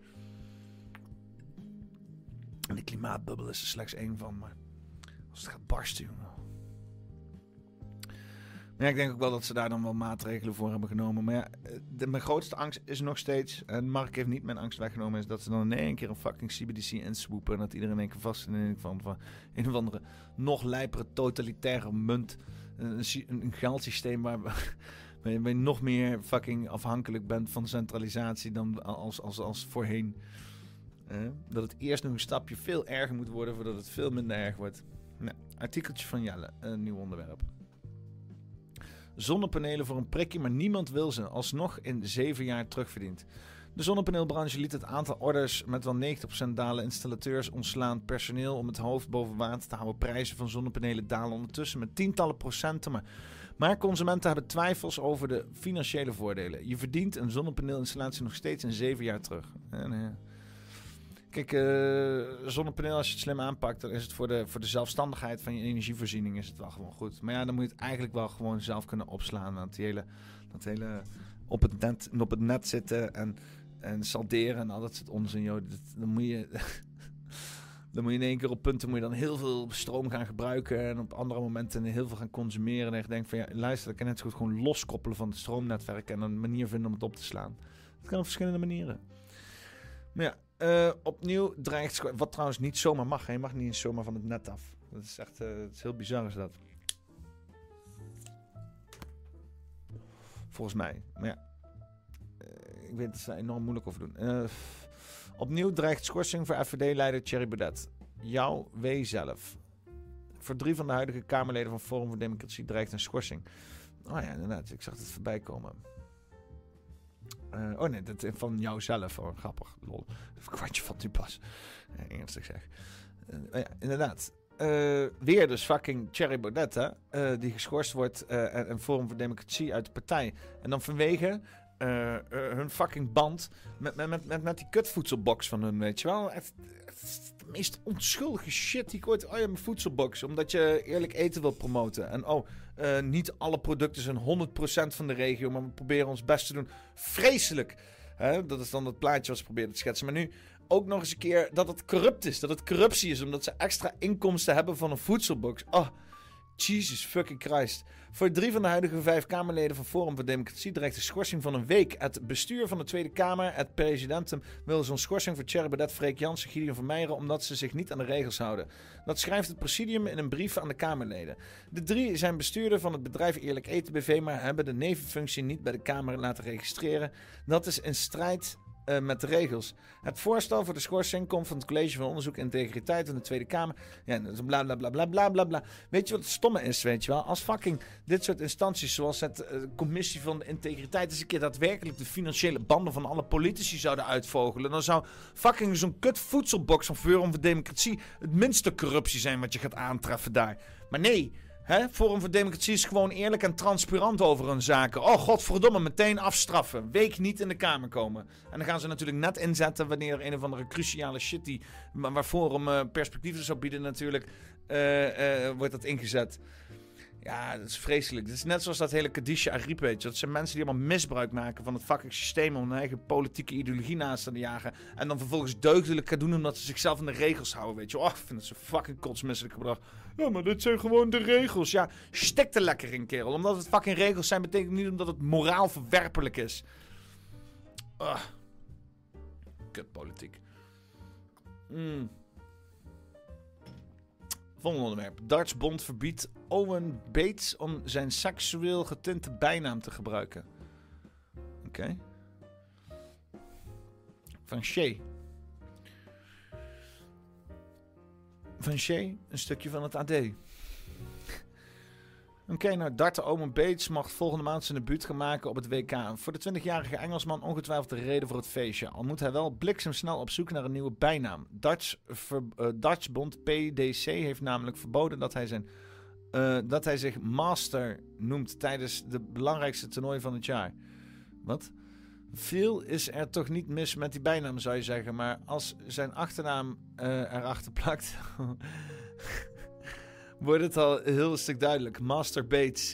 En de klimaatbubbel is er slechts één van, maar als het gaat barsten, jongen. Maar ja, ik denk ook wel dat ze daar dan wel maatregelen voor hebben genomen. Maar ja, mijn grootste angst is nog steeds, en Mark heeft niet mijn angst weggenomen, is dat ze dan in één keer een fucking CBDC inswoepen en dat iedereen in één keer vast in een of andere nog lijpere totalitaire munt. Een geldsysteem waar je nog meer fucking afhankelijk bent van centralisatie dan als voorheen. Dat het eerst nog een stapje veel erger moet worden voordat het veel minder erg wordt. Nou, artikeltje van Jelle, een nieuw onderwerp. Zonnepanelen voor een prikje, maar niemand wil ze. Alsnog in 7 jaar terugverdiend. De zonnepaneelbranche liet het aantal orders met wel 90% dalen. Installateurs ontslaan personeel om het hoofd boven water te houden. Prijzen van zonnepanelen dalen ondertussen met tientallen procenten. Maar consumenten hebben twijfels over de financiële voordelen. Je verdient een zonnepaneelinstallatie nog steeds in 7 jaar terug. Kijk, zonnepaneel, als je het slim aanpakt, dan is het voor de zelfstandigheid van je energievoorziening is het wel gewoon goed. Maar ja, dan moet je het eigenlijk wel gewoon zelf kunnen opslaan. Want dat hele op het net zitten en salderen en al dat soort onzin, joh, dan moet je in één keer op punten moet je dan heel veel stroom gaan gebruiken en op andere momenten heel veel gaan consumeren. En je denkt van ja, luister, ik kan net zo goed gewoon loskoppelen van het stroomnetwerk en een manier vinden om het op te slaan. Dat kan op verschillende manieren. Maar ja, opnieuw dreigt, wat trouwens niet zomaar mag. Je mag niet eens zomaar van het net af. Dat is echt, het is heel bizar is dat. Volgens mij. Maar ja, ik weet dat ze er enorm moeilijk over doen. Opnieuw dreigt schorsing voor FVD-leider Thierry Baudet. Jouw wee zelf. Voor 3 van de huidige Kamerleden van Forum voor Democratie dreigt een schorsing. Oh ja, inderdaad. Ik zag het voorbij komen. Oh nee, dat van jouzelf. Oh, grappig. Lol. Een kwartje van nu pas. Ernstig zeg. Ja, inderdaad. Weer dus fucking Thierry Baudet, hè? Die geschorst wordt en Forum voor Democratie uit de partij. En dan vanwege hun fucking band met die kutvoedselbox van hun, weet je wel. Het de meest onschuldige shit die ik ooit... Oh ja, mijn voedselbox. Omdat je eerlijk eten wil promoten. En niet alle producten zijn 100% van de regio, maar we proberen ons best te doen. Vreselijk. Dat is dan het plaatje wat ze proberen te schetsen. Maar nu ook nog eens een keer dat het corrupt is. Dat het corruptie is, omdat ze extra inkomsten hebben van een voedselbox. Oh, Jesus fucking Christ. Voor 3 van de huidige 5 Kamerleden van Forum voor Democratie dreigt een schorsing van een week. Het bestuur van de Tweede Kamer, het presidentum, wil zo'n schorsing voor Thierry Baudet, Freek Jansen, Gideon van Meijeren, omdat ze zich niet aan de regels houden. Dat schrijft het presidium in een brief aan de Kamerleden. De 3 zijn bestuurder van het bedrijf Eerlijk Eten BV, maar hebben de nevenfunctie niet bij de Kamer laten registreren. Dat is in strijd met de regels. Het voorstel voor de schorsing komt van het College van Onderzoek en Integriteit van de Tweede Kamer. Ja, bla bla bla bla bla bla bla. Weet je wat het stomme is, weet je wel? Als fucking dit soort instanties, zoals het Commissie van de Integriteit, eens een keer daadwerkelijk de financiële banden van alle politici zouden uitvogelen, dan zou fucking zo'n kut voedselbox van Forum voor Democratie het minste corruptie zijn wat je gaat aantreffen daar. Maar nee. Forum voor Democratie is gewoon eerlijk en transparant over hun zaken. Oh, godverdomme, meteen afstraffen. Week niet in de Kamer komen. En dan gaan ze natuurlijk net inzetten wanneer een of andere cruciale shit waar Forum perspectieven zou bieden natuurlijk, wordt dat ingezet. Ja, dat is vreselijk. Het is net zoals dat hele Khadija Ariep, weet je. Dat zijn mensen die allemaal misbruik maken van het fucking systeem om hun eigen politieke ideologie naast te jagen. En dan vervolgens deugdelijk gaan doen omdat ze zichzelf aan de regels houden, weet je. Oh, ik vind het zo fucking kotsmisselijk gedrag. Ja, maar dit zijn gewoon de regels. Ja, stik er lekker in, kerel. Omdat het fucking regels zijn, betekent niet omdat het moraal verwerpelijk is. Kutpolitiek. Volgende onderwerp. Dartsbond verbiedt Owen Bates om zijn seksueel getinte bijnaam te gebruiken. Oké. Van Shea. Van Shea, een stukje van het AD. Oké, nou, darter Owen Bates mag volgende maand zijn debuut gaan maken op het WK. Voor de 20-jarige Engelsman ongetwijfeld de reden voor het feestje. Al moet hij wel bliksemsnel op zoek naar een nieuwe bijnaam. Dartsbond PDC heeft namelijk verboden dat hij zich Master noemt tijdens de belangrijkste toernooi van het jaar. Wat? Veel is er toch niet mis met die bijnaam, zou je zeggen. Maar als zijn achternaam erachter plakt... wordt het al een heel stuk duidelijk. Master Bates.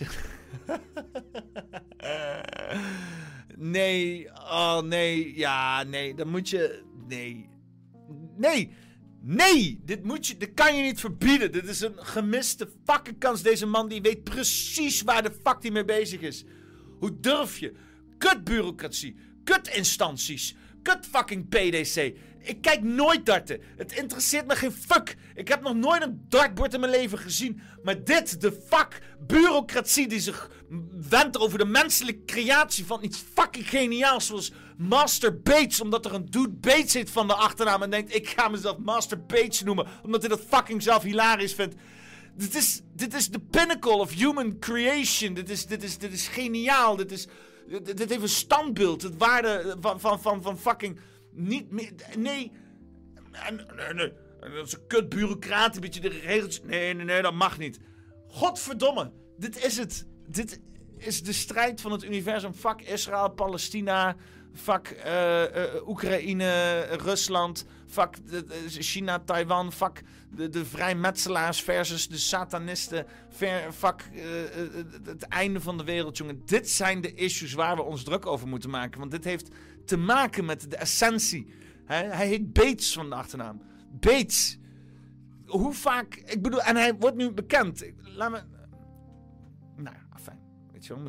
Nee. Oh, nee. Ja, nee. Dan moet je... Nee. Nee. Nee. Dit kan je niet verbieden. Dit is een gemiste fucking kans. Deze man die weet precies waar de fuck hij mee bezig is. Hoe durf je? Kut bureaucratie. Kut instanties. Kut fucking PDC. Ik kijk nooit darten. Het interesseert me geen fuck. Ik heb nog nooit een dartbord in mijn leven gezien. Maar dit, de fuck, bureaucratie die zich wendt over de menselijke creatie van iets fucking geniaals zoals Master Bates. Omdat er een dude Bates heet van de achternaam en denkt, ik ga mezelf Master Bates noemen. Omdat hij dat fucking zelf hilarisch vindt. Dit is the pinnacle of human creation. Dit is geniaal. Dit heeft een standbeeld. Het waarde van fucking... Niet meer... Nee. Nee. Dat is een kut bureaucraat. Een beetje de regels... Nee, dat mag niet. Godverdomme. Dit is het. Dit is de strijd van het universum. Fuck Israël, Palestina. Fuck Oekraïne, Rusland. Fuck China, Taiwan. Fuck de vrijmetselaars versus de satanisten. Fuck het einde van de wereld, jongen. Dit zijn de issues waar we ons druk over moeten maken. Want dit heeft te maken met de essentie. Hij heet Bates van de achternaam. Bates. Hoe vaak... Ik bedoel, en hij wordt nu bekend. Laat me... Nou, fijn. Weet je wel,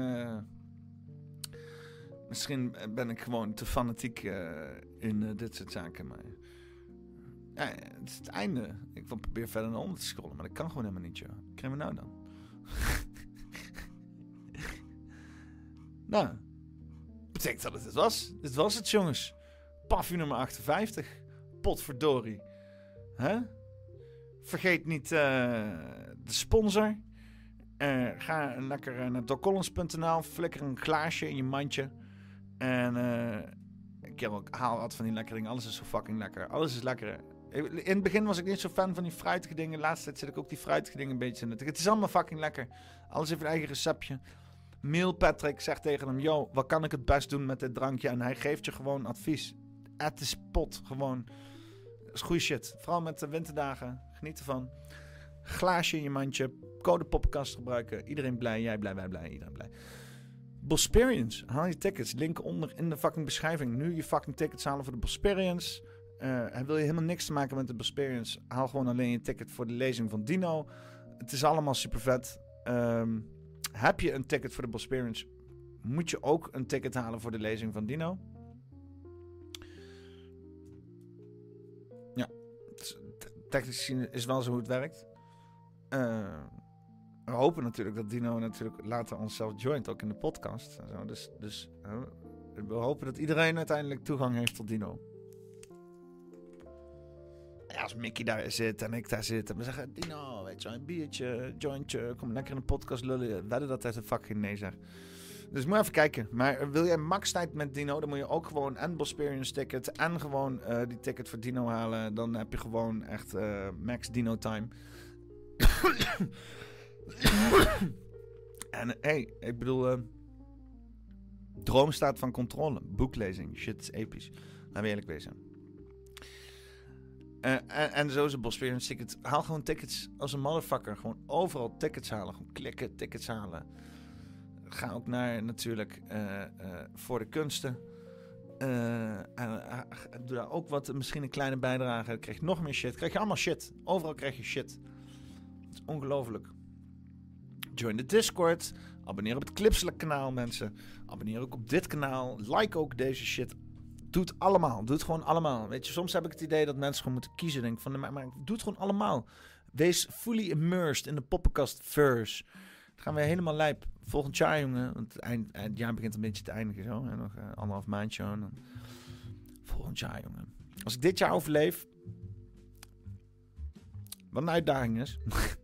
misschien ben ik gewoon te fanatiek in dit soort zaken. Maar ja, het is het einde. Ik wil proberen verder naar onder te scrollen, maar dat kan gewoon helemaal niet, joh. Wat krijgen we nou dan? Nou, betekent dat het dit was. Dit was het, jongens. Paffie nummer 58. Potverdorie. Vergeet niet de sponsor. Ga lekker naar doccollins.nl. Flikker een glaasje in je mandje. En haal wat van die lekkere dingen. Alles is zo fucking lekker. Alles is lekker. In het begin was ik niet zo fan van die fruitige dingen. De laatste tijd zit ik ook die fruitige dingen een beetje in. Het is allemaal fucking lekker. Alles heeft een eigen receptje. Mail Patrick, zegt tegen hem... Yo, wat kan ik het best doen met dit drankje? En hij geeft je gewoon advies. Het is pot. Gewoon. Dat is goede shit. Vooral met de winterdagen. Geniet ervan. Glaasje in je mandje. Code Poppenkast gebruiken. Iedereen blij. Jij blij, wij blij. Iedereen blij. Bosperience. Haal je tickets. Link onder in de fucking beschrijving. Nu je fucking tickets halen voor de Bosperience. Wil je helemaal niks te maken met de Bosperience? Haal gewoon alleen je ticket voor de lezing van Dino. Het is allemaal super vet. Heb je een ticket voor de Bosperience? Moet je ook een ticket halen voor de lezing van Dino? Ja. Technisch gezien is wel zo hoe het werkt. We hopen natuurlijk dat Dino natuurlijk later onszelf joint, ook in de podcast. En zo. Dus we hopen dat iedereen uiteindelijk toegang heeft tot Dino. Ja, als Mickey daar zit en ik daar zit en we zeggen... Dino, weet je, een biertje, jointje, kom lekker in de podcast lullen. Wedden dat hij zijn vak geen nee zegt. Dus moet even kijken. Maar wil jij max tijd met Dino, dan moet je ook gewoon en Bosperience ticket en gewoon die ticket voor Dino halen. Dan heb je gewoon echt max Dino time. En hey, ik bedoel... Droomstaat van controle. Boeklezing. Shit is episch. Laten we eerlijk wezen. En zo is het Bosperience Ticket. Haal gewoon tickets als een motherfucker. Gewoon overal tickets halen. Gewoon klikken, tickets halen. Ga ook naar natuurlijk Voor de Kunsten. Doe daar ook misschien een kleine bijdrage. Dan krijg je nog meer shit. Krijg je allemaal shit. Overal krijg je shit. Het is ongelooflijk. Join de Discord. Abonneer op het Clipselijk kanaal, mensen. Abonneer ook op dit kanaal. Like ook deze shit. Doe het allemaal. Doe het gewoon allemaal. Weet je, soms heb ik het idee dat mensen gewoon moeten kiezen. Denk van, maar doe het gewoon allemaal. Wees fully immersed in de poppenkast verse. Dan gaan we helemaal lijp. Volgend jaar, jongen. Want het jaar begint een beetje te eindigen zo. En nog 1,5 maandje. En dan... Volgend jaar, jongen. Als ik dit jaar overleef... Wat een uitdaging is...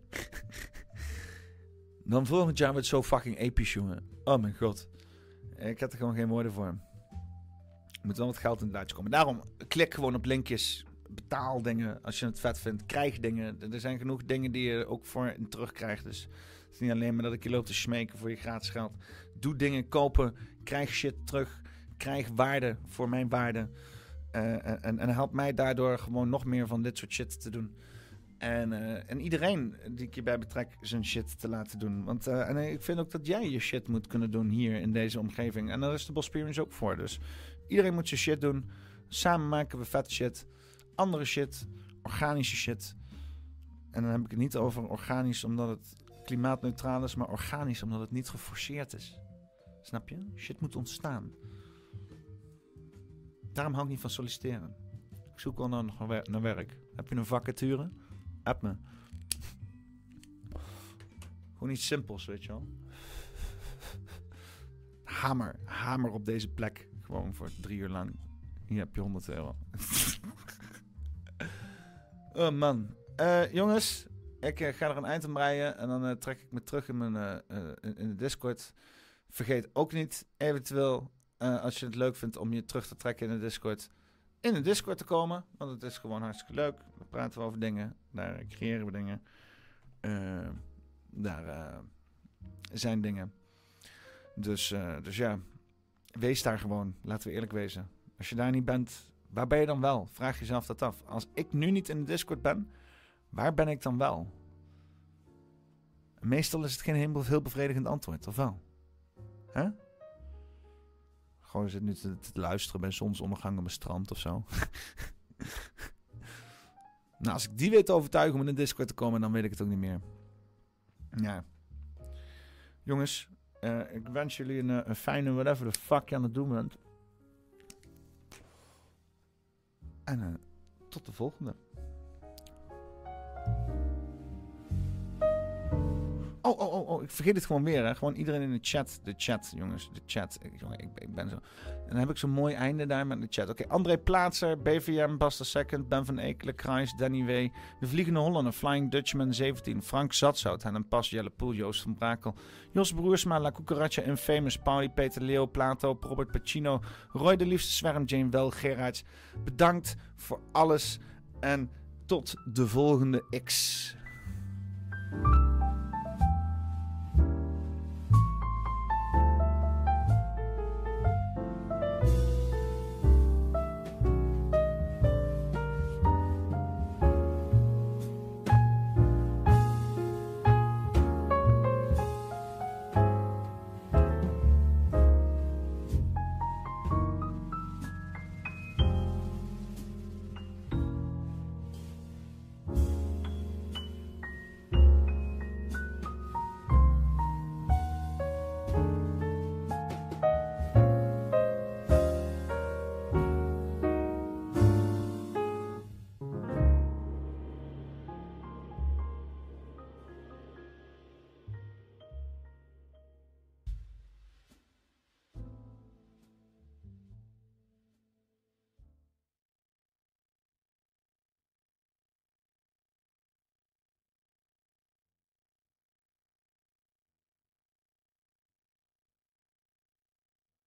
Dan volgend jaar wordt het zo fucking episch, jongen. Oh mijn god. Ik heb er gewoon geen woorden voor. Er moet wel wat geld in het laatje komen. Daarom, klik gewoon op linkjes. Betaal dingen als je het vet vindt. Krijg dingen. Er zijn genoeg dingen die je ook voor terugkrijgt. Dus het is niet alleen maar dat ik je loop te smeken voor je gratis geld. Doe dingen, kopen. Krijg shit terug. Krijg waarde voor mijn waarde. En help mij daardoor gewoon nog meer van dit soort shit te doen. En iedereen die ik hierbij betrek zijn shit te laten doen. Want ik vind ook dat jij je shit moet kunnen doen hier in deze omgeving. En daar is de Bosperience ook voor. Dus iedereen moet zijn shit doen. Samen maken we vet shit. Andere shit. Organische shit. En dan heb ik het niet over organisch omdat het klimaatneutraal is. Maar organisch omdat het niet geforceerd is. Snap je? Shit moet ontstaan. Daarom hou ik niet van solliciteren. Ik zoek wel naar werk. Heb je een vacature? App me. Gewoon iets simpels, weet je wel. Hamer op deze plek. Gewoon voor 3 uur lang. Hier heb je €100. Oh man. Jongens, ik ga er een eind aan breien. En dan trek ik me terug in in de Discord. Vergeet ook niet, eventueel, als je het leuk vindt om je terug te trekken in de Discord... in de Discord te komen, want het is gewoon hartstikke leuk. Daar praten we over dingen, daar creëren we dingen. Daar zijn dingen. Dus ja, wees daar gewoon. Laten we eerlijk wezen. Als je daar niet bent, waar ben je dan wel? Vraag jezelf dat af. Als ik nu niet in de Discord ben, waar ben ik dan wel? Meestal is het geen heel bevredigend antwoord, of wel? Huh? Gewoon zit nu te luisteren bij zonsondergang op een strand of zo. Nou, als ik die weet te overtuigen om in de Discord te komen, dan weet ik het ook niet meer. Ja. Jongens, ik wens jullie een fijne whatever the fuck je aan het doen bent. En tot de volgende. Oh, ik vergeet het gewoon weer. Hè. Gewoon iedereen in de chat. De chat, jongens. De chat. Ik ben zo... En dan heb ik zo'n mooi einde daar met de chat. Oké, André Plaatser, BVM, Basta Second, Ben van Ekelen, Kruis, Danny W. De Vliegende Hollander, Flying Dutchman 17, Frank Zatzout, Helen Pas, Jelle Poel, Joost van Brakel, Jos Broersma, La Cucaracha, Infamous, Pauli, Peter Leo, Plato, Robert Pacino, Roy de Liefste Zwerm, Jane Wel, Gerards. Bedankt voor alles en tot de volgende X.